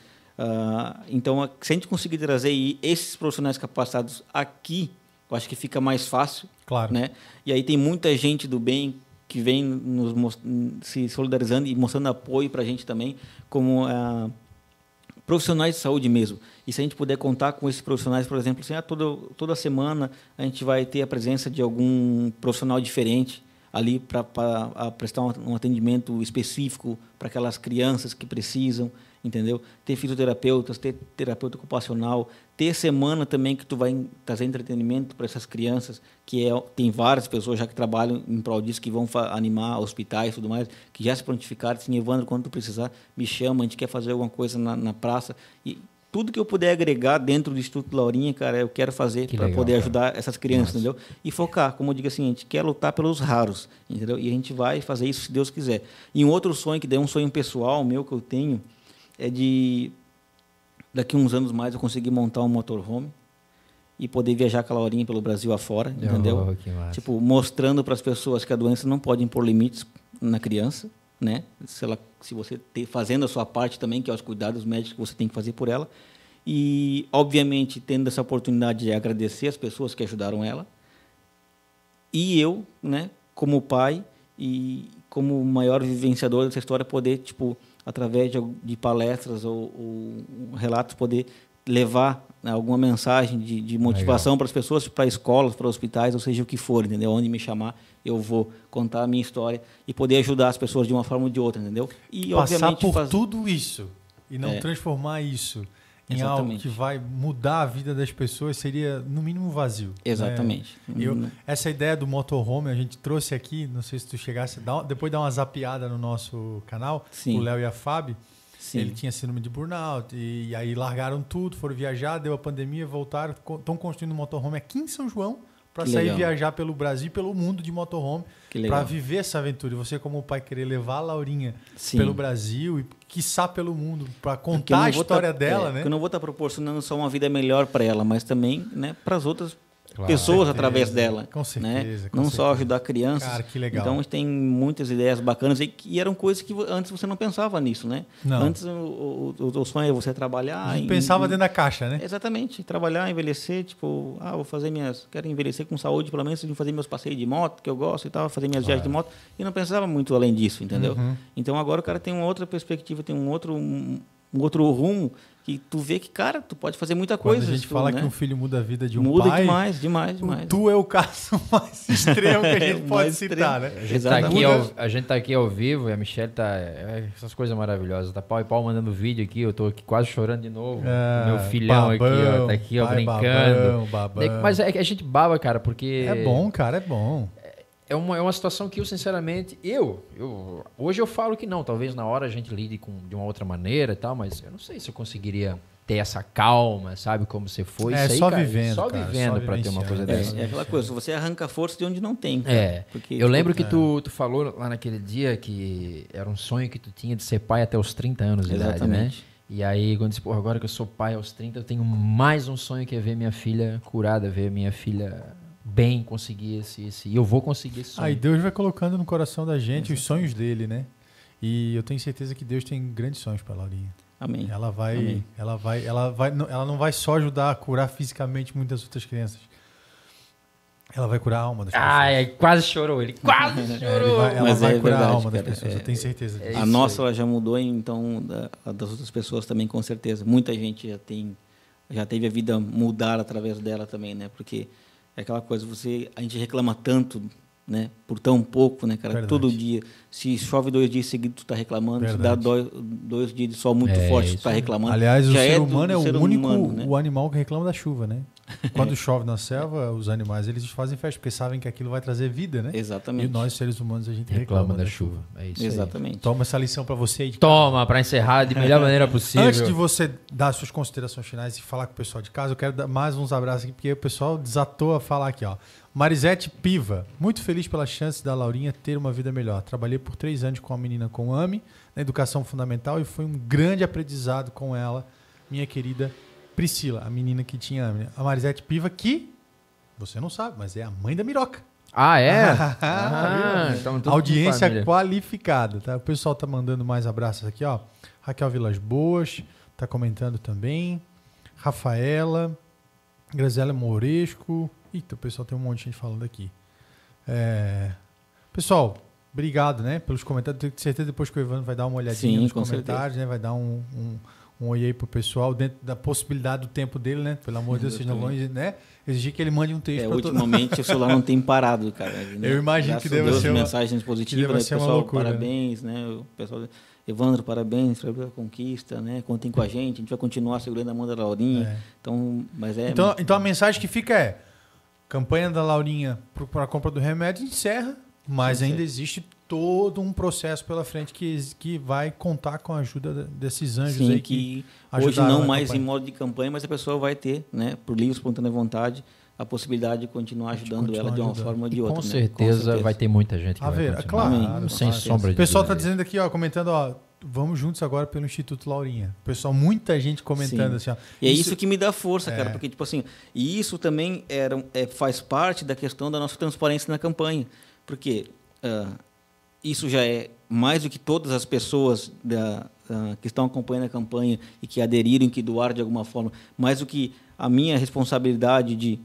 Ah, então, a- se a gente conseguir trazer e esses profissionais capacitados aqui, eu acho que fica mais fácil, Claro. né? E aí tem muita gente do bem que vem nos most- se solidarizando e mostrando apoio para a gente também, como a, profissionais de saúde mesmo. E se a gente puder contar com esses profissionais, por exemplo, assim, ah, toda, toda semana a gente vai ter a presença de algum profissional diferente ali para prestar um, um atendimento específico para aquelas crianças que precisam, entendeu? Ter fisioterapeutas, ter terapeuta ocupacional, ter semana também que tu vai trazer entretenimento para essas crianças, que é, tem várias pessoas já que trabalham em prol disso, que vão animar hospitais e tudo mais, que já se prontificaram, assim, Evandro, quando tu precisar, me chama, a gente quer fazer alguma coisa na, na praça. E tudo que eu puder agregar dentro do Instituto Laurinha, cara, eu quero fazer para poder cara. ajudar essas crianças, Nossa. entendeu? E focar, como eu digo assim, a gente quer lutar pelos raros, entendeu? E a gente vai fazer isso se Deus quiser. E um outro sonho, que é um sonho pessoal meu que eu tenho, é de, daqui uns anos mais, eu conseguir montar um motorhome e poder viajar com a Laurinha pelo Brasil afora, oh, entendeu? Tipo, mostrando para as pessoas que a doença não pode impor limites na criança, né? Se, ela, se você ter, fazendo a sua parte também, que é os cuidados médicos que você tem que fazer por ela. E, obviamente, tendo essa oportunidade de agradecer as pessoas que ajudaram ela. E eu, né, como pai e como maior vivenciador dessa história, poder, tipo, através de, de palestras ou, ou relatos, poder levar, né, alguma mensagem de, de motivação para as pessoas, para escolas, para hospitais, ou seja, o que for, entendeu? Onde me chamar, eu vou contar a minha história e poder ajudar as pessoas de uma forma ou de outra, entendeu? E, passar obviamente, por faz... tudo isso e não é. transformar isso em Exatamente. algo que vai mudar a vida das pessoas seria, no mínimo, vazio. Exatamente. Né? Eu, essa ideia do motorhome a gente trouxe aqui, não sei se tu chegasse, dá, depois dá uma zapeada no nosso canal, Sim. o Léo e a Fábio. Sim. Ele tinha síndrome de burnout e, e aí largaram tudo, foram viajar, deu a pandemia, voltaram, estão construindo um motorhome aqui em São João para sair legal. viajar pelo Brasil e pelo mundo de motorhome para viver essa aventura. E você, como pai, querer levar a Laurinha Sim. pelo Brasil e quiçá pelo mundo para contar a história tá, dela, é, né? Porque eu não vou estar tá proporcionando só uma vida melhor para ela, mas também, né, para as outras Claro, pessoas certeza, através dela. Com certeza. Né? Com não certeza. só ajudar crianças. Cara, que legal. Então, a gente tem muitas ideias bacanas e, e eram coisas que antes você não pensava nisso, né? Não. Antes o, o, o sonho é você trabalhar... A gente em, pensava em, dentro da caixa, né? Exatamente. Trabalhar, envelhecer, tipo... Ah, vou fazer minhas... Quero envelhecer com saúde, pelo menos fazer meus passeios de moto, que eu gosto e tal, fazer minhas claro. viagens de moto. E não pensava muito além disso, entendeu? Uhum. Então, agora o cara tem uma outra perspectiva, tem um outro... Um, um outro rumo que tu vê que, cara, tu pode fazer muita coisa. Quando a gente tu, fala né? que um filho muda a vida de um muda pai... Muda demais, demais, demais. Tu é o caso mais extremo que a gente pode citar, né? A gente, tá aqui ao, a gente tá aqui ao vivo e a Michelle tá... É, essas coisas maravilhosas. Tá pau e pau mandando vídeo aqui, eu tô aqui quase chorando de novo. É, Meu filhão babão, aqui, ó, tá aqui, ó, brincando. Babão, babão. Mas é que a gente baba, cara, porque... É bom, cara, é bom. É uma, é uma situação que eu, sinceramente, eu, eu... Hoje eu falo que não, talvez na hora a gente lide com, de uma outra maneira e tal, mas eu não sei se eu conseguiria ter essa calma, sabe, como você foi. É, isso aí, só cara, vivendo, Só cara, vivendo só pra ter uma coisa é, dessa. É aquela coisa, você arranca força de onde não tem. Cara, é, porque, eu lembro que é. tu, tu falou lá naquele dia que era um sonho que tu tinha de ser pai até os trinta anos de Exatamente. idade, né? E aí, quando disse, pô, agora que eu sou pai aos trinta, eu tenho mais um sonho que é ver minha filha curada, ver minha filha... bem conseguir esse, esse... E eu vou conseguir esse sonho. Aí Deus vai colocando no coração da gente Exatamente. os sonhos dele, né? E eu tenho certeza que Deus tem grandes sonhos para a Laurinha. Amém. Ela vai, Amém. ela vai, ela vai, ela não vai só ajudar a curar fisicamente muitas outras crianças. Ela vai curar a alma das pessoas. Ai, quase chorou, ele quase chorou. É, ele vai, ela Mas vai é curar verdade, a alma das cara. pessoas, É, eu tenho certeza disso. a nossa ela já mudou, então da, a das outras pessoas também, com certeza. Muita gente já tem, já teve a vida mudar através dela também, né? Porque é aquela coisa, você, a gente reclama tanto, né? Por tão pouco, né, cara? Verdade. Todo dia. Se chove dois dias seguidos, tu tá reclamando. Verdade. Se dá dois, dois dias de sol muito É, forte, tu isso tá é. reclamando. Aliás, o Já ser é do- humano do é ser o único humano, né? o animal que reclama da chuva, né? Quando chove na selva, os animais eles fazem festa porque sabem que aquilo vai trazer vida, né? Exatamente. E nós, seres humanos, a gente Reclama reclama, da da chuva. É isso aí. Exatamente. Toma essa lição para você aí de Toma, pra encerrar de melhor maneira possível. Antes de você dar suas considerações finais e falar com o pessoal de casa, eu quero dar mais uns abraços aqui, porque o pessoal desatou a falar aqui, ó. Marisete Piva, muito feliz pela chance da Laurinha ter uma vida melhor. Trabalhei por três anos com a menina com A M E, na educação fundamental, e foi um grande aprendizado com ela, minha querida Priscila, a menina que tinha A M E. A Marisete Piva, que você não sabe, mas é a mãe da Miroca. Ah, é? Ah, então tudo Audiência família. qualificada, tá? O pessoal tá mandando mais abraços aqui, ó. Raquel Vilas Boas tá comentando também. Rafaela, Graziela Mouresco. Eita, o pessoal tem um monte de gente falando aqui. É... Pessoal, obrigado, né, pelos comentários. Tenho certeza depois que o Evandro vai dar uma olhadinha Sim, nos com comentários, né? Vai dar um, um, um oi aí pro pessoal, dentro da possibilidade do tempo dele, né? Pelo amor de Deus, vocês não vão, né? Exigir que ele mande um texto é, para ultimamente todo... o celular não tem parado, cara. Né? Eu imagino Graças que deva Deus, ser uma... mensagens positivas, né? Ser pessoal, loucura, parabéns, né? né? O pessoal, Evandro, parabéns pela conquista, né? Contem com a gente, a gente vai continuar segurando a mão da Laurinha. É. Então, mas é... Então, então a mensagem que fica é: campanha da Laurinha para a compra do remédio encerra, mas sim, ainda sim. existe todo um processo pela frente que, que vai contar com a ajuda desses anjos sim, aí que, que hoje não mais campanha. Em modo de campanha, mas a pessoa vai ter, né, por livre, espontânea vontade, a possibilidade de continuar ajudando ela de uma ajudando. forma ou de e outra. Com, né? certeza com certeza vai ter muita gente que a vai ver, continuar. Claro, Amém. Sem claro, sombra de O pessoal está dúvida. dizendo aqui, ó, comentando, ó, vamos juntos agora pelo Instituto Laurinha. O pessoal, muita gente comentando sim. assim, ó. E é isso que me dá força, é. cara, porque tipo assim, e isso também era, é, faz parte da questão da nossa transparência na campanha, porque uh, isso já é mais do que todas as pessoas da, uh, que estão acompanhando a campanha e que aderiram, que doaram de alguma forma, mais do que a minha responsabilidade de,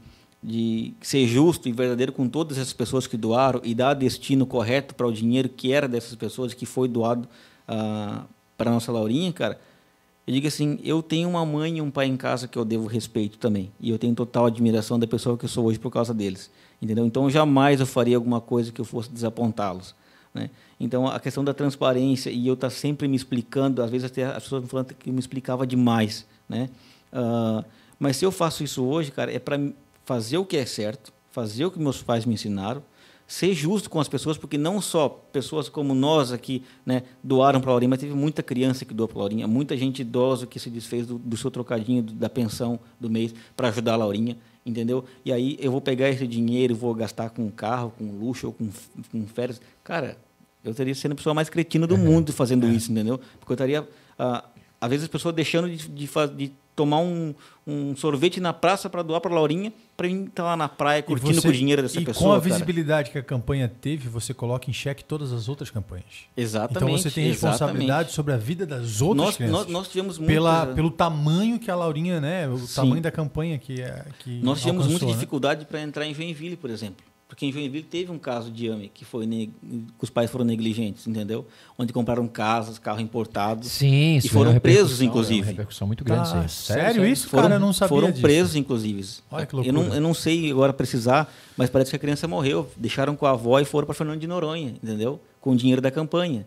de ser justo e verdadeiro com todas essas pessoas que doaram e dar destino correto para o dinheiro que era dessas pessoas, que foi doado uh, para a nossa Laurinha, cara. Eu digo assim, eu tenho uma mãe e um pai em casa que eu devo respeito também, e eu tenho total admiração da pessoa que eu sou hoje por causa deles, entendeu? Então, jamais eu faria alguma coisa que eu fosse desapontá-los. Né? Então, a questão da transparência e eu estar tá sempre me explicando, às vezes até as pessoas me falando que eu me explicava demais, né? Uh, mas se eu faço isso hoje, cara, é para fazer o que é certo, fazer o que meus pais me ensinaram, ser justo com as pessoas, porque não só pessoas como nós aqui, né, doaram para a Laurinha, mas teve muita criança que doou para a Laurinha, muita gente idosa que se desfez do, do seu trocadinho, do, da pensão do mês para ajudar a Laurinha, entendeu? E aí eu vou pegar esse dinheiro e vou gastar com carro, com luxo ou com, com férias. Cara, eu estaria sendo a pessoa mais cretina do mundo fazendo isso, entendeu? Porque eu estaria, ah, às vezes, as pessoas deixando de, de, de tomar um, um sorvete na praça para doar para a Laurinha, para mim estar lá na praia curtindo você, com o dinheiro dessa e pessoa. E com a visibilidade cara. que a campanha teve, você coloca em xeque todas as outras campanhas. Exatamente. Então você tem responsabilidade exatamente. sobre a vida das outras nós, crianças. Nós, nós tivemos pela, muita... Pelo tamanho que a Laurinha, né? O Sim. tamanho da campanha que, é, que Nós tivemos alcançou, muita né? dificuldade para entrar em Joinville, por exemplo. Porque em Joinville teve um caso de AME, que, foi ne... que os pais foram negligentes, entendeu? Onde compraram casas, carro importado. Sim, e foram presos, inclusive. É uma repercussão muito grande. Ah, sério, sério isso, foram, cara? Eu não sabia Foram disso. presos, inclusive. Olha que loucura. Eu não, eu não sei agora precisar, mas parece que a criança morreu. Deixaram com a avó e foram para Fernando de Noronha, entendeu? Com o dinheiro da campanha.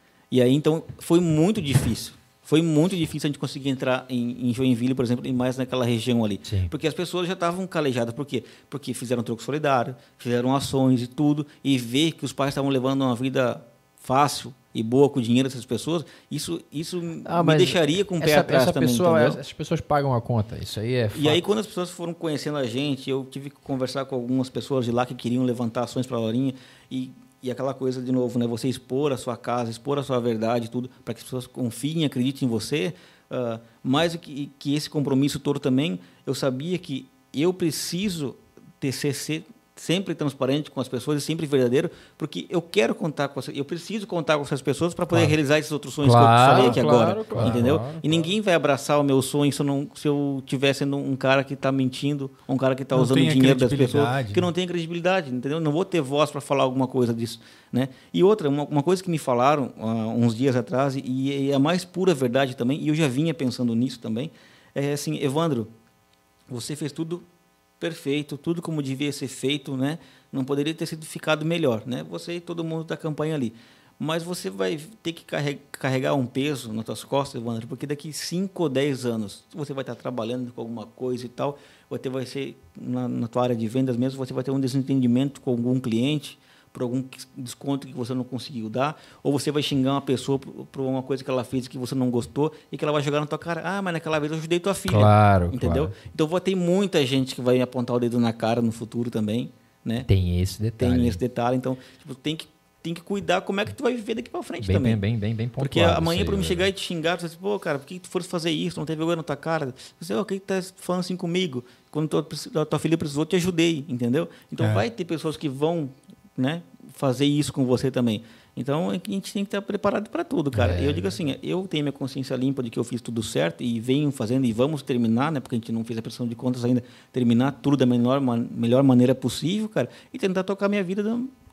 E aí, então, foi muito difícil. Foi muito difícil a gente conseguir entrar em, em Joinville, por exemplo, e mais naquela região ali. Sim. Porque as pessoas já estavam calejadas. Por quê? Porque fizeram troco solidário, fizeram ações e tudo, e ver que os pais estavam levando uma vida fácil e boa com o dinheiro dessas pessoas, isso, isso ah, me deixaria com o pé essa, atrás essa também, pessoa, entendeu? As pessoas pagam a conta, isso aí é fato. E aí, quando as pessoas foram conhecendo a gente, eu tive que conversar com algumas pessoas de lá que queriam levantar ações para a Laurinha, e E aquela coisa, de novo, né? Você expor a sua casa, expor a sua verdade, tudo, para que as pessoas confiem e acreditem em você. Uh, mais do que, que esse compromisso todo também, eu sabia que eu preciso ter, ser, ser sempre transparente com as pessoas e sempre verdadeiro, porque eu quero contar com essas, eu preciso contar com essas pessoas para poder claro. realizar esses outros sonhos claro, que eu falei aqui claro, agora, claro, entendeu? Claro, e ninguém vai abraçar o meu sonho se eu não, se eu estiver sendo um cara que está mentindo, um cara que está usando o dinheiro das pessoas, que não tem credibilidade, entendeu? Não vou ter voz para falar alguma coisa disso, né? E outra, uma, uma coisa que me falaram uh, uns dias atrás, e, e é a mais pura verdade também, e eu já vinha pensando nisso também, é assim, Evandro, você fez tudo perfeito, tudo como devia ser feito, né? Não poderia ter sido ficado melhor, né? Você e todo mundo da campanha ali. Mas você vai ter que carregar um peso nas suas costas, Evandro, porque daqui cinco ou dez anos você vai estar trabalhando com alguma coisa e tal, você vai ser, na, na tua área de vendas mesmo, você vai ter um desentendimento com algum cliente, por algum desconto que você não conseguiu dar, ou você vai xingar uma pessoa por, por uma coisa que ela fez que você não gostou e que ela vai jogar na tua cara, ah, mas naquela vez eu ajudei tua filha. Claro, entendeu? Claro. Então vai ter muita gente que vai apontar o dedo na cara no futuro também, né? Tem esse detalhe. Tem esse detalhe, então tipo, tem que tem que cuidar como é que tu vai viver daqui para frente bem, também. Bem, bem, bem, bem pontuado. Porque amanhã para me chegar e te xingar, você diz, pô, cara, por que tu fosse fazer isso? Não teve vergonha na tua cara? Você, o que tu tá falando assim comigo? Quando tua, tua filha precisou, eu te ajudei, entendeu? Então é. vai ter pessoas que vão, né, fazer isso com você também. Então, a gente tem que estar preparado para tudo, cara. É. Eu digo assim, eu tenho minha consciência limpa de que eu fiz tudo certo e venho fazendo e vamos terminar, né? Porque a gente não fez a prestação de contas ainda, terminar tudo da melhor, melhor maneira possível, cara, e tentar tocar minha vida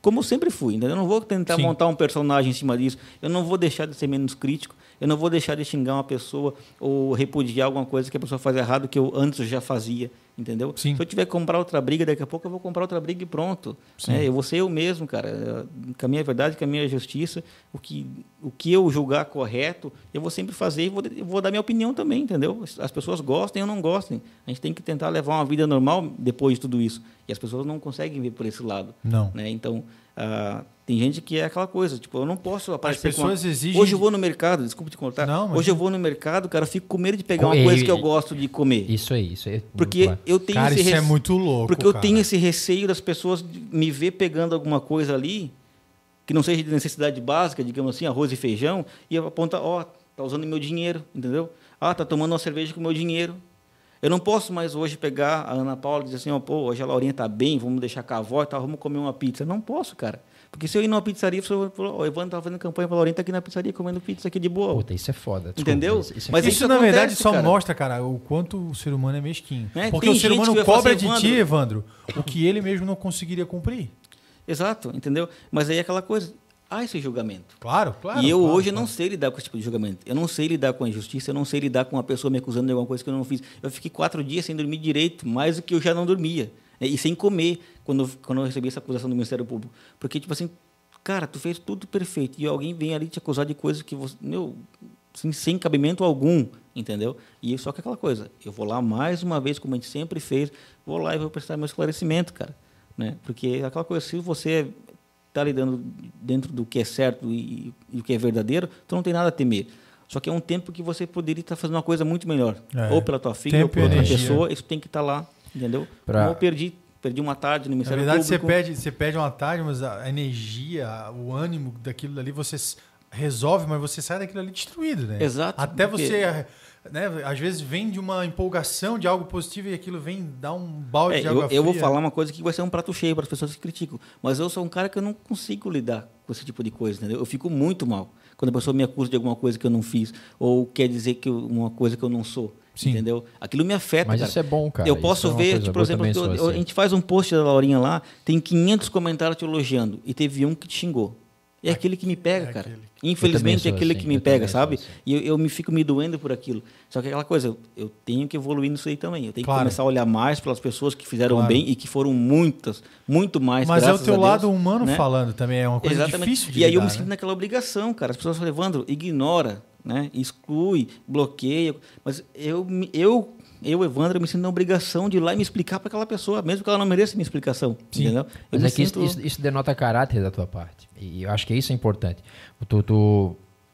como eu sempre fui, entendeu? Eu não vou tentar Sim. montar um personagem em cima disso, eu não vou deixar de ser menos crítico, eu não vou deixar de xingar uma pessoa ou repudiar alguma coisa que a pessoa faz errado que eu antes já fazia, entendeu? Sim. Se eu tiver que comprar outra briga, daqui a pouco eu vou comprar outra briga e pronto. É, eu vou ser eu mesmo, cara. Com a minha verdade, com a minha justiça, o que, o que eu julgar correto, eu vou sempre fazer e vou, eu vou dar minha opinião também, entendeu? As pessoas gostem ou não gostem. A gente tem que tentar levar uma vida normal depois de tudo isso. E as pessoas não conseguem ver por esse lado. Não. Né? Então, ah, tem gente que é aquela coisa, tipo, eu não posso aparecer As pessoas com uma... exigem... Hoje eu vou no mercado, desculpa te contar. Não, mas... Hoje eu vou no mercado, cara, eu fico com medo de pegar uma coisa que eu gosto de comer. Isso aí, isso aí. Porque claro. eu tenho cara, esse isso rece... é muito louco, Porque eu cara. tenho esse receio das pessoas me ver pegando alguma coisa ali que não seja de necessidade básica, digamos assim, arroz e feijão, e aponta, ó, oh, tá usando meu dinheiro, entendeu? Ah, tá tomando uma cerveja com meu dinheiro. Eu não posso mais hoje pegar a Ana Paula e dizer assim, ó, oh, pô, hoje a Laurinha tá bem, vamos deixar com a avó e tal, vamos comer uma pizza. Não posso, cara. Porque se eu ir numa pizzaria, o Evandro estava fazendo campanha para a Laurinha, tá aqui na pizzaria comendo pizza aqui de boa. Puta, isso é foda. Desculpa, entendeu? Isso, isso, é Mas isso, isso na acontece, verdade, só cara. mostra, cara, o quanto o ser humano é mesquinho. É, Porque o ser humano cobra cobra assim, de ti, Evandro, o que ele mesmo não conseguiria cumprir. Exato, entendeu? Mas aí é aquela coisa, há esse julgamento. Claro, claro. E eu claro, hoje claro. não sei lidar com esse tipo de julgamento. Eu não sei lidar com a injustiça, eu não sei lidar com uma pessoa me acusando de alguma coisa que eu não fiz. Eu fiquei quatro dias sem dormir direito, mais do que eu já não dormia. E sem comer, quando, quando eu recebi essa acusação do Ministério Público. Porque, tipo assim, cara, tu fez tudo perfeito e alguém vem ali te acusar de coisas que você, meu, assim, sem cabimento algum, entendeu? E só que aquela coisa, eu vou lá mais uma vez, como a gente sempre fez, vou lá e vou prestar meu esclarecimento, cara, né? Porque aquela coisa, se você está lidando dentro do que é certo e, e o que é verdadeiro, tu não tem nada a temer. Só que é um tempo que você poderia estar fazendo uma coisa muito melhor, é. ou pela tua filha, ou por outra pessoa, isso tem que estar lá, entendeu? Pra... Como eu perdi Perdi uma tarde no Ministério Público. Na verdade, Público. Você, perde, você perde uma tarde, mas a energia, o ânimo daquilo dali, você resolve, mas você sai daquilo ali destruído, né? Exato. Até porque... você, né, às vezes, vem de uma empolgação de algo positivo e aquilo vem dar um balde é, de água eu, fria. Eu vou falar uma coisa que vai ser um prato cheio para as pessoas que criticam, mas eu sou um cara que eu não consigo lidar com esse tipo de coisa, entendeu? Eu fico muito mal quando a pessoa me acusa de alguma coisa que eu não fiz ou quer dizer que eu, uma coisa que eu não sou. Sim. Entendeu? Aquilo me afeta, Mas cara. isso é bom, cara. Eu posso é ver, tipo, por exemplo, eu, eu, assim. a gente faz um post da Laurinha lá, tem quinhentos comentários te elogiando e teve um que te xingou. É aquele que me pega, é cara. Aquele. Infelizmente é aquele assim, que me pega, sabe? Assim. E eu, eu me fico me doendo por aquilo. Só que aquela coisa, eu, eu tenho que evoluir nisso aí também. Eu tenho claro. que começar a olhar mais pelas pessoas que fizeram claro. bem e que foram muitas, muito mais. Mas é o teu Deus, lado humano né? falando também, é uma coisa Exatamente. difícil de E aí lidar, eu me sinto né? naquela obrigação, cara. As pessoas falam, Evandro, ignora, né? Exclui, bloqueia. Mas eu, eu Eu, Evandro, me sinto na obrigação de ir lá e me explicar para aquela pessoa, mesmo que ela não mereça minha explicação. Sim. Entendeu? Mas é que sinto... isso, isso, isso denota caráter da tua parte. E eu acho que isso é importante. Tu, tu...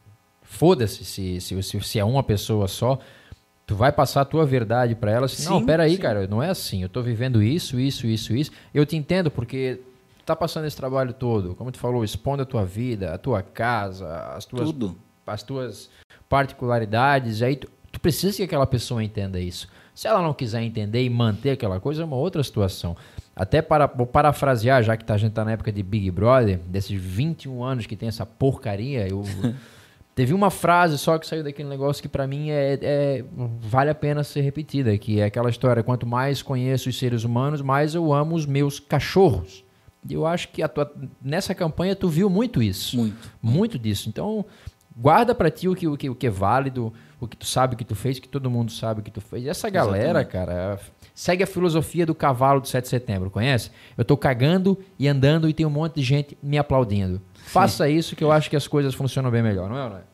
Foda-se se, se, se, se é uma pessoa só, tu vai passar a tua verdade para ela. Assim, sim, não, peraí, sim. cara, não é assim. Eu estou vivendo isso, isso, isso, isso. Eu te entendo porque tu tá passando esse trabalho todo. Como tu falou, expondo a tua vida, a tua casa, as tuas, Tudo. as tuas particularidades. Aí tu, tu precisa que aquela pessoa entenda isso. Se ela não quiser entender e manter aquela coisa, é uma outra situação. Até para vou parafrasear, já que a gente está na época de Big Brother, desses vinte e um anos que tem essa porcaria, eu... teve uma frase só que saiu daquele negócio que para mim é, é, vale a pena ser repetida, que é aquela história, quanto mais conheço os seres humanos, mais eu amo os meus cachorros. E eu acho que a tua, nessa campanha tu viu muito isso. Muito. Muito disso. Então, guarda para ti o que, o, que, o que é válido, o que tu sabe que tu fez, que todo mundo sabe que tu fez. E essa galera, exatamente, cara, segue a filosofia do cavalo do sete de setembro, conhece? Eu tô cagando e andando e tem um monte de gente me aplaudindo. Faça Sim. isso que eu acho que as coisas funcionam bem melhor, não é ou não é?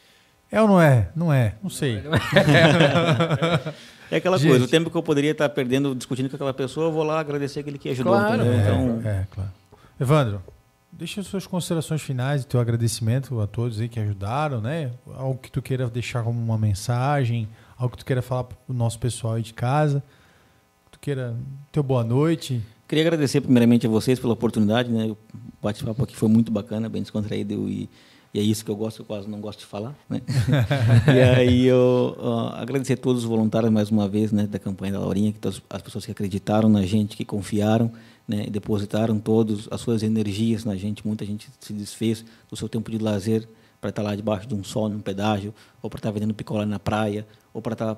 É ou não é? Não é, não sei. Não é, é aquela gente. coisa, o tempo que eu poderia estar perdendo discutindo com aquela pessoa, eu vou lá agradecer aquele que ajudou. Claro, é, então... é, claro. Evandro, deixa as suas considerações finais e teu agradecimento a todos aí que ajudaram, né? Algo que tu queira deixar como uma mensagem, algo que tu queira falar pro nosso pessoal aí de casa, que tu queira teu boa noite. Queria agradecer primeiramente a vocês pela oportunidade, né? O bate-papo aqui foi muito bacana, bem descontraído e, e é isso que eu gosto, eu quase não gosto de falar, né? E aí eu uh, agradecer a todos os voluntários mais uma vez, né, da campanha da Laurinha, que as, as pessoas que acreditaram na gente, que confiaram, né, e depositaram todas as suas energias na gente. Muita gente se desfez do seu tempo de lazer para estar lá debaixo de um sol, num pedágio, ou para estar vendendo picolé na praia, ou para estar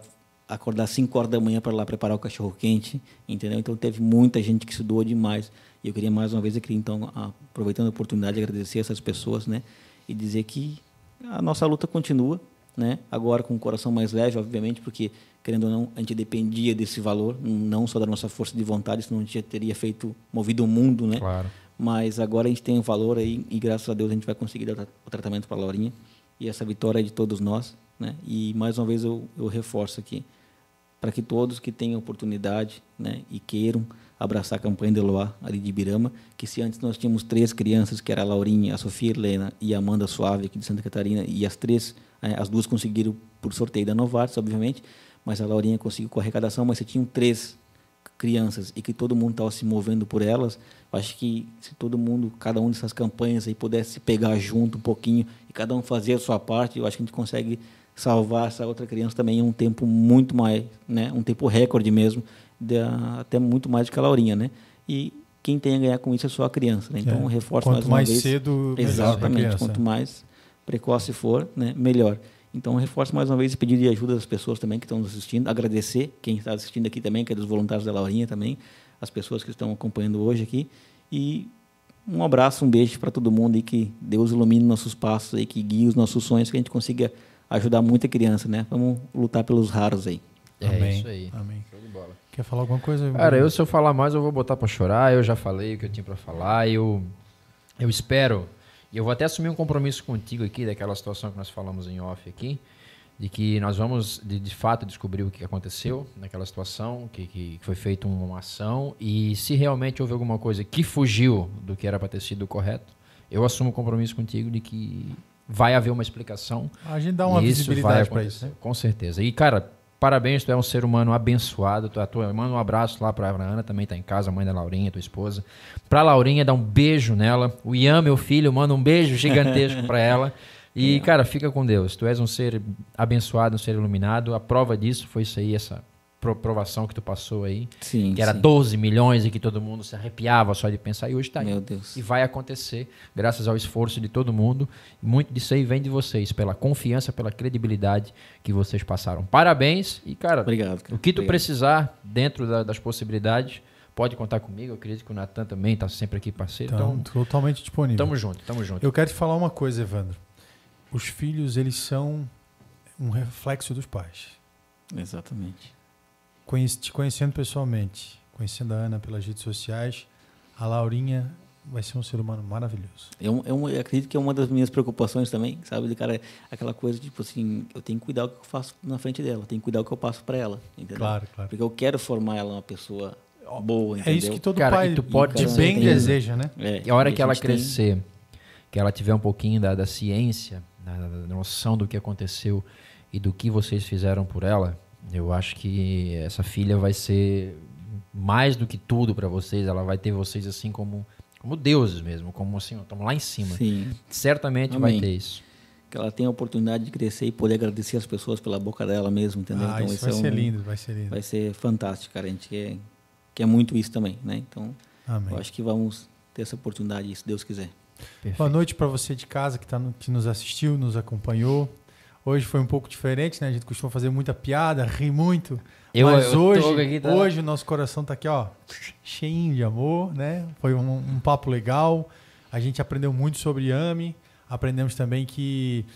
acordar às cinco horas da manhã para lá preparar o cachorro-quente, entendeu? Então, teve muita gente que se doou demais. E eu queria, mais uma vez, eu queria, então, aproveitando a oportunidade, agradecer essas pessoas, né? E dizer que a nossa luta continua, né? Agora com o coração mais leve, obviamente, porque, querendo ou não, a gente dependia desse valor, não só da nossa força de vontade, senão a gente já teria feito, movido o mundo, né? Claro. Mas agora a gente tem um valor aí e, graças a Deus, a gente vai conseguir dar o tratamento para a Laurinha. E essa vitória é de todos nós, né? E, mais uma vez, eu, eu reforço aqui, para que todos que tenham oportunidade, né, e queiram abraçar a campanha de Eloá, ali de Ibirama, que se antes nós tínhamos três crianças, que era a Laurinha, a Sofia Helena e a Amanda Suave, aqui de Santa Catarina, e as três, as duas conseguiram por sorteio da Novartis, obviamente, mas a Laurinha conseguiu com a arrecadação, mas se tinham três crianças e que todo mundo estava se movendo por elas, acho que se todo mundo, cada uma dessas campanhas aí pudesse pegar junto um pouquinho e cada um fazer a sua parte, eu acho que a gente consegue salvar essa outra criança também em um tempo muito mais, né, um tempo recorde mesmo, de, até muito mais do que a Laurinha, né? E quem tem a ganhar com isso é só a criança, né? Então, é. reforço Quanto mais uma mais vez. cedo, exatamente, quanto mais precoce for, né, melhor. Então, reforço mais uma vez e pedir de ajuda das pessoas também que estão nos assistindo, agradecer quem está assistindo aqui também, que é dos voluntários da Laurinha também, as pessoas que estão acompanhando hoje aqui, e um abraço, um beijo para todo mundo e que Deus ilumine nossos passos aí, que guie os nossos sonhos, que a gente consiga ajudar muita criança, né? Vamos lutar pelos raros aí. É Amém. Isso aí. Amém. Show de bola. Quer falar alguma coisa? Cara, eu se eu falar mais eu vou botar pra chorar, eu já falei o que eu tinha pra falar, eu, eu espero, e eu vou até assumir um compromisso contigo aqui, daquela situação que nós falamos em off aqui, de que nós vamos, de, de fato, descobrir o que aconteceu naquela situação, que, que foi feita uma ação, e se realmente houve alguma coisa que fugiu do que era para ter sido correto, eu assumo o compromisso contigo de que vai haver uma explicação. A gente dá uma isso visibilidade para isso, né? Com certeza. E, cara, parabéns, tu é um ser humano abençoado. Tu, tu, manda um abraço lá pra Ana, também tá em casa, a mãe da Laurinha, tua esposa. Pra Laurinha, dá um beijo nela. O Ian, meu filho, manda um beijo gigantesco pra ela. E, cara, fica com Deus. Tu és um ser abençoado, um ser iluminado. A prova disso foi isso aí, essa provação que tu passou aí. Sim, que era sim. doze milhões e que todo mundo se arrepiava só de pensar. E hoje tá aí. Meu Deus. E vai acontecer, graças ao esforço de todo mundo. Muito disso aí vem de vocês, pela confiança, pela credibilidade que vocês passaram. Parabéns. E, cara, Obrigado, cara. o que tu Obrigado. precisar, dentro da, das possibilidades, pode contar comigo. Eu acredito que o Natan também está sempre aqui parceiro. Então, Então, totalmente disponível. tamo junto, tamo junto. Eu quero te falar uma coisa, Evandro. Os filhos, eles são um reflexo dos pais. Exatamente. Conhece, te conhecendo pessoalmente, conhecendo a Ana pelas redes sociais, a Laurinha vai ser um ser humano maravilhoso. Eu, eu, eu acredito que é uma das minhas preocupações também, sabe? De cara, aquela coisa, tipo assim, eu tenho que cuidar do que eu faço na frente dela, eu tenho que cuidar do que eu passo para ela, entendeu? Claro, claro. Porque eu quero formar ela uma pessoa boa, entendeu? É isso que todo Cara, pai e tu pode de ter bem certeza. deseja, né? É, E a hora e que ela gente tem- crescer, que ela tiver um pouquinho da, da ciência, da, da noção do que aconteceu e do que vocês fizeram por ela, eu acho que essa filha vai ser mais do que tudo para vocês. Ela vai ter vocês assim como, como deuses mesmo, como assim, estamos lá em cima. Sim, Certamente Amém. vai ter isso. que ela tenha a oportunidade de crescer e poder agradecer as pessoas pela boca dela mesmo, entendeu? Ah, isso esse vai é ser um- lindo, vai ser lindo. Vai ser fantástico, cara. A gente quer, quer muito isso também, né? Então, Amém. eu acho que vamos ter essa oportunidade, se Deus quiser. Perfeito. Boa noite para você de casa que, tá no- que nos assistiu, nos acompanhou. Hoje foi um pouco diferente, né? A gente costuma fazer muita piada, rir muito. Eu- mas eu tô hoje, aqui, tá? hoje o nosso coração tá aqui, ó, cheinho de amor, né? Foi um, um papo legal. A gente aprendeu muito sobre AMI. Aprendemos também que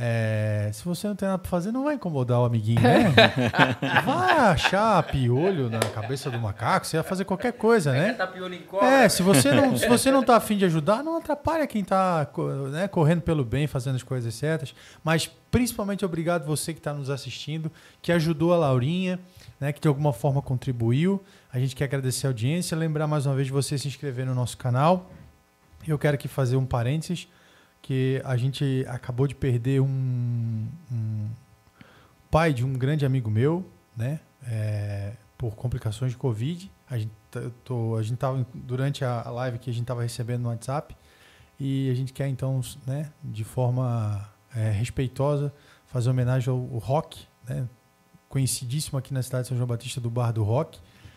é, se você não tem nada para fazer, não vai incomodar o amiguinho, né? Vai achar piolho na cabeça do macaco, você vai fazer qualquer coisa, né? É, se você não, se você não tá afim de ajudar, não atrapalha quem tá, né, correndo pelo bem, fazendo as coisas certas. Mas principalmente obrigado você que está nos assistindo, que ajudou a Laurinha, né, que de alguma forma contribuiu. A gente quer agradecer a audiência, lembrar mais uma vez de você se inscrever no nosso canal. Eu quero aqui fazer um parênteses, que a gente acabou de perder um, um pai de um grande amigo meu, né, é, por complicações de Covid. A gente tô, a gente tava, durante a live que a gente estava recebendo no WhatsApp, e a gente quer então, né, de forma é, respeitosa, fazer homenagem ao, ao Rock, né, conhecidíssimo aqui na cidade de São João Batista, do Bar do Rock,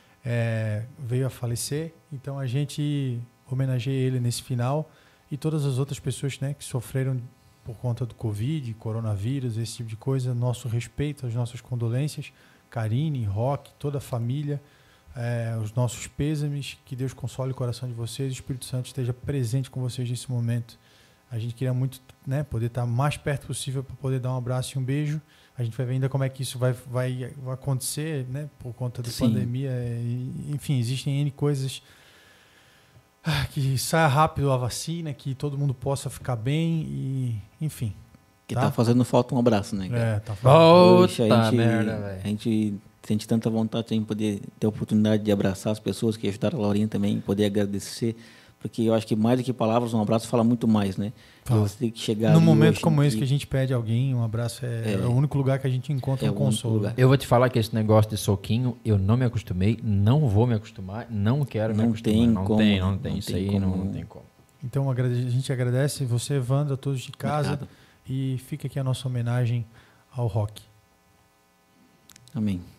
é, veio a falecer. Então a gente homenageia ele nesse final, e todas as outras pessoas, né, que sofreram por conta do Covid, coronavírus, esse tipo de coisa. Nosso respeito, as nossas condolências. Karine, Roque, toda a família, é, os nossos pêsames, que Deus console o coração de vocês, o Espírito Santo esteja presente com vocês nesse momento. A gente queria muito, né, poder estar mais perto possível para poder dar um abraço e um beijo. A gente vai ver ainda como é que isso vai, vai, vai acontecer, né, por conta da Sim. pandemia. E, enfim, existem N coisas. Que saia rápido a vacina, que todo mundo possa ficar bem e, enfim. Que tá, tá fazendo falta um abraço, né, cara? É, tá falando. Poxa, Puta a gente, merda, velho. a gente sente tanta vontade de poder ter a oportunidade de abraçar as pessoas que ajudaram a Laurinha também, poder agradecer, porque eu acho que mais do que palavras, um abraço fala muito mais, né? Fala. Você tem que chegar Num ali momento hoje como esse e- que a gente pede alguém, um abraço é, É. é o único lugar que a gente encontra É um o único consolo. lugar. Eu vou te falar que esse negócio de soquinho, eu não me acostumei, não vou me acostumar, não quero me Não acostumar. tem não como, tem, não não tem. tem Isso aí não, como. não tem como. Então agrade- a gente agradece você, Evandro, a todos de casa. Obrigado. E fica aqui a nossa homenagem ao rock. Amém.